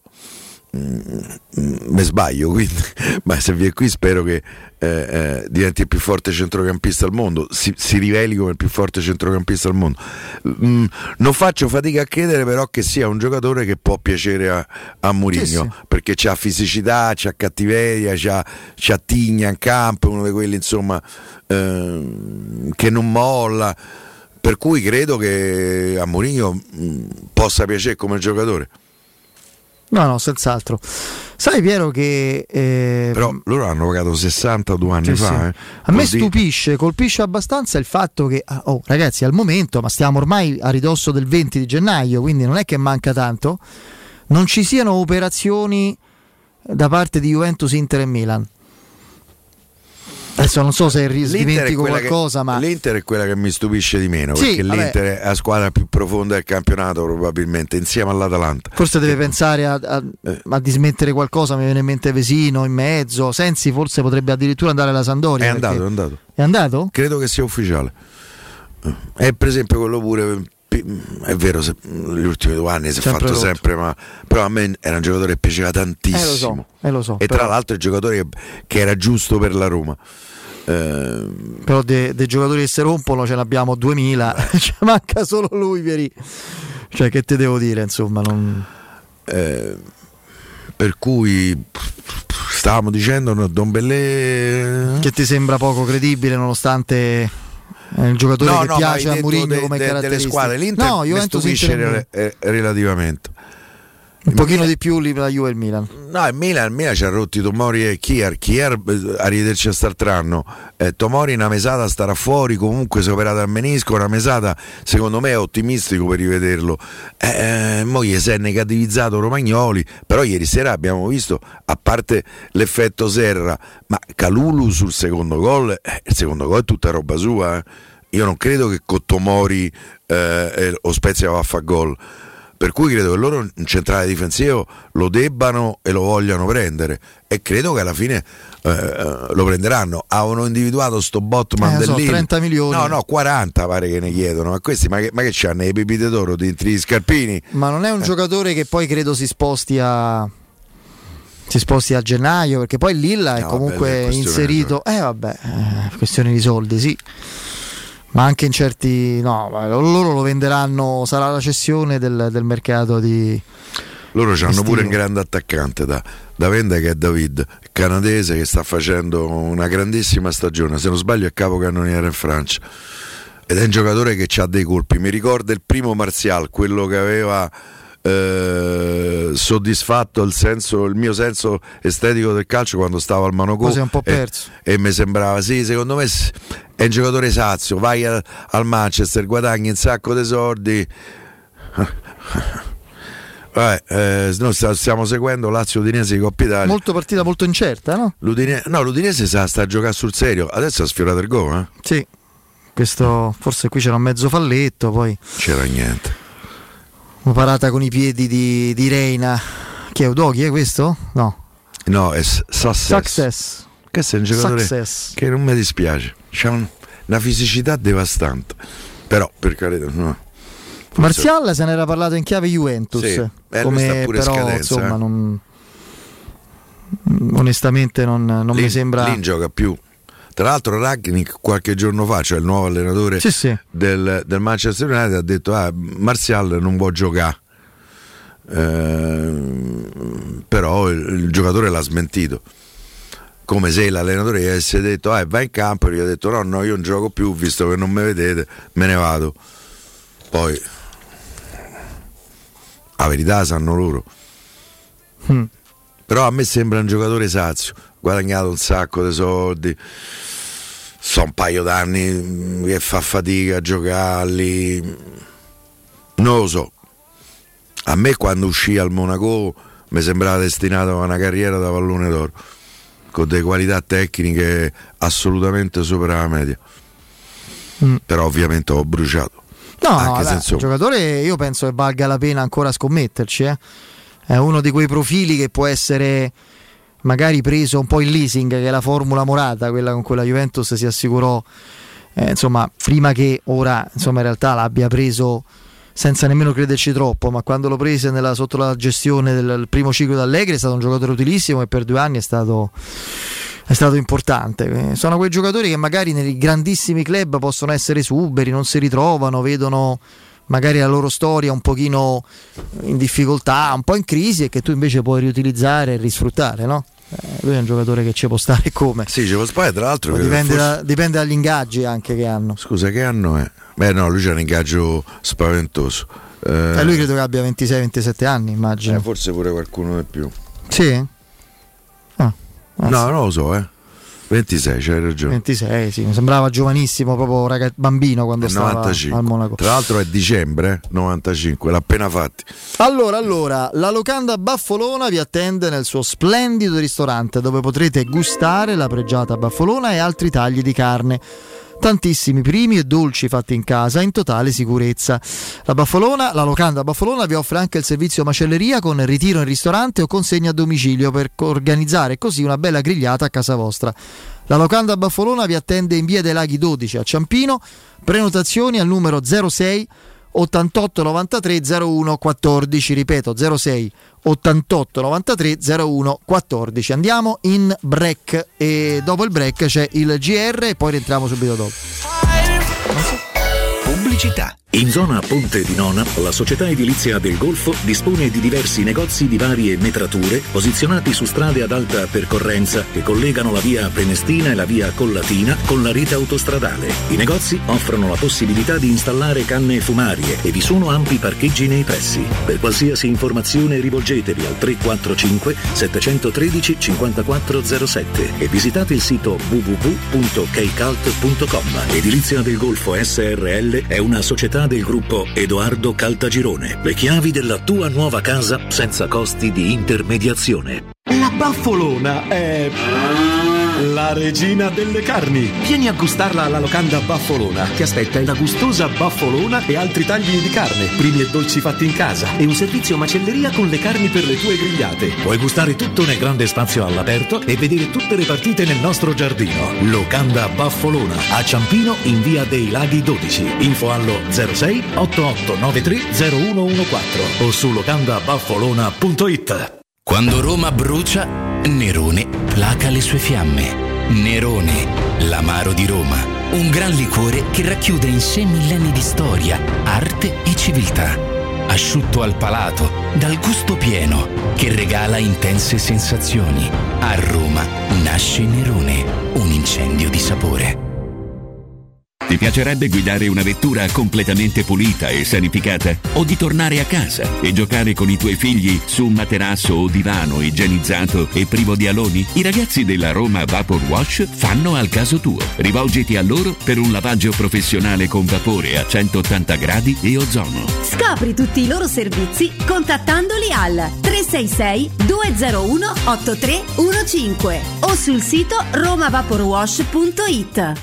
[SPEAKER 2] me sbaglio, quindi, ma se viene qui spero che diventi il più forte centrocampista al mondo, si riveli come il più forte centrocampista al mondo. Non faccio fatica a credere però che sia un giocatore che può piacere a Mourinho, sì. Perché c'ha fisicità, c'ha cattiveria, c'ha tigna in campo, uno di quelli insomma che non molla, per cui credo che a Mourinho possa piacere come giocatore.
[SPEAKER 1] No, senz'altro. Sai, Piero, che
[SPEAKER 2] però loro hanno pagato 62 anni fa.
[SPEAKER 1] Sì. A me stupisce, colpisce abbastanza il fatto che ragazzi, al momento, ma stiamo ormai a ridosso del 20 di gennaio, quindi non è che manca tanto, non ci siano operazioni da parte di Juventus, Inter e Milan. Adesso non so se dimentico qualcosa, ma
[SPEAKER 2] l'Inter è quella che mi stupisce di meno,
[SPEAKER 1] sì,
[SPEAKER 2] perché l'Inter è la squadra più profonda del campionato, probabilmente insieme all'Atalanta.
[SPEAKER 1] Forse deve pensare a dismettere qualcosa. Mi viene in mente Vesino in mezzo. Sensi forse potrebbe addirittura andare alla Sampdoria.
[SPEAKER 2] È andato.
[SPEAKER 1] È andato?
[SPEAKER 2] Credo che sia ufficiale. È per esempio quello pure. È vero, negli ultimi 2 anni si è fatto sempre, ma però a me era un giocatore che piaceva tantissimo.
[SPEAKER 1] Lo so.
[SPEAKER 2] E tra l'altro è il giocatore che era giusto per la Roma.
[SPEAKER 1] Però dei giocatori che si rompono ce ne abbiamo 2000. Ci manca solo lui, Pieri. Cioè, che te devo dire, insomma, non...
[SPEAKER 2] per cui stavamo dicendo Ndombele
[SPEAKER 1] che ti sembra poco credibile nonostante il giocatore che piace a Mourinho come caratteristica.
[SPEAKER 2] Delle squadre l'Inter mi stupisce relativamente
[SPEAKER 1] un pochino di più la Juve e il Milan.
[SPEAKER 2] No, il Milan ci ha rotti Tomori e Kier arrivederci a st'altro Tomori una mesata starà fuori, comunque si è operato al menisco, una mesata secondo me è ottimistico per rivederlo. Mo gli si è negativizzato Romagnoli, però ieri sera abbiamo visto, a parte l'effetto Serra, ma Kalulu sul secondo gol, il secondo gol è tutta roba sua. Io non credo che con Tomori o Spezia va a fare gol. Per cui credo che loro in centrale difensivo lo debbano e lo vogliano prendere, e credo che alla fine lo prenderanno. Avevano individuato sto Botman dell'Inter,
[SPEAKER 1] 30 milioni.
[SPEAKER 2] No, 40 pare che ne chiedono. Ma questi ma che c'hanno le pepite d'oro dentro gli scarpini?
[SPEAKER 1] Ma non è un giocatore che poi credo si sposti a gennaio, perché poi Lilla è comunque inserito. Questione di soldi, sì. Ma anche in certi loro lo venderanno, sarà la cessione del mercato di
[SPEAKER 2] loro hanno pure un grande attaccante da vendere, che è David, canadese, che sta facendo una grandissima stagione, se non sbaglio è capocannoniere in Francia ed è un giocatore che ha dei colpi. Mi ricorda il primo Martial, quello che aveva soddisfatto il mio senso estetico del calcio quando stavo al Monaco.
[SPEAKER 1] Così è un po' perso
[SPEAKER 2] e mi sembrava, sì, secondo me è un giocatore sazio, vai al Manchester, guadagni un sacco di soldi. Noi stiamo seguendo Lazio-Udinese di Coppa Italia,
[SPEAKER 1] partita molto incerta, no?
[SPEAKER 2] L'Udinese sta a giocare sul serio, adesso ha sfiorato il gol,
[SPEAKER 1] Sì, questo forse qui c'era un mezzo falletto, poi
[SPEAKER 2] c'era niente.
[SPEAKER 1] Una parata con i piedi di Reina. Chi è Udochi? È questo? No,
[SPEAKER 2] è Success. Questo è un giocatore che non mi dispiace. C'ha una fisicità devastante. Però, per carità, no.
[SPEAKER 1] Martial se ne era parlato in chiave Juventus.
[SPEAKER 2] Sì,
[SPEAKER 1] come
[SPEAKER 2] pure
[SPEAKER 1] però,
[SPEAKER 2] scadenza,
[SPEAKER 1] insomma, onestamente non mi sembra.
[SPEAKER 2] Lì gioca più. Tra l'altro Rangnick qualche giorno fa, cioè il nuovo allenatore del Manchester United, ha detto Martial non può giocare, però il giocatore l'ha smentito, come se l'allenatore gli avesse detto vai in campo, e gli ha detto no, io non gioco più, visto che non mi vedete me ne vado. Poi la verità sanno loro. Però a me sembra un giocatore sazio, guadagnato un sacco di soldi, sono un paio d'anni che fa fatica a giocarli, non lo so. A me quando uscì al Monaco mi sembrava destinato a una carriera da pallone d'oro, con delle qualità tecniche assolutamente sopra la media, però ovviamente ho bruciato.
[SPEAKER 1] Il giocatore io penso che valga la pena ancora scommetterci, È uno di quei profili che può essere magari preso un po' in leasing, che è la formula Morata, quella con cui la Juventus si assicurò prima che ora in realtà l'abbia preso senza nemmeno crederci troppo, ma quando lo prese sotto la gestione del primo ciclo d'Allegri è stato un giocatore utilissimo e per 2 anni è stato importante. Sono quei giocatori che magari nei grandissimi club possono essere esuberi, non si ritrovano, vedono magari la loro storia un pochino in difficoltà, un po' in crisi, e che tu invece puoi riutilizzare e risfruttare, no? Lui è un giocatore che ci può stare come.
[SPEAKER 2] Sì, ci può stare, tra l'altro
[SPEAKER 1] dipende dagli ingaggi anche che hanno.
[SPEAKER 2] Scusa, che anno è? Lui c'ha un ingaggio spaventoso.
[SPEAKER 1] Lui credo che abbia 26-27 anni, immagino.
[SPEAKER 2] Forse pure qualcuno di più.
[SPEAKER 1] Sì?
[SPEAKER 2] No, non lo so, 26, c'hai ragione. 26,
[SPEAKER 1] sì, mi sembrava giovanissimo, proprio bambino quando stava
[SPEAKER 2] 95.
[SPEAKER 1] al Monaco.
[SPEAKER 2] Tra l'altro è dicembre 95, l'ha appena fatti.
[SPEAKER 1] Allora, la locanda Baffolona vi attende nel suo splendido ristorante, dove potrete gustare la pregiata baffolona e altri tagli di carne. Tantissimi primi e dolci fatti in casa in totale sicurezza. La locanda Baffolona vi offre anche il servizio macelleria con ritiro in ristorante o consegna a domicilio, per organizzare così una bella grigliata a casa vostra. La locanda Baffolona vi attende in via dei Laghi 12 a Ciampino. Prenotazioni al numero 06 88 93 01 14, ripeto 06 88 93 01 14. Andiamo in break e dopo il break c'è il GR e poi rientriamo subito dopo.
[SPEAKER 5] Pubblicità.
[SPEAKER 7] In zona Ponte di Nona, la società edilizia del Golfo dispone di diversi negozi di varie metrature posizionati su strade ad alta percorrenza che collegano la via Prenestina e la via Collatina con la rete autostradale. I negozi offrono la possibilità di installare canne fumarie e vi sono ampi parcheggi nei pressi. Per qualsiasi informazione rivolgetevi al 345 713 5407 e visitate il sito www.keicalt.com. Edilizia del Golfo SRL è una società del gruppo Edoardo Caltagirone. Le chiavi della tua nuova casa senza costi di intermediazione.
[SPEAKER 5] La Baffolona è la regina delle carni. Vieni a gustarla alla locanda Baffolona. Ti aspetta una gustosa baffolona e altri tagli di carne, primi e dolci fatti in casa e un servizio macelleria con le carni per le tue grigliate. Puoi gustare tutto nel grande spazio all'aperto e vedere tutte le partite nel nostro giardino. Locanda Baffolona a Ciampino in via dei Laghi 12. Info allo 06 8893 0114 o su locandabaffolona.it.
[SPEAKER 17] Quando Roma brucia, Nerone placa le sue fiamme. Nerone, l'amaro di Roma. Un gran liquore che racchiude in sé millenni di storia, arte e civiltà. Asciutto al palato, dal gusto pieno, che regala intense sensazioni. A Roma nasce Nerone, un incendio di sapore.
[SPEAKER 3] Ti piacerebbe guidare una vettura completamente pulita e sanificata? O di tornare a casa e giocare con i tuoi figli su un materasso o divano igienizzato e privo di aloni? I ragazzi della Roma Vapor Wash fanno al caso tuo. Rivolgiti a loro per un lavaggio professionale con vapore a 180 gradi e ozono.
[SPEAKER 4] Scopri tutti i loro servizi contattandoli al 366 201 8315 o sul sito romavaporwash.it.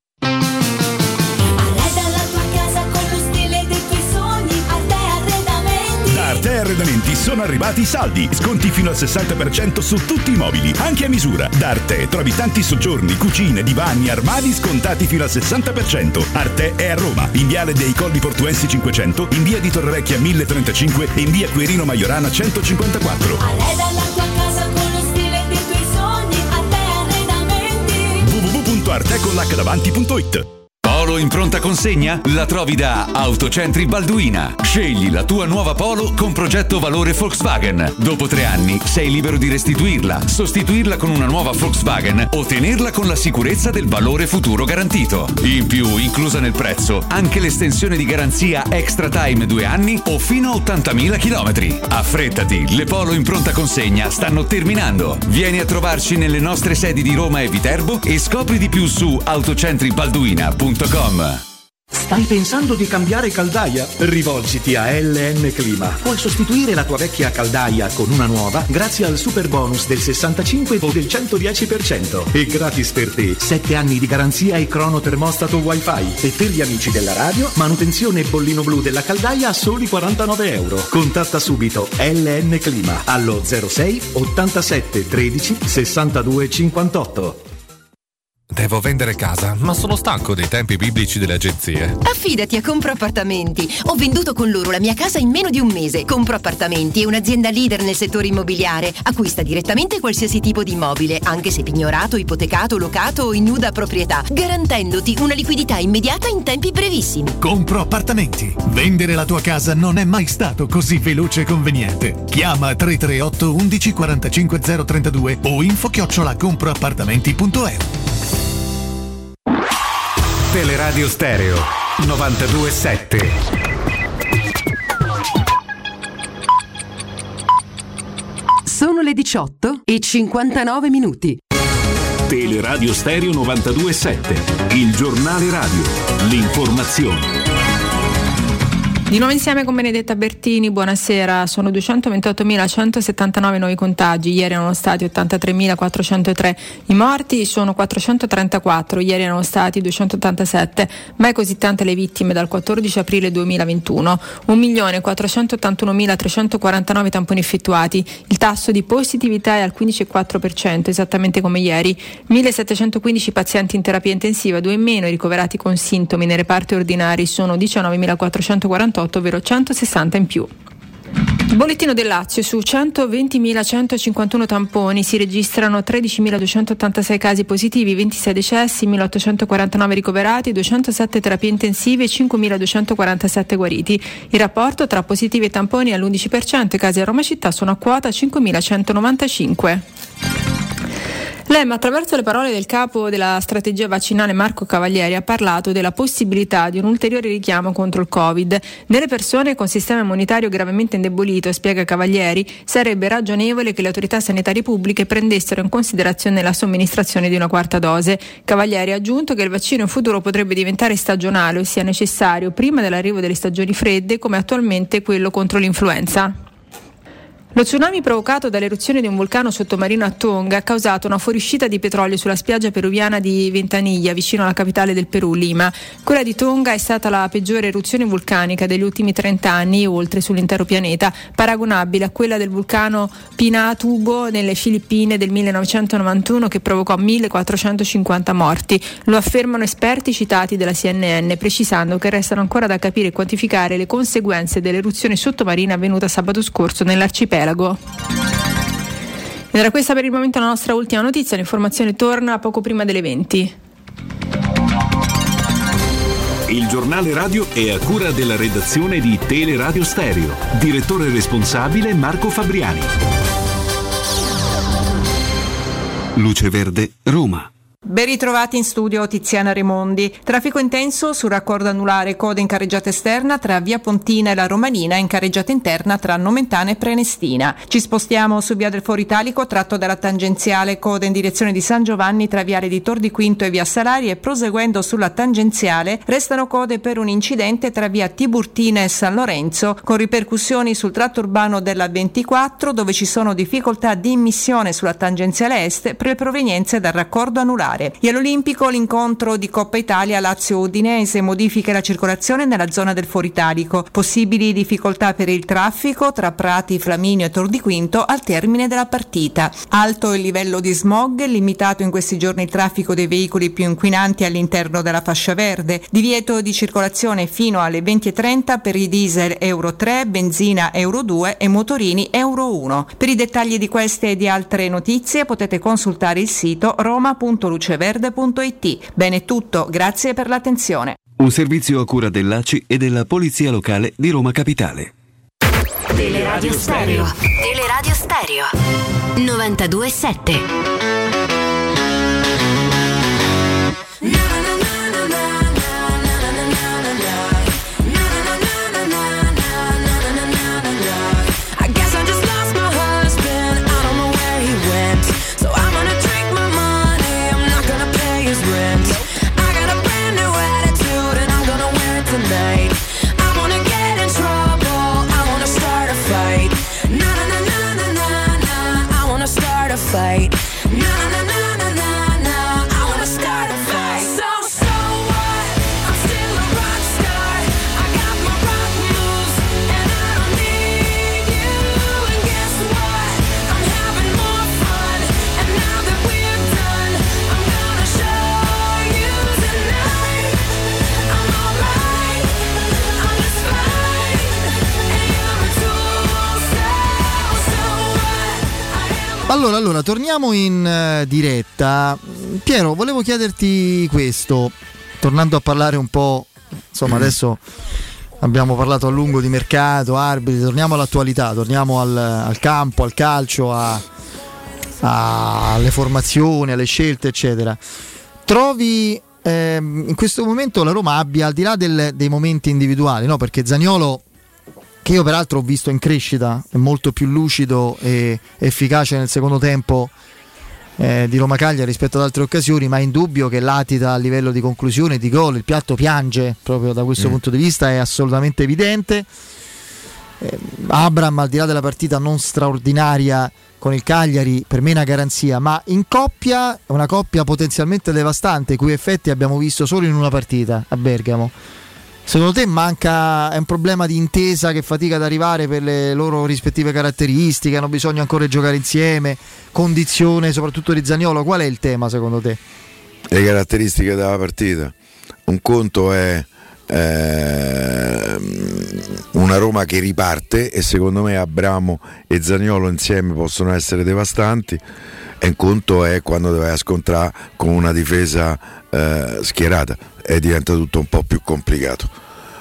[SPEAKER 18] Arte Arredamenti sono arrivati i saldi, sconti fino al 60% su tutti i mobili, anche a misura. Da Arte trovi tanti soggiorni, cucine, divani, armadi scontati fino al 60%. Arte è a Roma, in viale dei Colli Portuensi 500, in via di Torrevecchia 1035 e in via Quirino Maiorana 154.
[SPEAKER 11] Arreda la tua casa con lo stile dei tuoi sogni, Arte Arredamenti.
[SPEAKER 18] www.arteconlacdavanti.it.
[SPEAKER 10] Polo in pronta consegna? La trovi da Autocentri Balduina. Scegli la tua nuova Polo con progetto valore Volkswagen. Dopo 3 anni sei libero di restituirla, sostituirla con una nuova Volkswagen o tenerla con la sicurezza del valore futuro garantito. In più, inclusa nel prezzo, anche l'estensione di garanzia Extra Time 2 anni o fino a 80.000 km. Affrettati, le Polo in pronta consegna stanno terminando. Vieni a trovarci nelle nostre sedi di Roma e Viterbo e scopri di più su autocentribalduina.com.
[SPEAKER 5] Stai pensando di cambiare caldaia? Rivolgiti a LN Clima. Puoi sostituire la tua vecchia caldaia con una nuova grazie al super bonus del 65 o del 110%. E gratis per te 7 anni di garanzia e cronotermostato wifi. E per gli amici della radio, manutenzione bollino blu della caldaia a soli 49 euro. Contatta subito LN Clima allo 06 87 13 62 58.
[SPEAKER 27] Devo vendere casa, ma sono stanco dei tempi biblici delle agenzie.
[SPEAKER 23] Affidati a Compro Appartamenti. Ho venduto con loro la mia casa in meno di un mese. Compro Appartamenti è un'azienda leader nel settore immobiliare. Acquista direttamente qualsiasi tipo di immobile, anche se pignorato, ipotecato, locato o in nuda proprietà, garantendoti una liquidità immediata in tempi brevissimi.
[SPEAKER 8] Compro Appartamenti. Vendere la tua casa non è mai stato così veloce e conveniente. Chiama 338 11 45 032 o info@comproappartamenti.eu.
[SPEAKER 10] Teleradio Stereo 92.7.
[SPEAKER 9] Sono le 18:59.
[SPEAKER 7] Teleradio Stereo 92.7, il giornale radio, l'informazione.
[SPEAKER 19] Di nuovo insieme con Benedetta Bertini, buonasera. Sono 228.179 nuovi contagi, ieri erano stati 83.403 i morti, sono 434, ieri erano stati 287, mai così tante le vittime dal 14 aprile 2021, 1.481.349 tamponi effettuati, il tasso di positività è al 15,4%, esattamente come ieri, 1.715 pazienti in terapia intensiva, 2 in meno, i ricoverati con sintomi nei reparti ordinari sono 19.448, ovvero 160 in più. Bollettino del Lazio: su 120.151 tamponi si registrano 13.286 casi positivi, 26 decessi, 1.849 ricoverati, 207 terapie intensive e 5.247 guariti. Il rapporto tra positivi e tamponi è all'11%, i casi a Roma città sono a quota 5.195. L'EMA, attraverso le parole del capo della strategia vaccinale Marco Cavalieri, ha parlato della possibilità di un ulteriore richiamo contro il Covid. Nelle persone con sistema immunitario gravemente indebolito, spiega Cavalieri, sarebbe ragionevole che le autorità sanitarie pubbliche prendessero in considerazione la somministrazione di una quarta dose. Cavalieri ha aggiunto che il vaccino in futuro potrebbe diventare stagionale o sia necessario prima dell'arrivo delle stagioni fredde, come attualmente quello contro l'influenza. Lo tsunami provocato dall'eruzione di un vulcano sottomarino a Tonga ha causato una fuoriuscita di petrolio sulla spiaggia peruviana di Ventanilla, vicino alla capitale del Perù, Lima. Quella di Tonga è stata la peggiore eruzione vulcanica degli ultimi 30 anni, oltre sull'intero pianeta, paragonabile a quella del vulcano Pinatubo nelle Filippine del 1991, che provocò 1.450 morti. Lo affermano esperti citati dalla CNN, precisando che restano ancora da capire e quantificare le conseguenze dell'eruzione sottomarina avvenuta sabato scorso nell'arcipelago. Ed era questa per il momento la nostra ultima notizia. L'informazione torna poco prima delle 20.
[SPEAKER 7] Il giornale radio è a cura della redazione di Teleradio Stereo. Direttore responsabile Marco Fabriani. Luce Verde, Roma.
[SPEAKER 6] Ben ritrovati in studio Tiziana Remondi. Traffico intenso sul raccordo anulare, coda in carreggiata esterna tra Via Pontina e la Romanina, in carreggiata interna tra Nomentana e Prenestina. Ci spostiamo su Via del Foro Italico, tratto dalla tangenziale, coda in direzione di San Giovanni tra Viale di Tor di Quinto e Via Salari, e proseguendo sulla tangenziale restano code per un incidente tra Via Tiburtina e San Lorenzo, con ripercussioni sul tratto urbano della 24, dove ci sono difficoltà di immissione sulla tangenziale est per le provenienze dal raccordo anulare. E all'Olimpico l'incontro di Coppa Italia Lazio-Udinese modifica la circolazione nella zona del Foro Italico. Possibili difficoltà per il traffico tra Prati, Flaminio e Tor di Quinto al termine della partita. Alto il livello di smog, limitato in questi giorni il traffico dei veicoli più inquinanti all'interno della fascia verde. Divieto di circolazione fino alle 20.30 per i diesel Euro 3, benzina Euro 2 e motorini Euro 1. Per i dettagli di queste e di altre notizie potete consultare il sito roma.luceverde.it. Bene, è tutto, grazie per l'attenzione.
[SPEAKER 7] Un servizio a cura dell'ACI e della Polizia Locale di Roma Capitale.
[SPEAKER 28] Teleradio Stereo.
[SPEAKER 4] Teleradio Stereo 92.7.
[SPEAKER 11] Fight. Na na na na na na. I wanna start a fight. So what? I'm still a rock star. I got my rock moves and I don't need you. And guess what? I'm having more fun. And now that we're done, I'm gonna show you tonight. I'm alright. I'm just fine. And you're a tool. So what?
[SPEAKER 1] Allora, torniamo in diretta. Piero, volevo chiederti questo, tornando a parlare un po', insomma, adesso abbiamo parlato a lungo di mercato, arbitri, torniamo all'attualità, torniamo al campo, al calcio, alle formazioni, alle scelte, eccetera. Trovi in questo momento la Roma abbia, al di là dei momenti individuali, no? Perché Zaniolo, che io peraltro ho visto in crescita, è molto più lucido e efficace nel secondo tempo di Roma Cagliari rispetto ad altre occasioni, ma è indubbio che latita a livello di conclusione, di gol, il piatto piange proprio da questo punto di vista, è assolutamente evidente. Abraham, al di là della partita non straordinaria con il Cagliari, per me è una garanzia, ma in coppia è una coppia potenzialmente devastante, i cui effetti abbiamo visto solo in una partita a Bergamo. Secondo te manca, è un problema di intesa che fatica ad arrivare per le loro rispettive caratteristiche, hanno bisogno ancora di giocare insieme, condizione soprattutto di Zaniolo? Qual è il tema secondo te?
[SPEAKER 2] Le caratteristiche della partita. Un conto è una Roma che riparte, e secondo me Abramo e Zaniolo insieme possono essere devastanti. E un conto è quando deve scontrare con una difesa schierata, e diventa tutto un po' più complicato.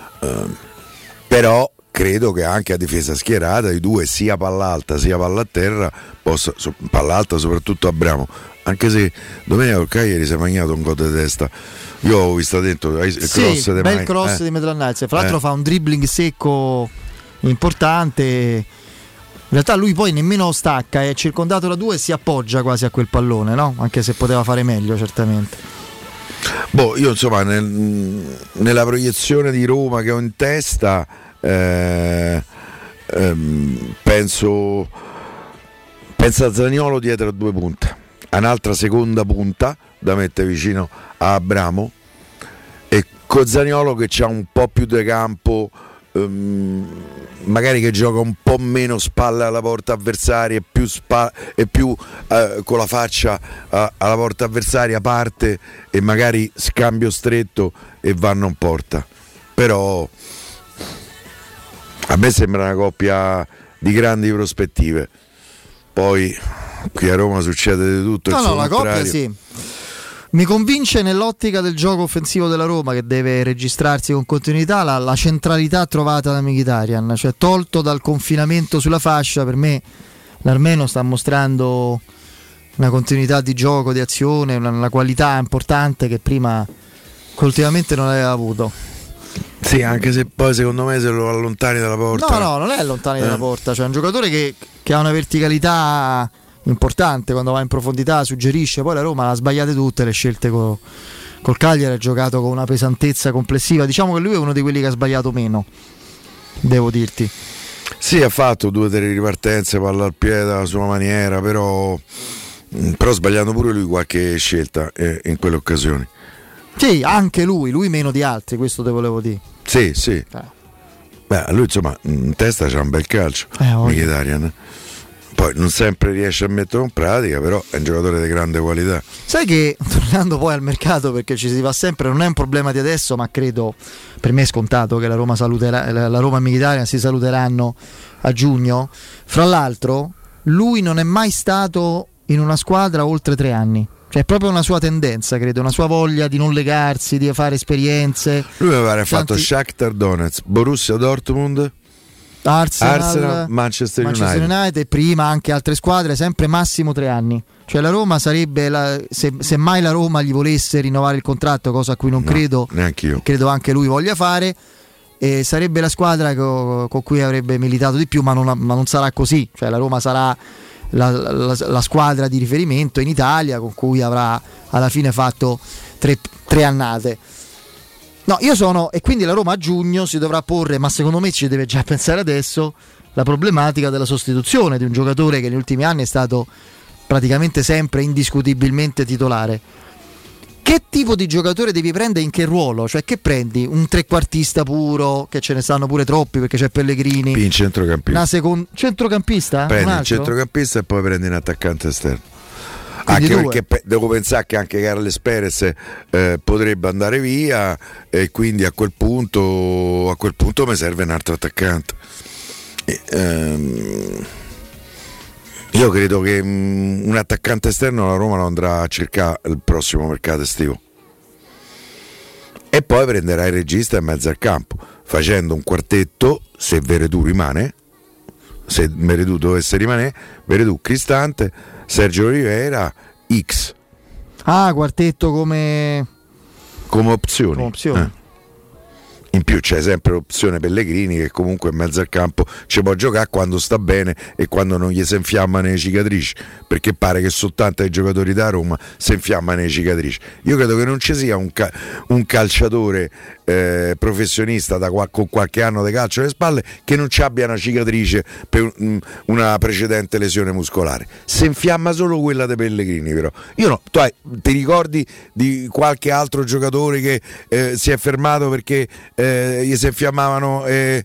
[SPEAKER 2] Però credo che anche a difesa schierata i due, sia palla alta sia palla a terra, palla alta soprattutto Abramo, anche se domenica il Cagliari si è magnato un gol di testa. Io ho visto dentro il cross di
[SPEAKER 1] bel cross di Maitland-Niles, fra l'altro fa un dribbling secco importante. In realtà lui poi nemmeno stacca, è circondato da due e si appoggia quasi a quel pallone, no? Anche se poteva fare meglio, certamente.
[SPEAKER 2] Io insomma nella proiezione di Roma che ho in testa, penso a Zaniolo dietro a due punte, a un'altra seconda punta da mettere vicino a Abramo, e con Zaniolo che c'ha un po' più di campo, magari che gioca un po' meno spalle alla porta avversaria e più con la faccia alla porta avversaria, parte e magari scambio stretto e vanno in porta. Però a me sembra una coppia di grandi prospettive. Poi qui a Roma succede di tutto.
[SPEAKER 1] No, la coppia sì. Mi convince nell'ottica del gioco offensivo della Roma, che deve registrarsi con continuità, la centralità trovata da Mkhitaryan, cioè tolto dal confinamento sulla fascia. Per me l'Armeno sta mostrando una continuità di gioco, di azione, una qualità importante che prima coltivamente non aveva avuto.
[SPEAKER 2] Sì, anche se poi secondo me se lo allontani dalla porta.
[SPEAKER 1] No, non è lontani dalla porta, cioè è un giocatore che ha una verticalità importante, quando va in profondità suggerisce. Poi la Roma l'ha sbagliate tutte le scelte col Cagliari, ha giocato con una pesantezza complessiva. Diciamo che lui è uno di quelli che ha sbagliato meno, devo dirti.
[SPEAKER 2] Sì, ha fatto 2 o 3 ripartenze, palla al piede alla sua maniera, però sbagliando pure lui qualche scelta in quelle occasioni.
[SPEAKER 1] Sì, anche lui meno di altri, questo te volevo dire.
[SPEAKER 2] Sì. Beh, lui insomma in testa c'ha un bel calcio, Mkhitaryan. Poi non sempre riesce a metterlo in pratica, però è un giocatore di grande qualità.
[SPEAKER 1] Sai che, tornando poi al mercato, perché ci si va sempre, non è un problema di adesso, ma credo, per me è scontato che la Roma e Mkhitaryan si saluteranno a giugno. Fra l'altro lui non è mai stato in una squadra oltre 3 anni. Cioè è proprio una sua tendenza, credo, una sua voglia di non legarsi, di fare esperienze.
[SPEAKER 2] Lui mi pare ha fatto Shakhtar Donetsk, Borussia Dortmund, Arsenal, Manchester United
[SPEAKER 1] e prima anche altre squadre, sempre massimo 3 anni. Cioè la Roma sarebbe, se mai la Roma gli volesse rinnovare il contratto, cosa a cui non credo,
[SPEAKER 2] neanche io.
[SPEAKER 1] Credo anche lui voglia fare, e sarebbe la squadra con cui avrebbe militato di più, ma non sarà così. Cioè la Roma sarà la squadra di riferimento in Italia, con cui avrà alla fine fatto 3 annate. No, e quindi la Roma a giugno si dovrà porre, ma secondo me ci deve già pensare adesso, la problematica della sostituzione di un giocatore che negli ultimi anni è stato praticamente sempre indiscutibilmente titolare. Che tipo di giocatore devi prendere, in che ruolo? Cioè che prendi? Un trequartista puro, che ce ne stanno pure troppi perché c'è Pellegrini.
[SPEAKER 2] In centrocampista.
[SPEAKER 1] Centrocampista?
[SPEAKER 2] Prendi un centrocampista e poi prendi un attaccante esterno. Anche perché devo pensare che anche Carles Perez potrebbe andare via, e quindi a quel punto mi serve un altro attaccante. Io credo che un attaccante esterno la Roma lo andrà a cercare il prossimo mercato estivo, e poi prenderà il regista in mezzo al campo, facendo un quartetto, se Veretout rimane, se Veretout dovesse rimanere, Veretout, Cristante, Sergio Oliveira, X.
[SPEAKER 1] Quartetto come
[SPEAKER 2] opzione. In più c'è sempre l'opzione Pellegrini, che comunque in mezzo al campo ci può giocare quando sta bene e quando non gli si infiammano le cicatrici, perché pare che soltanto ai giocatori da Roma si infiammano le cicatrici. Io credo che non ci sia un calciatore professionista con qualche anno di calcio alle spalle che non ci abbia una cicatrice per una precedente lesione muscolare. Si infiamma solo quella dei Pellegrini, però. Ti ricordi di qualche altro giocatore che si è fermato perché gli si infiammavano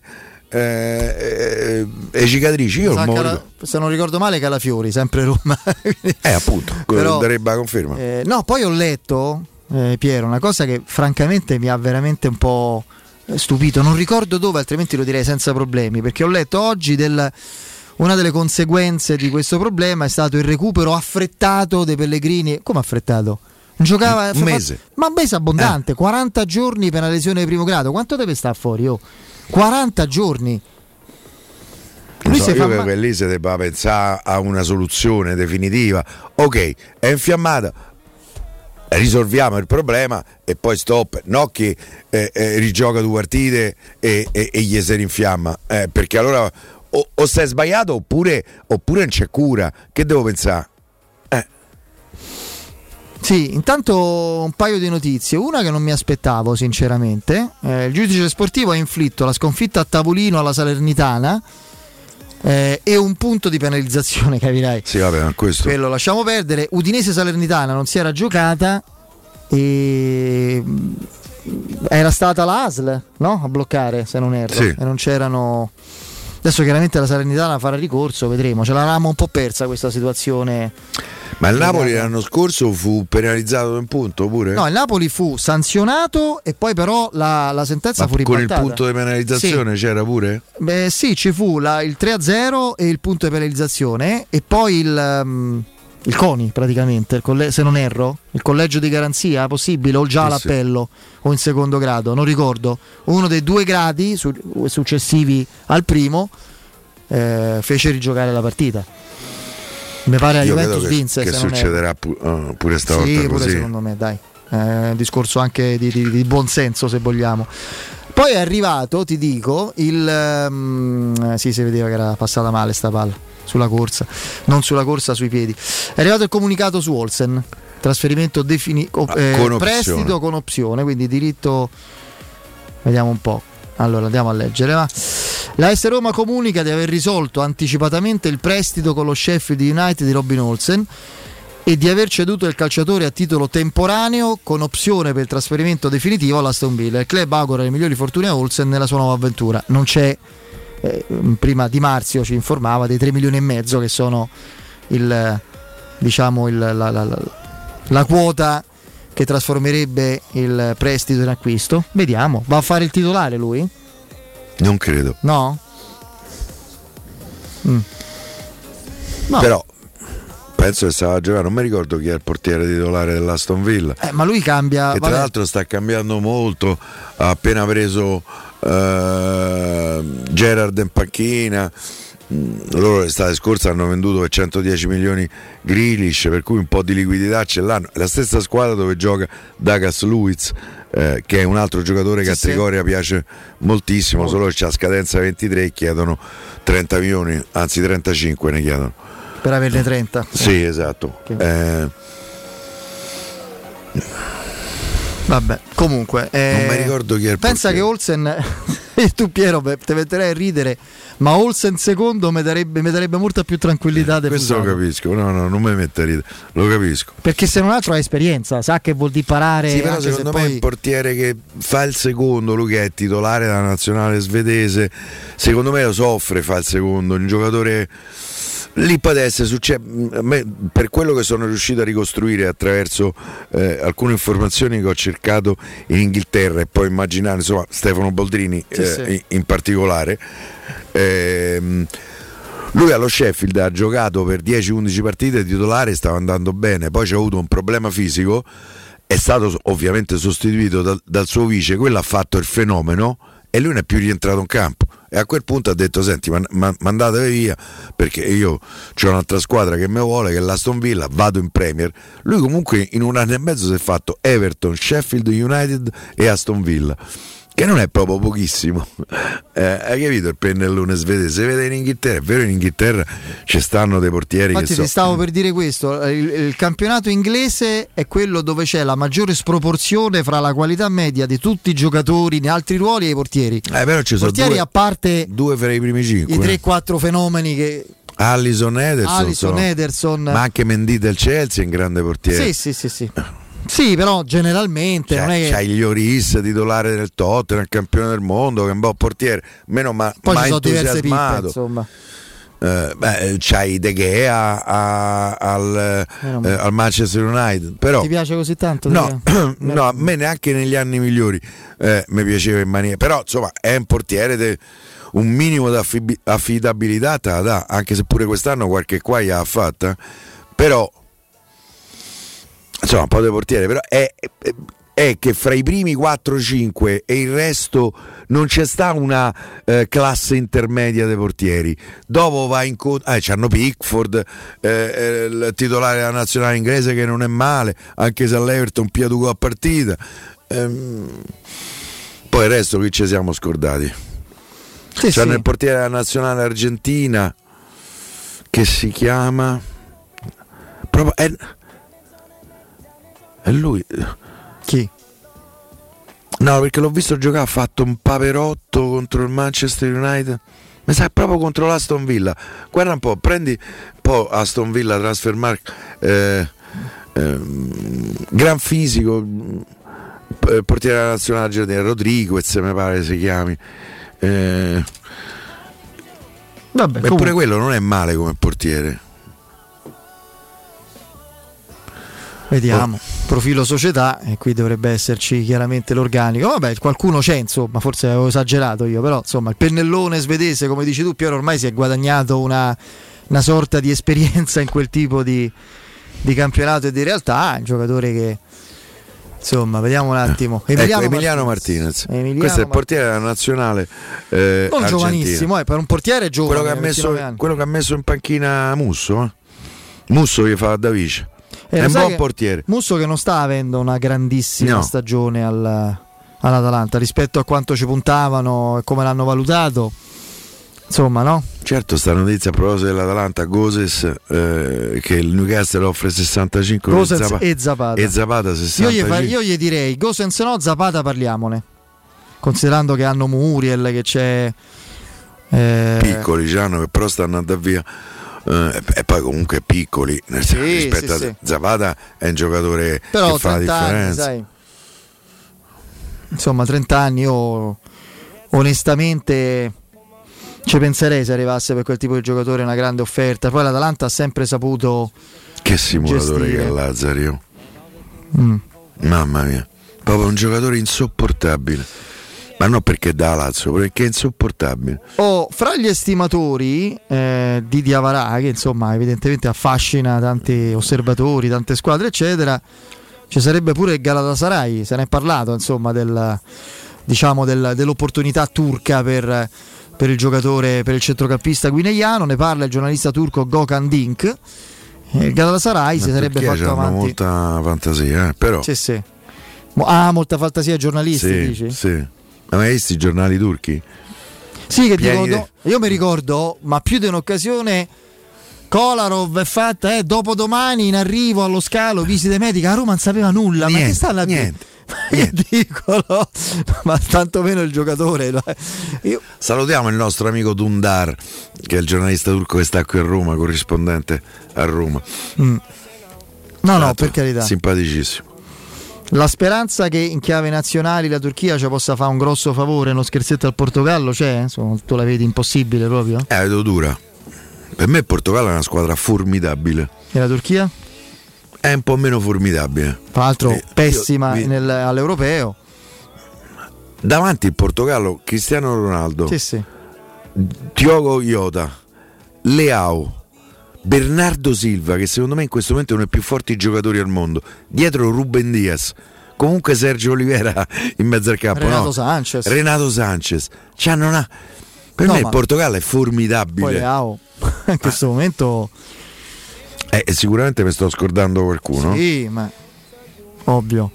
[SPEAKER 2] le cicatrici? Io
[SPEAKER 1] se non ricordo male Calafiori, sempre Roma.
[SPEAKER 2] Appunto, darebbe la conferma.
[SPEAKER 1] No, poi ho letto, Piero, una cosa che francamente mi ha veramente un po' stupito, non ricordo dove, altrimenti lo direi senza problemi, perché ho letto oggi una delle conseguenze di questo problema è stato il recupero affrettato dei Pellegrini. Come affrettato? Giocava
[SPEAKER 2] un mese.
[SPEAKER 1] Ma un mese abbondante, 40 giorni per una lesione di primo grado. Quanto deve stare fuori? 40 giorni.
[SPEAKER 2] Lui io credo che lì si debba pensare a una soluzione definitiva. Ok, è infiammata, risolviamo il problema e poi stop. No che rigioca 2 partite e gli si rinfiamma, perché allora o sei sbagliato oppure non c'è cura. Che devo pensare?
[SPEAKER 1] Sì, intanto un paio di notizie. Una che non mi aspettavo sinceramente. Il giudice sportivo ha inflitto la sconfitta a tavolino alla Salernitana e un punto di penalizzazione, capirai.
[SPEAKER 2] Sì, vabbè, ma questo
[SPEAKER 1] quello lasciamo perdere. Udinese Salernitana non si era giocata e era stata la ASL, no? A bloccare, se non erro.
[SPEAKER 2] Sì.
[SPEAKER 1] E non c'erano. Adesso chiaramente la Salernitana farà ricorso, vedremo. Ce l'avevamo un po' persa questa situazione.
[SPEAKER 2] Ma il Napoli l'anno scorso fu penalizzato da un punto pure?
[SPEAKER 1] No, il Napoli fu sanzionato e poi però la sentenza fu ribaltata.
[SPEAKER 2] Con il punto di penalizzazione sì. C'era pure?
[SPEAKER 1] Beh sì, ci fu il 3-0 e il punto di penalizzazione e poi il CONI praticamente, se non erro, il collegio di garanzia possibile o già l'appello o in secondo grado, non ricordo, uno dei 2 gradi successivi al primo fece rigiocare la partita. Mi pare la Juventus vinse.
[SPEAKER 2] Che succederà pure stavolta
[SPEAKER 1] sì,
[SPEAKER 2] così.
[SPEAKER 1] Pure secondo me, dai. Un discorso anche di buon senso, se vogliamo. Poi è arrivato, ti dico, sì, si vedeva che era passata male sta palla sulla corsa, non sulla corsa, sui piedi. È arrivato il comunicato su Olsen, trasferimento prestito con opzione, quindi diritto. Vediamo un po'. Allora andiamo a leggere, va. La AS Roma comunica di aver risolto anticipatamente il prestito con lo Sheffield United di Robin Olsen e di aver ceduto il calciatore a titolo temporaneo con opzione per il trasferimento definitivo all'Aston Villa. Il club augura le migliori fortune a Olsen nella sua nuova avventura. Non c'è, prima Di Marzio ci informava dei 3,5 milioni che sono la quota che trasformerebbe il prestito in acquisto. Vediamo, va a fare il titolare lui?
[SPEAKER 2] Non credo.
[SPEAKER 1] No? No.
[SPEAKER 2] Però penso che stava giocando, non mi ricordo chi è il portiere titolare dell'Aston Villa.
[SPEAKER 1] Ma lui cambia.
[SPEAKER 2] E tra l'altro sta cambiando molto. Ha appena preso Gerrard in panchina. Loro l'estate scorsa hanno venduto per 110 milioni Grealish, per cui un po' di liquidità ce l'hanno. È la stessa squadra dove gioca Douglas Luiz, che è un altro giocatore che a Trigoria piace moltissimo, solo che c'ha scadenza 23 e chiedono 30 milioni, anzi 35 ne chiedono.
[SPEAKER 1] Per averne 30.
[SPEAKER 2] Sì, esatto.
[SPEAKER 1] Okay. Vabbè, comunque
[SPEAKER 2] non mi ricordo chi è il
[SPEAKER 1] pensa
[SPEAKER 2] portiere.
[SPEAKER 1] Che Olsen tu Piero te metterei a ridere, ma Olsen secondo mi darebbe molta più tranquillità del
[SPEAKER 2] questo
[SPEAKER 1] Pusato.
[SPEAKER 2] Lo capisco, no, non mi mette a ridere, lo capisco,
[SPEAKER 1] perché se non altro ha esperienza, sa che vuol dire parare.
[SPEAKER 2] Sì, però secondo me il portiere che fa il secondo, lui che è titolare della nazionale svedese, secondo me lo soffre, fa il secondo, un giocatore lì può essere per quello che sono riuscito a ricostruire attraverso alcune informazioni che ho cercato in Inghilterra e poi immaginare, insomma, Stefano Boldrini in particolare, lui allo Sheffield ha giocato per 10-11 partite titolare, stava andando bene, poi c'è avuto un problema fisico, è stato ovviamente sostituito dal suo vice, quello ha fatto il fenomeno e lui non è più rientrato in campo e a quel punto ha detto: senti, mandatevi via perché io c'ho un'altra squadra che mi vuole, che è l'Aston Villa, vado in Premier. Lui comunque in un anno e mezzo si è fatto Everton, Sheffield United e Aston Villa, che non è proprio pochissimo. Hai capito il pennellone svedese? Si vede in Inghilterra, è vero, in Inghilterra ci stanno dei portieri.
[SPEAKER 1] Infatti ti stavo per dire questo, il campionato inglese è quello dove c'è la maggiore sproporzione fra la qualità media di tutti i giocatori in altri ruoli e i portieri.
[SPEAKER 2] Però ci sono
[SPEAKER 1] portieri, a parte
[SPEAKER 2] due fra i primi 5,
[SPEAKER 1] i 3-4 fenomeni che
[SPEAKER 2] Alisson, Ederson, ma anche Mendy del Chelsea è un grande portiere.
[SPEAKER 1] Sì. Sì, però generalmente non è che...
[SPEAKER 2] c'hai gli Lloris, titolare del Tottenham, campione del mondo, che è un buon portiere, meno ma
[SPEAKER 1] poi
[SPEAKER 2] mai
[SPEAKER 1] ci sono diverse
[SPEAKER 2] entusiasmato.
[SPEAKER 1] Pippe, insomma.
[SPEAKER 2] c'hai De Gea al Manchester United, però
[SPEAKER 1] ti piace così tanto?
[SPEAKER 2] No, no, a me neanche negli anni migliori mi piaceva in maniera, però insomma è un portiere un minimo di affidabilità te la dà, anche se pure quest'anno qualche qua gli ha fatta, però insomma un po' di portiere, però è che fra i primi 4-5 e il resto non c'è sta una classe intermedia dei portieri. Dopo va in c'hanno Pickford, il titolare della nazionale inglese che non è male, anche se all'Everton piaduco a partita. Poi il resto qui ci siamo scordati. C'hanno il portiere della nazionale argentina che si chiama proprio è lui.
[SPEAKER 1] Chi?
[SPEAKER 2] No, perché l'ho visto giocare, ha fatto un paperotto contro il Manchester United. Mi sa proprio contro l'Aston Villa. Guarda un po', prendi un po' Aston Villa, Transfermarkt, gran fisico, portiere della nazionale argentina, Rodriguez mi pare si chiami.
[SPEAKER 1] Vabbè,
[SPEAKER 2] eppure quello non è male come portiere.
[SPEAKER 1] Vediamo, profilo società, e qui dovrebbe esserci chiaramente l'organico. Vabbè, qualcuno c'è, insomma, forse avevo esagerato io, però insomma il pennellone svedese, come dici tu Piero, ormai si è guadagnato una sorta di esperienza in quel tipo di campionato e di realtà. Un giocatore che, insomma, vediamo un attimo.
[SPEAKER 2] Emiliano Martinez. Questo è il portiere della nazionale
[SPEAKER 1] non
[SPEAKER 2] argentina.
[SPEAKER 1] Giovanissimo, per un portiere giovane.
[SPEAKER 2] Quello che ha messo in panchina Musso. Musso che fa da vice. È un buon portiere.
[SPEAKER 1] Musso che non sta avendo una grandissima stagione all'Atalanta rispetto a quanto ci puntavano e come l'hanno valutato. Insomma, no?
[SPEAKER 2] Certo, sta notizia a proposito dell'Atalanta, Goses, che il Newcastle offre 65
[SPEAKER 1] Gosens e Zapata.
[SPEAKER 2] E Zapata 65.
[SPEAKER 1] Io gli direi Gosens no, Zapata parliamone. Considerando che hanno Muriel, che c'è
[SPEAKER 2] piccoli c'hanno, che però stanno andando via. E poi comunque piccoli rispetto a Zapata è un giocatore
[SPEAKER 1] però
[SPEAKER 2] che fa la differenza
[SPEAKER 1] anni, sai. Insomma 30 anni io onestamente ci penserei se arrivasse per quel tipo di giocatore una grande offerta. Poi l'Atalanta ha sempre saputo
[SPEAKER 2] che simulatore
[SPEAKER 1] gestire.
[SPEAKER 2] Che è Lazario mamma mia, proprio un giocatore insopportabile. Ma non perché da Lazio, perché è insopportabile.
[SPEAKER 1] Fra gli estimatori di Diawara, che insomma evidentemente affascina tanti osservatori, tante squadre eccetera, ci sarebbe pure il Galatasaray. Se ne è parlato insomma dell'opportunità turca per il giocatore, per il centrocampista guineano. Ne parla il giornalista turco Gökhan Dink. Il Galatasaray si sarebbe fatto avanti.
[SPEAKER 2] Molta fantasia, però.
[SPEAKER 1] Sì. Molta fantasia ai giornalisti, dici?
[SPEAKER 2] Sì. Ma hai visto i giornali turchi?
[SPEAKER 1] Sì, che dicono, io mi ricordo, ma più di un'occasione, Kolarov è fatta dopodomani in arrivo allo scalo, visite mediche, a Roma non sapeva nulla.
[SPEAKER 2] Niente,
[SPEAKER 1] ma che sta là?
[SPEAKER 2] Niente.
[SPEAKER 1] Che dicono? Ma tantomeno il giocatore.
[SPEAKER 2] Salutiamo il nostro amico Dundar, che è il giornalista turco che sta qui a Roma, corrispondente a Roma.
[SPEAKER 1] No, per carità.
[SPEAKER 2] Simpaticissimo.
[SPEAKER 1] La speranza che in chiave nazionali la Turchia ci possa fare un grosso favore, uno scherzetto al Portogallo c'è? Insomma, tu la vedi impossibile proprio?
[SPEAKER 2] Vedo dura. Per me il Portogallo è una squadra formidabile.
[SPEAKER 1] E la Turchia?
[SPEAKER 2] È un po' meno formidabile.
[SPEAKER 1] Tra l'altro pessima all'europeo.
[SPEAKER 2] Davanti il Portogallo, Cristiano Ronaldo,
[SPEAKER 1] sì.
[SPEAKER 2] Diogo Jota, Leao, Bernardo Silva, che secondo me in questo momento è uno dei più forti giocatori al mondo, dietro Ruben Dias, comunque Sergio Oliveira in mezzo al campo, Renato Sanchez. Per me il Portogallo è formidabile.
[SPEAKER 1] Poi Leao in questo momento
[SPEAKER 2] sicuramente mi sto scordando qualcuno.
[SPEAKER 1] Sì, ma ovvio.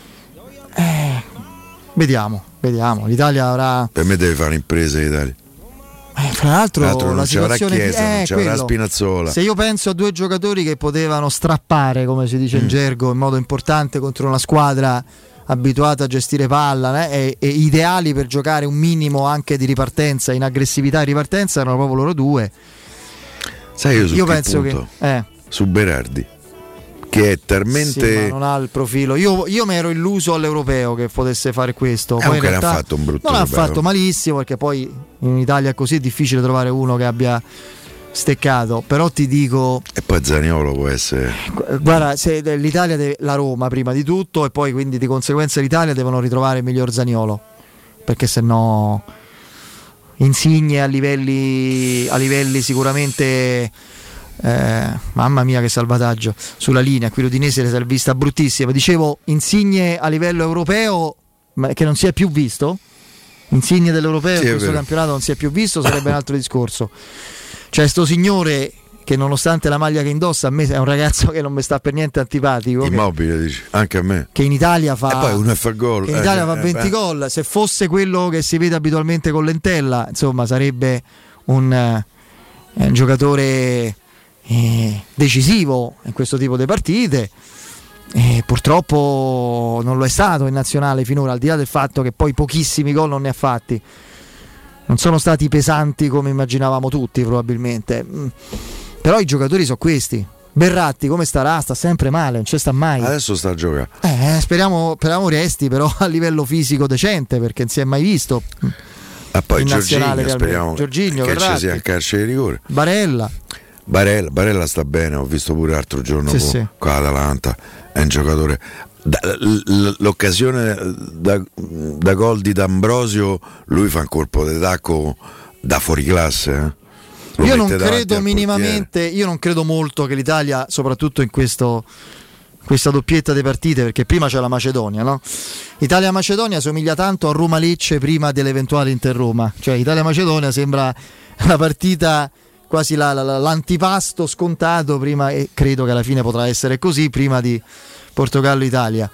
[SPEAKER 1] Vediamo. L'Italia avrà.
[SPEAKER 2] Per me deve fare impresa l'Italia.
[SPEAKER 1] Tra l'altro
[SPEAKER 2] non
[SPEAKER 1] la
[SPEAKER 2] c'avrà Chiesa, non c'avrà Spinazzola.
[SPEAKER 1] Se io penso a due giocatori che potevano strappare, come si dice in gergo, in modo importante contro una squadra abituata a gestire palla e ideali per giocare un minimo anche di ripartenza, in aggressività e ripartenza, erano proprio loro due.
[SPEAKER 2] Sai io
[SPEAKER 1] penso
[SPEAKER 2] punto?
[SPEAKER 1] Che
[SPEAKER 2] su Berardi, che è talmente
[SPEAKER 1] ma non ha il profilo. Io mi ero illuso all'europeo che potesse fare questo. Poi in realtà
[SPEAKER 2] ha fatto un brutto
[SPEAKER 1] non
[SPEAKER 2] europeo.
[SPEAKER 1] Ha fatto malissimo, perché poi in Italia è così difficile trovare uno che abbia steccato, però ti dico,
[SPEAKER 2] e poi Zaniolo può essere,
[SPEAKER 1] guarda, se l'Italia la Roma prima di tutto, e poi quindi di conseguenza l'Italia devono ritrovare il miglior Zaniolo, perché sennò Insigne a livelli sicuramente mamma mia che salvataggio sulla linea, qui l'Udinese l'ha vista bruttissima. Dicevo, Insigne a livello europeo, ma che non si è più visto, Insigne dell'europeo in questo campionato non si è più visto, sarebbe un altro discorso. C'è sto signore che nonostante la maglia che indossa, a me è un ragazzo che non mi sta per niente antipatico,
[SPEAKER 2] Immobile, dici, anche a me,
[SPEAKER 1] che in Italia fa,
[SPEAKER 2] e poi uno fa gol,
[SPEAKER 1] che in Italia fa 20 gol. Se fosse quello che si vede abitualmente con Lentella, insomma, sarebbe un giocatore decisivo in questo tipo di partite. Purtroppo non lo è stato in nazionale finora, al di là del fatto che poi pochissimi gol non ne ha fatti, non sono stati pesanti come immaginavamo tutti probabilmente, però i giocatori sono questi. Berratti come starà? Sta sempre male, non ci sta mai.
[SPEAKER 2] Adesso sta a giocare.
[SPEAKER 1] Speriamo resti però a livello fisico decente, perché non si è mai visto.
[SPEAKER 2] Poi
[SPEAKER 1] in nazionale
[SPEAKER 2] speriamo
[SPEAKER 1] Jorginho,
[SPEAKER 2] che
[SPEAKER 1] Verratti,
[SPEAKER 2] ci sia il calcio di rigore.
[SPEAKER 1] Barella
[SPEAKER 2] sta bene, ho visto pure l'altro giorno
[SPEAKER 1] sì.
[SPEAKER 2] con l'Atalanta, è un giocatore. L'occasione da gol di D'Ambrosio, lui fa un colpo di tacco da fuori classe.
[SPEAKER 1] Io non credo minimamente, io non credo molto che l'Italia, soprattutto in questa doppietta di partite, perché prima c'è la Macedonia, no? Italia-Macedonia somiglia tanto a Roma-Lecce prima dell'eventuale Inter-Roma, cioè Italia-Macedonia sembra la partita quasi l'antipasto scontato prima, e credo che alla fine potrà essere così, prima di Portogallo-Italia.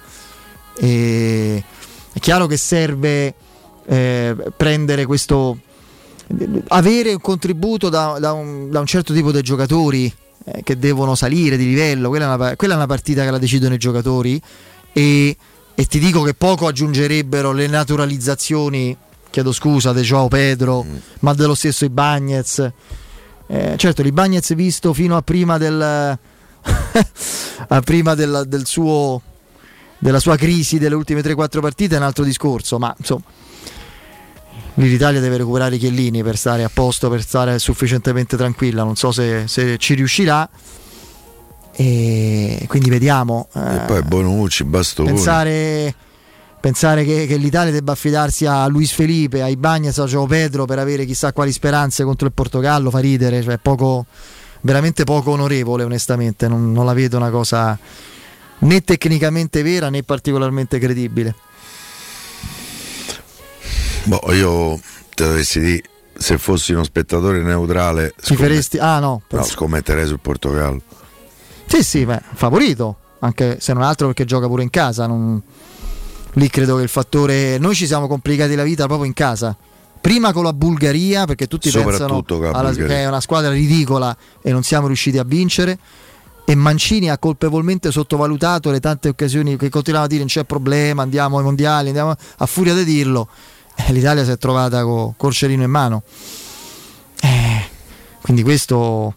[SPEAKER 1] E è chiaro che serve prendere questo, avere un contributo da un certo tipo di giocatori che devono salire di livello. Quella è una partita che la decidono i giocatori, e ti dico che poco aggiungerebbero le naturalizzazioni, chiedo scusa, di João Pedro, ma dello stesso Ibañez. Certo, l'Ibañez visto fino a prima della sua crisi delle ultime 3-4 partite è un altro discorso, ma insomma lì l'Italia deve recuperare i Chiellini per stare a posto, per stare sufficientemente tranquilla. Non so se ci riuscirà, e quindi vediamo.
[SPEAKER 2] E poi Bonucci, Bastoni,
[SPEAKER 1] pensare che l'Italia debba affidarsi a Luis Felipe, a Ibañez, a João Pedro per avere chissà quali speranze contro il Portogallo fa ridere, cioè veramente poco onorevole, onestamente. Non la vedo una cosa né tecnicamente vera né particolarmente credibile.
[SPEAKER 2] Io te dovessi dire, se fossi uno spettatore neutrale, scommetterei sul Portogallo.
[SPEAKER 1] Sì, favorito, anche se non altro perché gioca pure in casa. Lì credo che il fattore, noi ci siamo complicati la vita proprio in casa, prima con la Bulgaria, perché tutti pensano che è una squadra ridicola e non siamo riusciti a vincere, e Mancini ha colpevolmente sottovalutato le tante occasioni che continuava a dire non c'è problema, andiamo ai mondiali, andiamo, a furia di dirlo. L'Italia si è trovata col cerino in mano, quindi questo,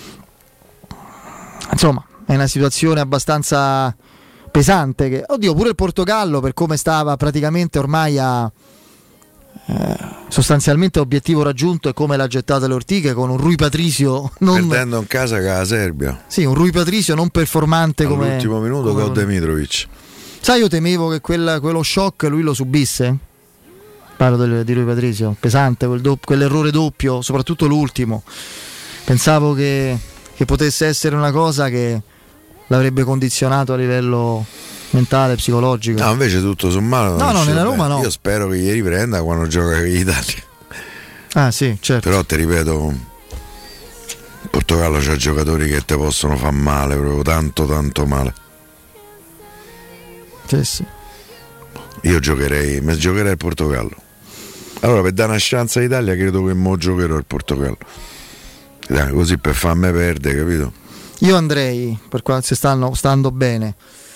[SPEAKER 1] insomma, è una situazione abbastanza pesante. Che, pure il Portogallo, per come stava praticamente ormai sostanzialmente obiettivo raggiunto, e come l'ha gettata le ortiche con un Rui Patricio
[SPEAKER 2] perdendo in casa con la Serbia.
[SPEAKER 1] Sì, un Rui Patricio non performante come
[SPEAKER 2] all'ultimo minuto con Demitrovic.
[SPEAKER 1] Sai, io temevo che quello shock lui lo subisse. Parlo di Rui Patricio, pesante quell'errore doppio, soprattutto l'ultimo. Pensavo che potesse essere una cosa che l'avrebbe condizionato a livello mentale, psicologico.
[SPEAKER 2] No, invece tutto sommato
[SPEAKER 1] no, nella Roma no.
[SPEAKER 2] Io spero che gli riprenda quando gioca con l'Italia.
[SPEAKER 1] Sì, certo.
[SPEAKER 2] Però ti ripeto, il Portogallo c'ha giocatori che te possono far male, proprio tanto male.
[SPEAKER 1] Sì.
[SPEAKER 2] Io giocherei il Portogallo. Allora, per dare una chance all'Italia, credo che mo giocherò il Portogallo. Così per farmi perdere, capito?
[SPEAKER 1] Io andrei, per quanto si stando bene,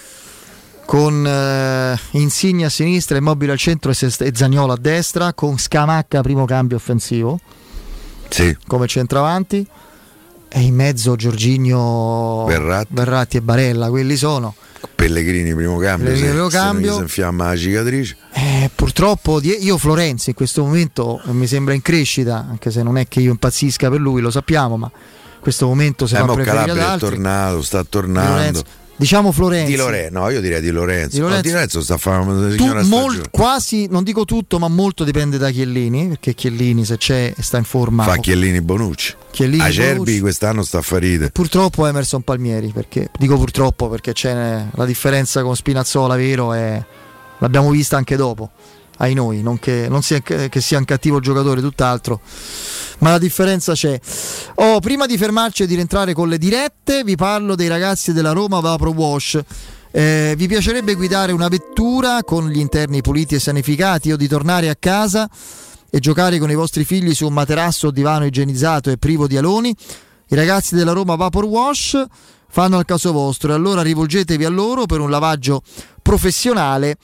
[SPEAKER 1] con Insigne a sinistra, Immobile al centro e Zaniolo a destra, con Scamacca primo cambio offensivo,
[SPEAKER 2] sì,
[SPEAKER 1] come centravanti, e in mezzo Jorginho, Verratti e Barella, quelli sono.
[SPEAKER 2] Pellegrini primo cambio, se si infiamma la cicatrice.
[SPEAKER 1] Purtroppo io Florenzi in questo momento mi sembra in crescita, anche se non è che io impazzisca per lui, lo sappiamo, ma in questo momento se va a preferire ad altri.
[SPEAKER 2] Sta tornando.
[SPEAKER 1] Diciamo Florenzi.
[SPEAKER 2] Io direi Di Lorenzo. No, Di Lorenzo sta facendo una signora
[SPEAKER 1] quasi, non dico tutto, ma molto dipende da Chiellini, perché Chiellini se c'è sta in forma.
[SPEAKER 2] Fa Chiellini Bonucci. Acerbi quest'anno sta a farite.
[SPEAKER 1] Purtroppo Emerson Palmieri, perché dico purtroppo perché c'è la differenza con Spinazzola, vero, e l'abbiamo vista anche dopo. Ai noi, non che sia un cattivo giocatore, tutt'altro, ma la differenza c'è. Prima di fermarci e di rientrare con le dirette, vi parlo dei ragazzi della Roma Vapor Wash. Vi piacerebbe guidare una vettura con gli interni puliti e sanificati, o di tornare a casa e giocare con i vostri figli su un materasso o divano igienizzato e privo di aloni? I ragazzi della Roma Vapor Wash fanno al caso vostro, e allora rivolgetevi a loro per un lavaggio professionale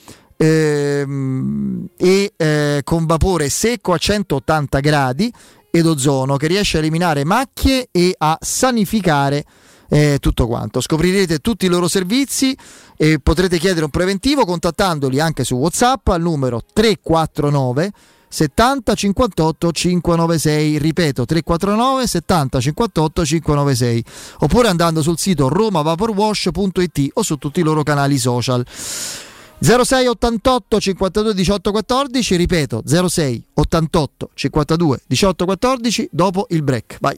[SPEAKER 1] con vapore secco a 180 gradi ed ozono, che riesce a eliminare macchie e a sanificare tutto quanto. Scoprirete tutti i loro servizi e potrete chiedere un preventivo contattandoli anche su WhatsApp al numero 349 70 58 596, ripeto 349 70 58 596, oppure andando sul sito romavaporwash.it o su tutti i loro canali social. 06 88 52 18 14, ripeto 06 88 52 18 14 dopo il break. Vai.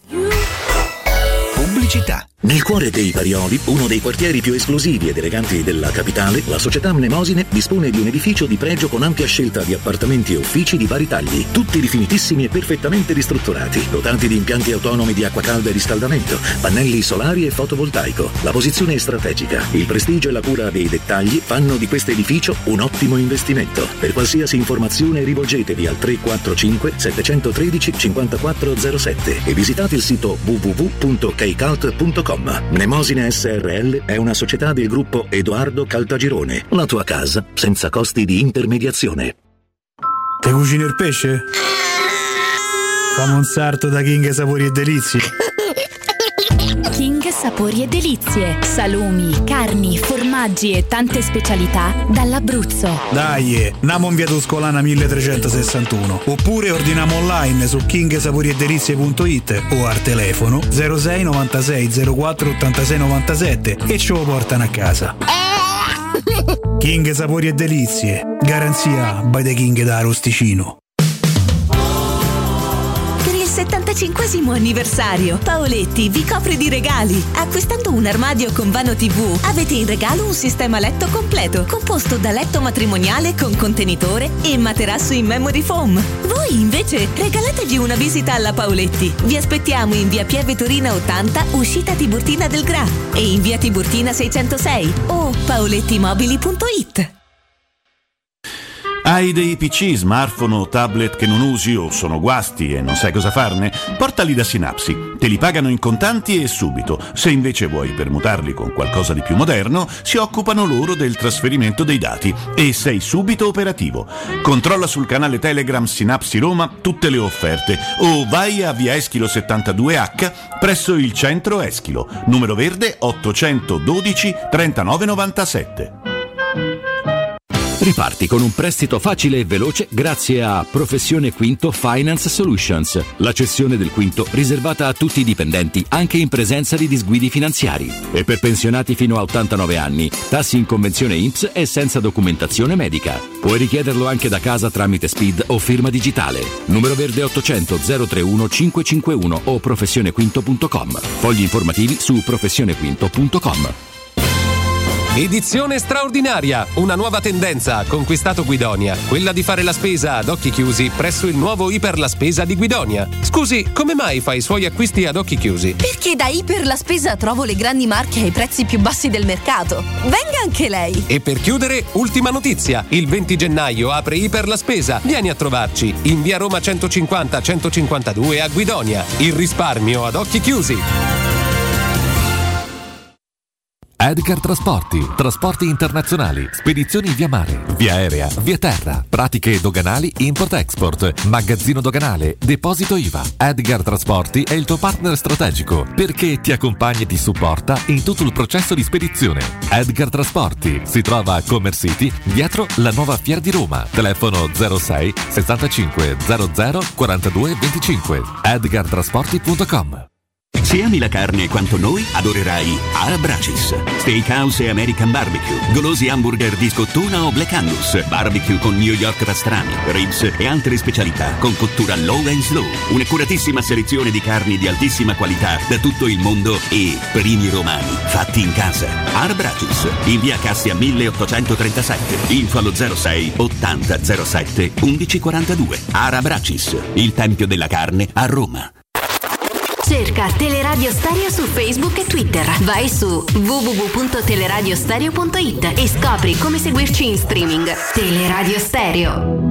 [SPEAKER 7] Pubblicità. Nel cuore dei Parioli, uno dei quartieri più esclusivi ed eleganti della capitale, la società Mnemosine dispone di un edificio di pregio con ampia scelta di appartamenti e uffici di vari tagli, tutti rifinitissimi e perfettamente ristrutturati, dotati di impianti autonomi di acqua calda e riscaldamento, pannelli solari e fotovoltaico. La posizione è strategica, il prestigio e la cura dei dettagli fanno di questo edificio un ottimo investimento. Per qualsiasi informazione rivolgetevi al 345 713 5407 e visitate il sito www.kcalt.com. Mnemosine SRL è una società del gruppo Edoardo Caltagirone. La tua casa senza costi di intermediazione.
[SPEAKER 12] Te cucini il pesce? Fammi un sarto da King Sapori e Delizie.
[SPEAKER 13] King Sapori e Delizie. Salumi, carni, formaggi e tante specialità dall'Abruzzo.
[SPEAKER 12] Dai, namo in via Tuscolana 1361. Oppure ordiniamo online su kingsaporiedelizie.it o al telefono 06 96 04 86 97 e ce lo portano a casa. King Sapori e Delizie. Garanzia by the King da Arosticino.
[SPEAKER 13] 75esimo anniversario, Paoletti vi copre di regali. Acquistando un armadio con vano TV avete in regalo un sistema letto completo composto da letto matrimoniale con contenitore e materasso in memory foam. Voi invece regalatevi una visita alla Paoletti. Vi aspettiamo in via Pieve Torina 80, uscita Tiburtina del Gra, e in via Tiburtina 606 o paolettimobili.it.
[SPEAKER 7] Hai dei PC, smartphone o tablet che non usi o sono guasti e non sai cosa farne? Portali da Synapsi. Te li pagano in contanti e subito. Se invece vuoi permutarli con qualcosa di più moderno, si occupano loro del trasferimento dei dati e sei subito operativo. Controlla sul canale Telegram Synapsi Roma tutte le offerte o vai a via Eschilo 72H presso il centro Eschilo, numero verde 812 3997.
[SPEAKER 3] Riparti con un prestito facile e veloce grazie a Professione Quinto Finance Solutions, la cessione del quinto riservata a tutti i dipendenti anche in presenza di disguidi finanziari. E per pensionati fino a 89 anni, tassi in convenzione INPS e senza documentazione medica. Puoi richiederlo anche da casa tramite SPID o firma digitale. Numero verde 800 031 551 o professionequinto.com. Fogli informativi su professionequinto.com.
[SPEAKER 14] Edizione straordinaria, una nuova tendenza ha conquistato Guidonia, quella di fare la spesa ad occhi chiusi presso il nuovo Iper La Spesa di Guidonia. Scusi, come mai fa i suoi acquisti ad occhi chiusi?
[SPEAKER 25] Perché da Iper La Spesa trovo le grandi marche ai prezzi più bassi del mercato. Venga anche lei!
[SPEAKER 14] E per chiudere, ultima notizia, il 20 gennaio apre Iper La Spesa, vieni a trovarci, in via Roma 150-152 a Guidonia, il risparmio ad occhi chiusi.
[SPEAKER 27] Edgar Trasporti, trasporti internazionali, spedizioni via mare, via aerea, via terra, pratiche doganali import-export, magazzino doganale, deposito IVA. Edgar Trasporti è il tuo partner strategico perché ti accompagna e ti supporta in tutto il processo di spedizione. Edgar Trasporti si trova a Commerce City, dietro la nuova Fiera di Roma. Telefono 06 65 00 42 25. edgartrasporti.com.
[SPEAKER 15] Se ami la carne quanto noi, adorerai Arabracis. Steakhouse e American Barbecue, golosi hamburger di scottuna o Black Angus, barbecue con New York pastrami, ribs e altre specialità con cottura low and slow. Un'accuratissima selezione di carni di altissima qualità da tutto il mondo e primi romani fatti in casa. Arabracis, in via Cassia 1837. Info allo 06 80 07 1142. Arabracis, il tempio della carne a Roma.
[SPEAKER 16] Cerca Teleradio Stereo su Facebook e Twitter. Vai su www.teleradiostereo.it e scopri come seguirci in streaming. Teleradio Stereo.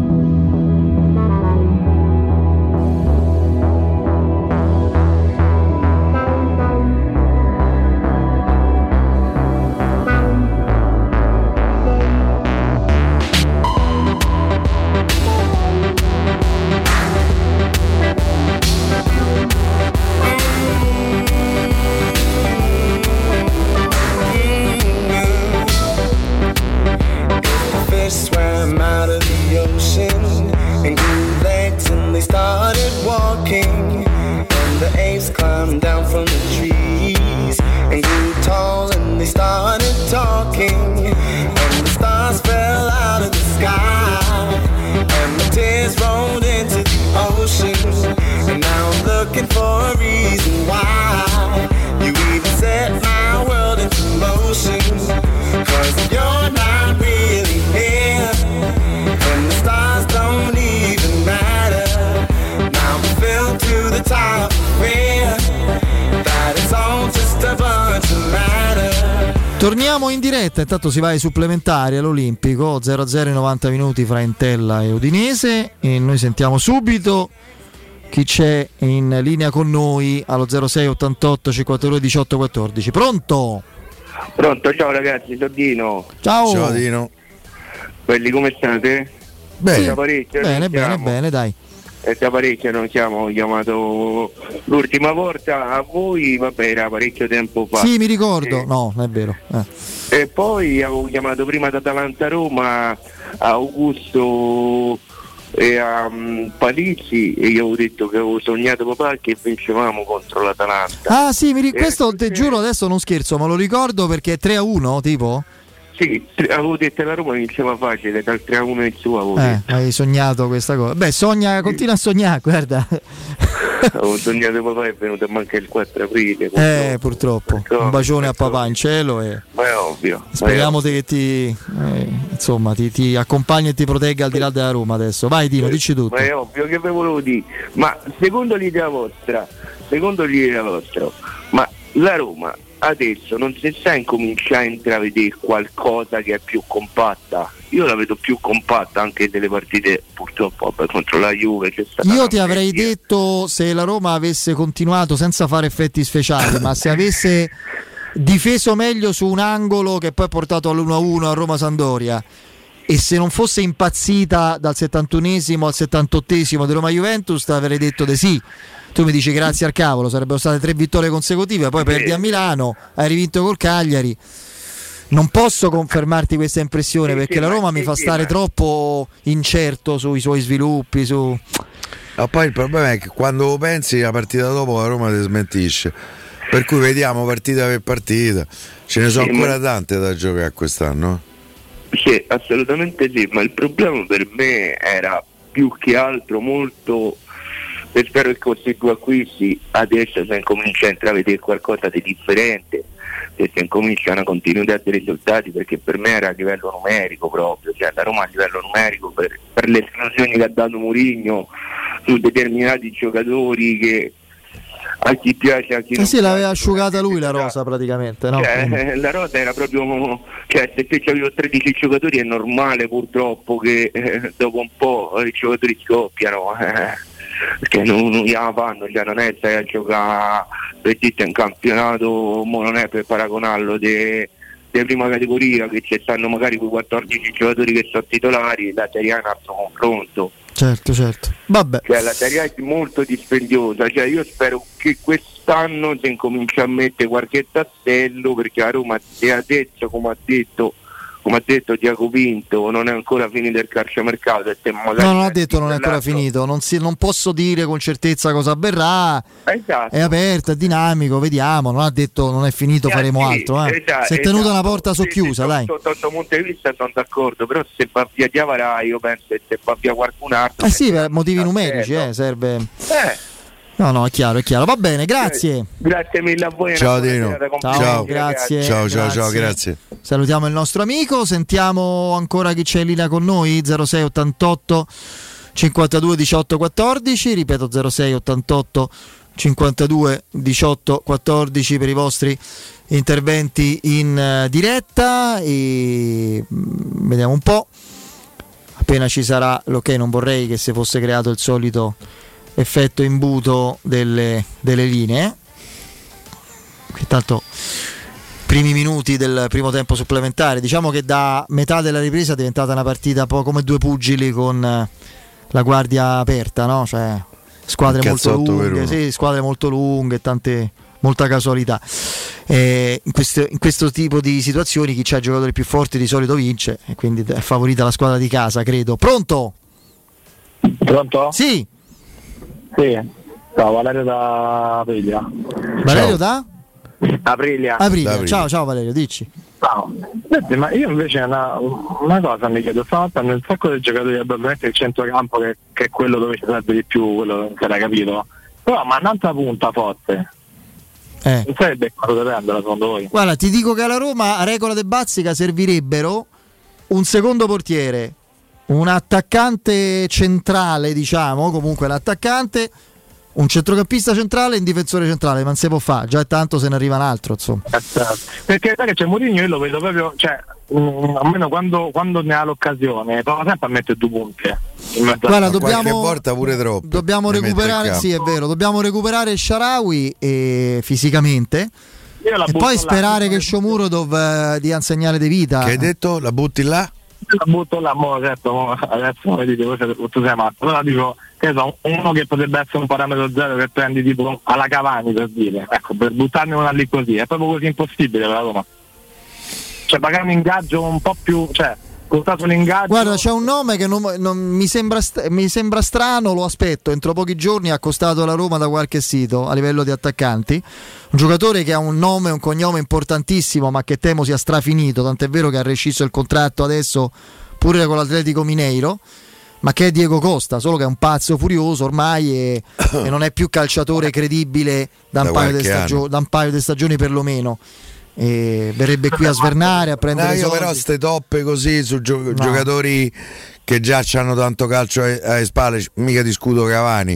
[SPEAKER 1] Torniamo in diretta, intanto si va ai supplementari all'Olimpico, 0-0 in 90 minuti fra Entella e Udinese e noi sentiamo subito chi c'è in linea con noi allo 06 88 52 18 14. Pronto?
[SPEAKER 17] Pronto, ciao ragazzi, sono Dino.
[SPEAKER 1] Ciao
[SPEAKER 17] Dino. Quelli come state?
[SPEAKER 1] Bene,
[SPEAKER 17] Da parecchio,
[SPEAKER 1] bene, dai.
[SPEAKER 17] Da parecchio non siamo chiamato l'ultima volta a voi, vabbè, era parecchio tempo fa.
[SPEAKER 1] Sì, mi ricordo, no, non è vero.
[SPEAKER 17] E poi avevo chiamato prima ad Atalanta Roma a Augusto e a Palizzi e gli avevo detto che avevo sognato papà che vincevamo contro l'Atalanta.
[SPEAKER 1] Ah sì, questo te giuro adesso non scherzo, ma lo ricordo perché è 3-1 tipo?
[SPEAKER 17] Sì, avevo detto che la Roma vinceva facile, dal 3-1 in su avevo detto.
[SPEAKER 1] Hai sognato questa cosa. Beh, continua a sognare, guarda.
[SPEAKER 17] Avevo sognato papà, è venuto a mancare il 4 aprile.
[SPEAKER 1] Purtroppo. Un bacione a papà in cielo e
[SPEAKER 17] ma è ovvio.
[SPEAKER 1] Speriamo che ti accompagni e ti protegga al di là della Roma adesso. Vai Dino, dici tutto.
[SPEAKER 17] Ma è ovvio, che ve volevo dire. Ma secondo l'idea vostra, ma la Roma adesso non si sa incominciare a intravedere qualcosa che è più compatta. Io la vedo più compatta anche delle partite purtroppo contro la Juve. C'è stata
[SPEAKER 1] io ti avrei detto se la Roma avesse continuato senza fare effetti speciali, ma se avesse difeso meglio su un angolo che poi ha portato all'1-1 a Roma-Sampdoria e se non fosse impazzita dal 71esimo al 78esimo di Roma-Juventus ti avrei detto di sì. Tu mi dici grazie al cavolo, sarebbero state 3 vittorie consecutive, poi perdi a Milano, hai rivinto col Cagliari. Non posso confermarti questa impressione perché la Roma mi fa stare troppo incerto sui suoi sviluppi.
[SPEAKER 2] Ma poi il problema è che quando pensi la partita dopo la Roma ti smentisce. Per cui vediamo partita per partita. Ce ne sono ancora tante da giocare quest'anno.
[SPEAKER 17] Sì, assolutamente sì, ma il problema per me era più che altro molto. E spero che con questi 2 acquisti adesso si incomincia a intravedere qualcosa di differente, che si incomincia una continuità di risultati, perché per me era a livello numerico proprio, cioè la Roma a livello numerico per le esplosioni che ha dato Mourinho su determinati giocatori che a chi piace, a chi non
[SPEAKER 1] sì, l'aveva asciugata lui la rosa praticamente, no?
[SPEAKER 17] Cioè, la rosa era proprio, cioè se te c'avevi 13 giocatori è normale purtroppo che dopo un po' i giocatori scoppiano. Perché non gliela fanno, cioè non è stai a giocare per in campionato, non è per paragonarlo di prima categoria, che ci stanno magari quei 14 giocatori che sono titolari, la Serie A è un altro confronto.
[SPEAKER 1] Certo. Vabbè.
[SPEAKER 17] Cioè la Serie A è molto dispendiosa, cioè io spero che quest'anno si incominci a mettere qualche tassello, perché a Roma adesso, come ha detto Diaco Pinto, non è ancora finito il calciomercato.
[SPEAKER 1] Non ha detto non è ancora finito, non posso dire con certezza cosa avverrà.
[SPEAKER 17] Esatto.
[SPEAKER 1] È aperto, è dinamico, vediamo. Non ha detto non è finito, faremo altro. Si è tenuta una porta socchiusa, dai.
[SPEAKER 17] Sotto questo punto di vista sono d'accordo, però se va via Diavara, io penso che se va via qualcun altro.
[SPEAKER 1] Sì, per motivi numerici, serve. No, è chiaro. Va bene, grazie.
[SPEAKER 17] Grazie mille a voi.
[SPEAKER 2] Ciao Dino.
[SPEAKER 1] Ciao, grazie.
[SPEAKER 2] Ciao, grazie.
[SPEAKER 1] Salutiamo il nostro amico, sentiamo ancora chi c'è in linea con noi, 06 88 52 18 14, ripeto 06 88 52 18 14 per i vostri interventi in diretta e vediamo un po', appena ci sarà l'ok. Non vorrei che si fosse creato il solito effetto imbuto delle linee. Intanto primi minuti del primo tempo supplementare, diciamo che da metà della ripresa è diventata una partita un po' come due pugili con la guardia aperta, no? Cioè squadre molto lunghe, molta casualità. In questo tipo di situazioni chi c'ha i giocatori più forti di solito vince e quindi è favorita la squadra di casa, credo. Pronto? Sì.
[SPEAKER 5] Ciao, Valerio da Aprilia.
[SPEAKER 1] Valerio da?
[SPEAKER 5] Aprilia.
[SPEAKER 1] Ciao Valerio, dici.
[SPEAKER 5] Ciao. Senti, ma io invece una cosa mi chiedo, stavolta nel sacco dei giocatori probabilmente il centrocampo che è quello dove ci serve di più, quello che era capito. Però ma un'altra punta forte. Non sarebbe quello da prenderla secondo voi?
[SPEAKER 1] Guarda, ti dico che alla Roma a regola de Bazzica servirebbero un secondo portiere, un attaccante centrale, diciamo, comunque l'attaccante, un centrocampista centrale e un difensore centrale, ma non si può fare, già è tanto se ne arriva un altro, insomma.
[SPEAKER 5] Perché sai che c'è Mourinho, io lo vedo proprio, cioè almeno quando ne ha l'occasione prova sempre a mettere due punte.
[SPEAKER 2] Guarda, qualche volta pure troppo.
[SPEAKER 1] Dobbiamo recuperare, sì, è vero, dobbiamo recuperare il Shaarawy fisicamente. E poi sperare che Sciomuro dia un segnale di vita.
[SPEAKER 2] Che hai detto? La butti là?
[SPEAKER 5] La butto là, certo, adesso mi dite, tu sei matto, però dico che uno che potrebbe essere un parametro zero che prendi tipo alla Cavani, per dire, ecco, per buttarne una lì così, è proprio così impossibile per la Roma. Cioè pagare un ingaggio un po' più, cioè contato l'ingaggio.
[SPEAKER 1] Guarda, c'è un nome che non mi sembra strano, lo aspetto, entro pochi giorni accostato alla Roma da qualche sito a livello di attaccanti, un giocatore che ha un nome e un cognome importantissimo ma che temo sia strafinito, tant'è vero che ha rescisso il contratto adesso pure con l'Atletico Mineiro, ma che è Diego Costa, solo che è un pazzo furioso ormai e non è più calciatore credibile da un paio di stagioni perlomeno. E verrebbe qui a svernare, a prendere soldi.
[SPEAKER 2] Però ste toppe così su giocatori che già hanno tanto calcio alle spalle, mica discuto Cavani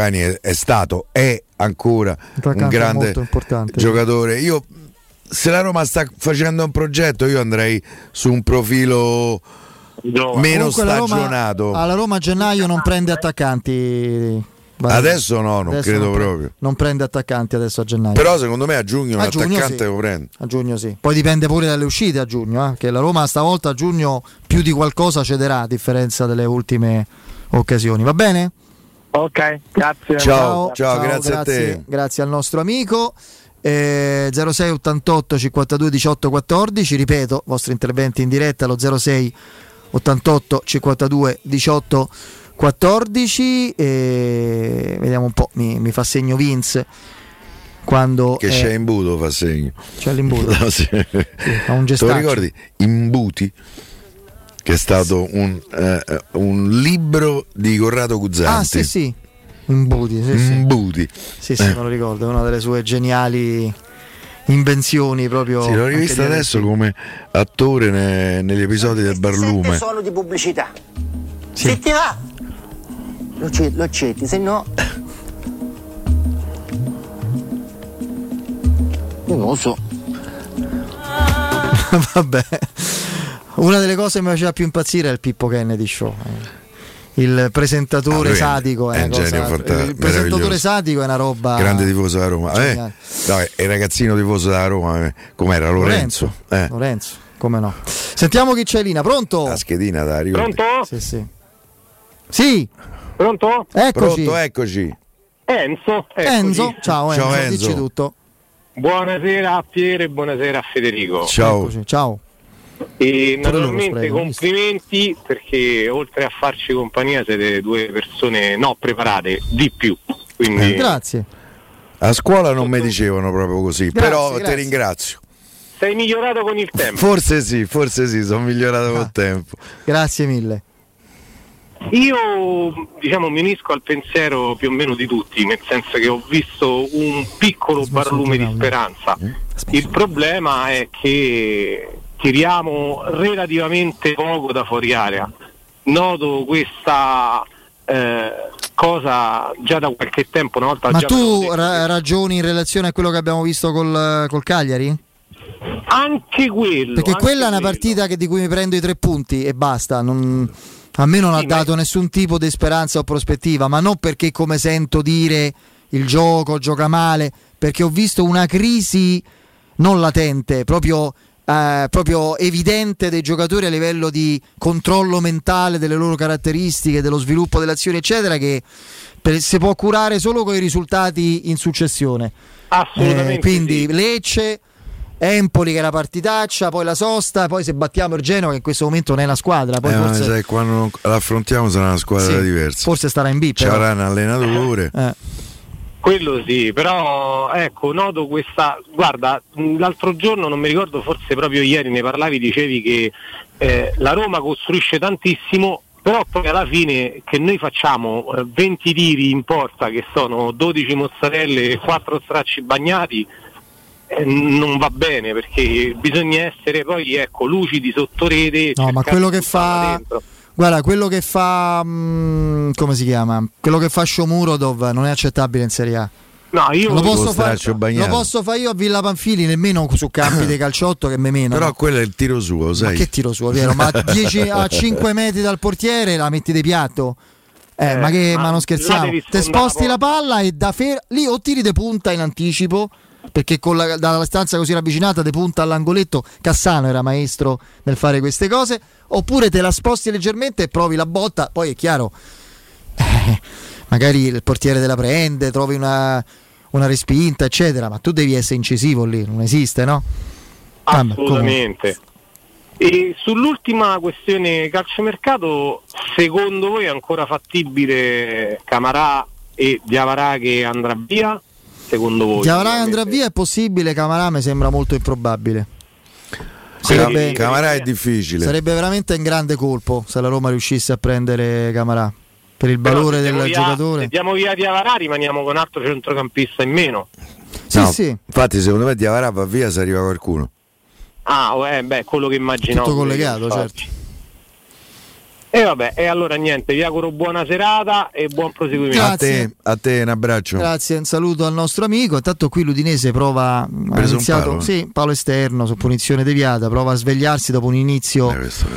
[SPEAKER 2] è ancora un grande giocatore. Io, se la Roma sta facendo un progetto, io andrei su un profilo meno stagionato.
[SPEAKER 1] Alla Roma a gennaio non prende attaccanti.
[SPEAKER 2] Adesso non credo proprio.
[SPEAKER 1] Non prende attaccanti adesso a gennaio.
[SPEAKER 2] Però secondo me a giugno un attaccante lo prende.
[SPEAKER 1] A giugno sì. Poi dipende pure dalle uscite a giugno, che la Roma stavolta a giugno più di qualcosa cederà a differenza delle ultime occasioni. Va bene?
[SPEAKER 5] Ok, grazie.
[SPEAKER 2] Ciao, grazie a te.
[SPEAKER 1] Grazie al nostro amico. 06 88 52 18 14, ripeto, vostri interventi in diretta allo 06 88 52 18 14 e vediamo un po', mi fa segno Vince quando
[SPEAKER 2] che c'è Imbuto, fa segno,
[SPEAKER 1] c'è l'Imbuto.
[SPEAKER 2] No, sì.
[SPEAKER 1] Ha un gestaccio.
[SPEAKER 2] Te lo ricordi Imbuti, che è stato un libro di Corrado Guzzanti?
[SPEAKER 1] Sì Imbuti,
[SPEAKER 2] Imbuti.
[SPEAKER 1] Sì, me lo ricordo, è una delle sue geniali invenzioni proprio.
[SPEAKER 2] Sì, l'ho rivista adesso come attore negli episodi del Barlume.
[SPEAKER 18] Solo di pubblicità.
[SPEAKER 1] Sì.
[SPEAKER 18] Se ti va lo accetti, se no io non lo so.
[SPEAKER 1] Vabbè, una delle cose che mi faceva più impazzire è il Pippo Kennedy Show. il presentatore sadico è
[SPEAKER 2] un genio fantastico.
[SPEAKER 1] Il presentatore sadico è una roba.
[SPEAKER 2] Grande tifoso da Roma. No, il ragazzino tifoso da Roma, com'era? Lorenzo.
[SPEAKER 1] Lorenzo, come no. Sentiamo chi c'è Lina, pronto?
[SPEAKER 2] La schedina da
[SPEAKER 5] Pronto?
[SPEAKER 1] Sì.
[SPEAKER 5] Pronto?
[SPEAKER 1] Eccoci.
[SPEAKER 2] Pronto, eccoci.
[SPEAKER 5] Enzo,
[SPEAKER 1] ciao Enzo, dici tutto.
[SPEAKER 5] Buonasera a Piero e buonasera a Federico.
[SPEAKER 2] Ciao.
[SPEAKER 1] Eccoci, ciao.
[SPEAKER 5] E naturalmente complimenti, perché oltre a farci compagnia siete due persone preparate di più. Quindi
[SPEAKER 1] grazie.
[SPEAKER 2] A scuola non mi dicevano proprio così, però ti ringrazio.
[SPEAKER 5] Sei migliorato con il tempo.
[SPEAKER 2] Forse sì, sono migliorato col tempo.
[SPEAKER 1] Grazie mille.
[SPEAKER 5] Io mi unisco al pensiero più o meno di tutti, nel senso che ho visto un piccolo barlume di speranza. Il problema è che tiriamo relativamente poco da fuori area. Noto questa cosa già da qualche tempo, una volta.
[SPEAKER 1] Ma tu ragioni in relazione a quello che abbiamo visto col Cagliari?
[SPEAKER 5] Anche quello.
[SPEAKER 1] Perché quella è una partita di cui mi prendo i 3 punti e basta. A me non ha dato nessun tipo di speranza o prospettiva, ma non perché, come sento dire, il gioca male, perché ho visto una crisi non latente, proprio evidente dei giocatori a livello di controllo mentale delle loro caratteristiche, dello sviluppo delle azioni eccetera, che si può curare solo con i risultati in successione.
[SPEAKER 5] Assolutamente.
[SPEAKER 1] Quindi
[SPEAKER 5] sì.
[SPEAKER 1] Lecce, Empoli che è una partitaccia, poi la sosta, poi se battiamo il Genoa che in questo momento non è una squadra, poi forse
[SPEAKER 2] quando l'affrontiamo sarà una squadra diversa,
[SPEAKER 1] forse starà in B,
[SPEAKER 2] ci avrà un allenatore.
[SPEAKER 5] Quello sì, però noto questa. Guarda, l'altro giorno, non mi ricordo, forse proprio ieri ne parlavi, dicevi che la Roma costruisce tantissimo, però poi alla fine che noi facciamo 20 tiri in porta che sono 12 mozzarelle e 4 stracci bagnati, non va bene, perché bisogna essere poi lucidi sotto rete.
[SPEAKER 1] No, ma quello che fa dentro. Guarda, quello che fa come si chiama? Quello che fa Shomurodov non è accettabile in Serie A.
[SPEAKER 5] No, io
[SPEAKER 1] lo posso fare io a Villa Pamphili, nemmeno su campi di calciotto che me meno.
[SPEAKER 2] Però quello è il tiro suo, sai?
[SPEAKER 1] Ma che tiro suo, vero? Ma a 5 metri dal portiere la metti di piatto? Ma non scherziamo. Te sposti la palla e lì o tiri de punta in anticipo, perché dalla stanza così ravvicinata de punta all'angoletto. Cassano era maestro nel fare queste cose, oppure te la sposti leggermente e provi la botta. Poi è chiaro, magari il portiere te la prende, trovi una respinta eccetera, ma tu devi essere incisivo lì, non esiste, no?
[SPEAKER 5] Assolutamente. E sull'ultima questione calciomercato, secondo voi è ancora fattibile Camarà e Diawara che andrà via? Secondo voi?
[SPEAKER 1] Diawara andrà via è possibile, Camarà mi sembra molto improbabile.
[SPEAKER 2] Camarà è difficile.
[SPEAKER 1] Sarebbe veramente un grande colpo se la Roma riuscisse a prendere Camarà, per il valore del giocatore.
[SPEAKER 5] Se diamo via Diawara rimaniamo con un altro centrocampista in meno.
[SPEAKER 1] Sì.
[SPEAKER 2] Infatti secondo me Diawara va via se arriva qualcuno.
[SPEAKER 5] Quello che immaginavo.
[SPEAKER 1] Tutto collegato, certo.
[SPEAKER 5] E vabbè, e allora niente, vi auguro buona serata e buon proseguimento.
[SPEAKER 1] Grazie.
[SPEAKER 2] A te un abbraccio.
[SPEAKER 1] Grazie, un saluto al nostro amico. Intanto qui l'Udinese prova, ha iniziato palo esterno su punizione deviata, prova a svegliarsi dopo un inizio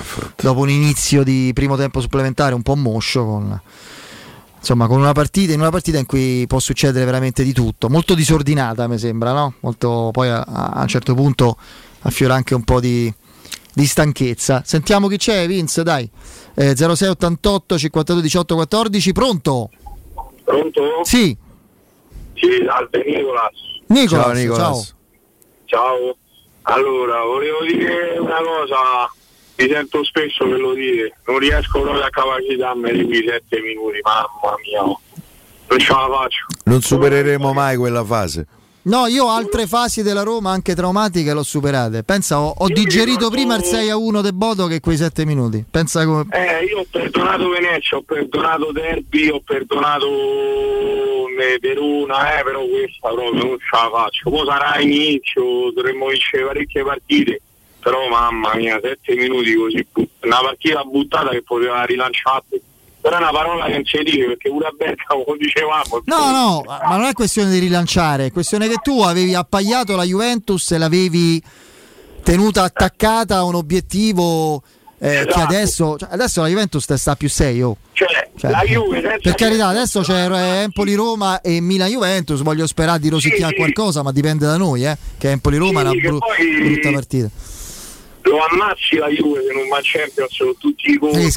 [SPEAKER 1] di primo tempo supplementare un po' moscio, con una partita in cui può succedere veramente di tutto, molto disordinata mi sembra, no? Molto, poi a un certo punto affiora anche un po' di stanchezza. Sentiamo chi c'è, Vince, dai. 06 88 52 18 14. Pronto? Sì,
[SPEAKER 8] salve Nicolas.
[SPEAKER 1] Ciao Nicolas.
[SPEAKER 8] Ciao. Allora, volevo dire una cosa, mi sento spesso che lo dire, non riesco proprio a capacitarmi di quei 7 minuti, mamma mia, non ce la faccio.
[SPEAKER 2] Non supereremo mai quella fase.
[SPEAKER 1] No, io altre fasi della Roma, anche traumatiche, l'ho superate. Pensa, ho digerito prima il 6-1 de Bodo che quei 7 minuti. Pensa come.
[SPEAKER 8] Io ho perdonato Venezia, ho perdonato Derby, ho perdonato Verona, però questa proprio non ce la faccio. Poi sarà inizio, dovremmo vincere parecchie partite, però mamma mia, 7 minuti così, una partita buttata che poteva rilanciarti. Però è una parola che non si dice, perché pure a Bergamo lo dicevamo.
[SPEAKER 1] No, ma non è questione di rilanciare, è questione che tu avevi appaiato la Juventus e l'avevi tenuta attaccata a un obiettivo che adesso la Juventus sta più 6,
[SPEAKER 8] Cioè, la Juve
[SPEAKER 1] per carità, adesso c'è Empoli-Roma e Milan-Juventus, voglio sperare di rosicchiare qualcosa, ma dipende da noi, che Empoli-Roma è una brutta partita.
[SPEAKER 8] Lo ammazzi la Juve se non va in Champions con tutti i conti,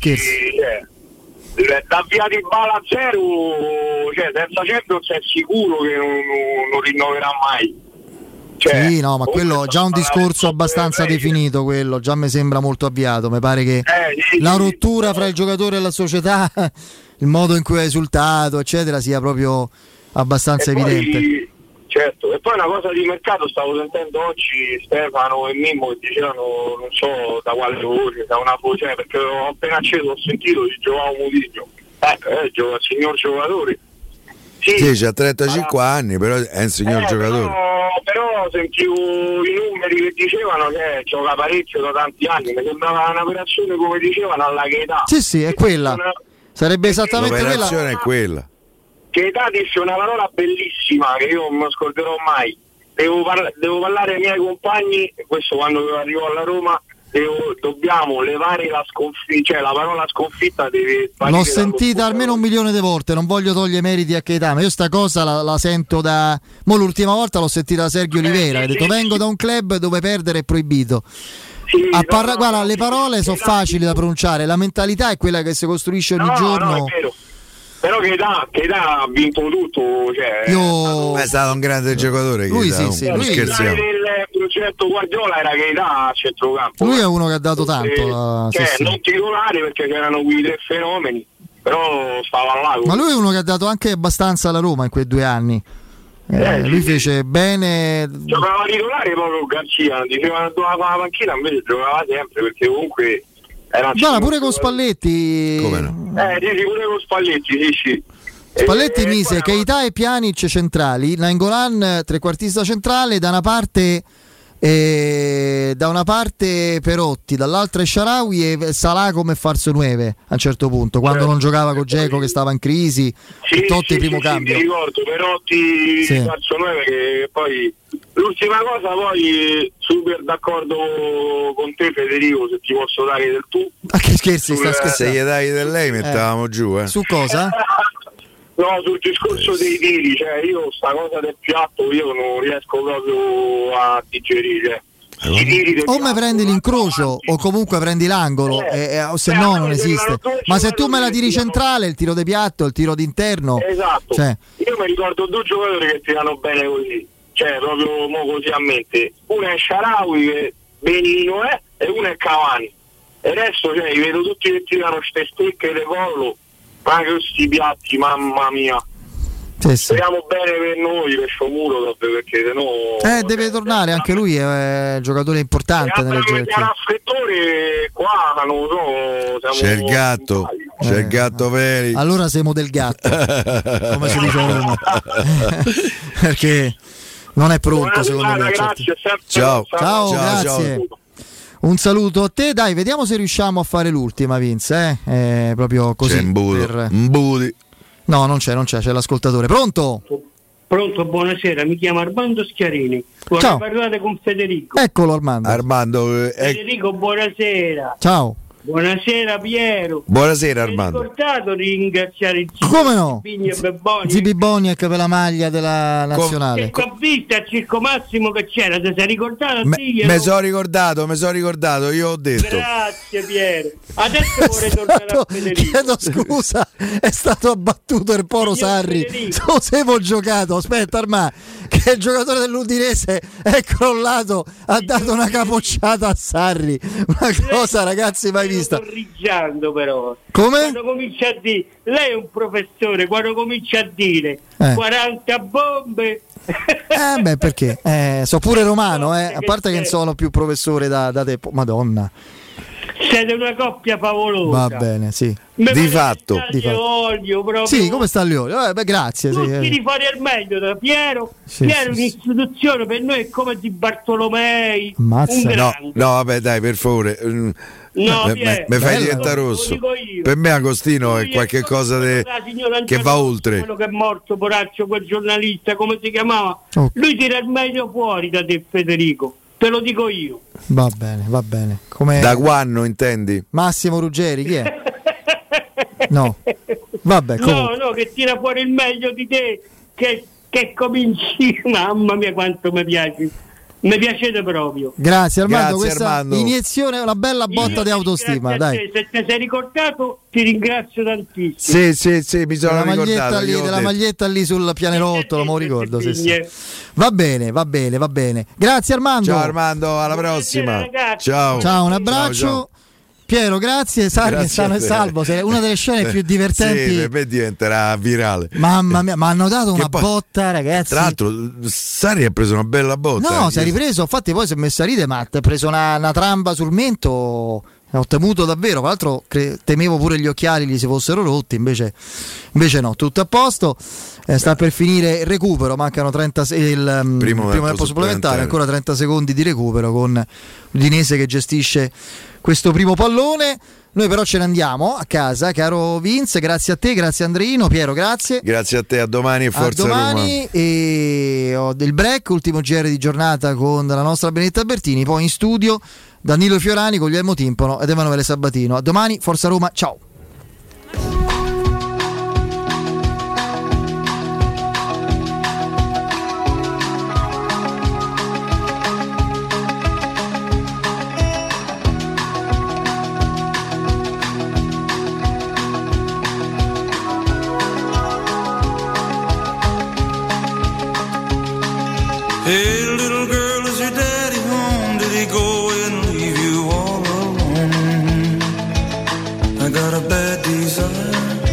[SPEAKER 8] da via di Bala a 0, senza Champions è sicuro che non rinnoverà mai.
[SPEAKER 1] Sì, no, ma quello già un discorso abbastanza definito, quello già mi sembra molto avviato. Mi pare che la rottura fra il giocatore e la società, il modo in cui ha esultato, eccetera, sia proprio abbastanza evidente.
[SPEAKER 8] Certo, e poi una cosa di mercato, stavo sentendo oggi Stefano e Mimmo che dicevano, non so da quale voce, da una voce, perché ho appena acceso, ho sentito di Joao Moutinho, signor giocatore.
[SPEAKER 2] Sì, c'ha 35 anni, però è un signor giocatore.
[SPEAKER 8] Però sentivo i numeri che dicevano che gioca parecchio da tanti anni, mi sembrava un'operazione, come dicevano, alla Keita.
[SPEAKER 1] Sì, è quella. Sarebbe esattamente
[SPEAKER 2] l'operazione
[SPEAKER 1] quella.
[SPEAKER 2] è quella.
[SPEAKER 8] Keita disse una parola bellissima che io non mi scorderò mai. Devo parlare ai miei compagni, questo quando arrivo alla Roma, dobbiamo levare la sconfitta, cioè la parola sconfitta deve...
[SPEAKER 1] L'ho sentita almeno 1 milione di volte, non voglio togliere meriti a Keita, ma io sta cosa la sento da... Mo l'ultima volta l'ho sentita da Sergio Olivera, ha detto vengo da un club dove perdere è proibito. Guarda, le parole sono facili da pronunciare, la mentalità è quella che si costruisce ogni giorno.
[SPEAKER 8] No, è vero. Però Keita ha vinto tutto,
[SPEAKER 2] è stato un grande giocatore.
[SPEAKER 1] Lui
[SPEAKER 2] Keita,
[SPEAKER 1] sì,
[SPEAKER 2] non
[SPEAKER 1] lui
[SPEAKER 2] scherziamo.
[SPEAKER 8] Il progetto Guardiola era Keita a centrocampo.
[SPEAKER 1] Lui è uno che ha dato tanto.
[SPEAKER 8] Non titolare perché c'erano quei 3 fenomeni, però stava là.
[SPEAKER 1] Ma lui è uno che ha dato anche abbastanza alla Roma in quei 2 anni. Lui fece bene.
[SPEAKER 8] Giocava titolare proprio Garcia, dicevano doveva fare la panchina, invece giocava sempre perché comunque era.
[SPEAKER 1] Guarda, pure con Spalletti.
[SPEAKER 2] Come no?
[SPEAKER 8] Dici pure con Spalletti, sì.
[SPEAKER 1] Spalletti mise Keita e Pjanic centrali, Nainggolan trequartista centrale, da una parte Perotti, dall'altra Shaarawy e Salah come falso 9 a un certo punto, quando non giocava con Dzeko che stava in crisi, Totti primo cambio.
[SPEAKER 8] Mi ricordo Perotti falso 9 che poi l'ultima cosa, poi super d'accordo con te Federico, se ti posso dare del tu.
[SPEAKER 1] Ma che scherzi, sta scherzando?
[SPEAKER 2] Se gli dai del lei mettevamo giù.
[SPEAKER 1] Su cosa?
[SPEAKER 8] No, sul discorso dei tiri, cioè io sta cosa del piatto io non riesco proprio a digerire.
[SPEAKER 1] O me prendi l'incrocio o comunque prendi l'angolo, o se no non esiste. Ma se tu me la tiri centrale, il tiro di piatto, il tiro d'interno.
[SPEAKER 8] Esatto. Io mi ricordo 2 giocatori che tirano bene così, cioè proprio così a mente. Uno è Shaarawy che benino è, e uno è Cavani. E adesso li vedo tutti che tirano ste stecche di collo. Ma che questi piatti, mamma mia. Speriamo bene per noi, per Sciomuro, perché sennò
[SPEAKER 1] deve tornare, anche lui è un giocatore importante nelle gerarchie.
[SPEAKER 8] Raffrettore qua, non lo so,
[SPEAKER 2] c'è il gatto, c'è il gatto veri.
[SPEAKER 1] Allora siamo del gatto, come si dice a Roma. Perché non è pronto, secondo me.
[SPEAKER 8] Grazie,
[SPEAKER 1] ciao, grazie. Un saluto a te, dai, vediamo se riusciamo a fare l'ultima, Vince, proprio così.
[SPEAKER 2] C'è Mbudi.
[SPEAKER 1] No, non c'è, c'è l'ascoltatore. Pronto?
[SPEAKER 9] Pronto, buonasera, mi chiamo Armando Schiarini. Vorrei parlare con Federico.
[SPEAKER 1] Eccolo Armando.
[SPEAKER 9] Federico, buonasera.
[SPEAKER 1] Ciao.
[SPEAKER 9] Buonasera Piero.
[SPEAKER 2] Buonasera Armando.
[SPEAKER 9] Hai ricordato di ringraziare il
[SPEAKER 1] come no?
[SPEAKER 9] Zibi
[SPEAKER 1] Boniek per la maglia della nazionale.
[SPEAKER 9] Che ho visto al Circo Massimo che c'era, ti sei ricordato?
[SPEAKER 2] Mi sono ricordato, io ho detto.
[SPEAKER 9] Grazie Piero. Adesso vorrei tornare a Federico.
[SPEAKER 1] Chiedo scusa, è stato abbattuto il Poro Sarri. Sosevo giocato, aspetta Armà, che il giocatore dell'Udinese è crollato, ha dato una capocciata a Sarri. Una cosa, ragazzi, mai vista.
[SPEAKER 9] Sto riggiando però.
[SPEAKER 1] Come?
[SPEAKER 9] Quando comincia a dire, lei è un professore, quando comincia a dire 40 bombe.
[SPEAKER 1] Perché? So pure romano, a parte che non sono più professore da tempo. Madonna.
[SPEAKER 9] Siete una coppia favolosa.
[SPEAKER 1] Va bene, sì.
[SPEAKER 2] Di fatto.
[SPEAKER 9] Olio, proprio.
[SPEAKER 1] Sì, come sta gli olio? Grazie.
[SPEAKER 9] Tutti di fare al meglio da Piero. Piero è un'istituzione per noi, è come di Bartolomei.
[SPEAKER 1] Mazza.
[SPEAKER 2] No, vabbè, dai, per favore.
[SPEAKER 9] No,
[SPEAKER 2] mi fai diventare rosso. Per me Agostino è qualche cosa che va oltre.
[SPEAKER 9] Quello che è morto, poraccio, quel giornalista, come si chiamava? Lui tira il meglio fuori da te, Federico. te lo dico io.
[SPEAKER 1] Va bene. Come
[SPEAKER 2] da quando intendi?
[SPEAKER 1] Massimo Ruggeri, chi è? No, vabbè, comunque.
[SPEAKER 9] No, che tira fuori il meglio di te, che cominci, mamma mia quanto mi piace. Mi piacete proprio.
[SPEAKER 1] Grazie Armando, questa
[SPEAKER 2] Armando.
[SPEAKER 1] Iniezione è una bella botta di autostima, dai.
[SPEAKER 9] Se ti sei ricordato ti ringrazio tantissimo.
[SPEAKER 2] Sì, mi sono ricordato
[SPEAKER 1] della maglietta lì sul pianerottolo, me lo ricordo. Sì. Va bene. Grazie Armando.
[SPEAKER 2] Ciao Armando, alla prossima.
[SPEAKER 1] Ciao, un abbraccio. Ciao. Piero, grazie. Sarri è sano e salvo. È una delle scene più divertenti.
[SPEAKER 2] Sì, per me diventerà virale.
[SPEAKER 1] Mamma mia, ma hanno dato una botta, ragazzi.
[SPEAKER 2] Tra l'altro, Sarri ha preso una bella botta.
[SPEAKER 1] No, si è ripreso. Infatti, poi si è messo a ridere, ma ha preso una tramba sul mento. Ho temuto davvero. Tra l'altro, temevo pure gli occhiali gli si fossero rotti. Invece no, tutto a posto. Sta per finire il recupero. Mancano 30 il primo tempo supplementare. Ancora 30 secondi di recupero con l'Udinese che gestisce questo primo pallone. Noi però ce ne andiamo a casa, caro Vince, grazie a te, grazie Andreino, Piero, grazie.
[SPEAKER 2] Grazie a te, a domani e forza
[SPEAKER 1] domani.
[SPEAKER 2] Roma.
[SPEAKER 1] E ho del break, ultimo GR di giornata con la nostra Benedetta Bertini, poi in studio Danilo Fiorani, Guglielmo Timpano ed Emanuele Sabatino. A domani, forza Roma, ciao.
[SPEAKER 10] Hey little girl, is your daddy home? Did he go and leave you all alone? I got a bad desire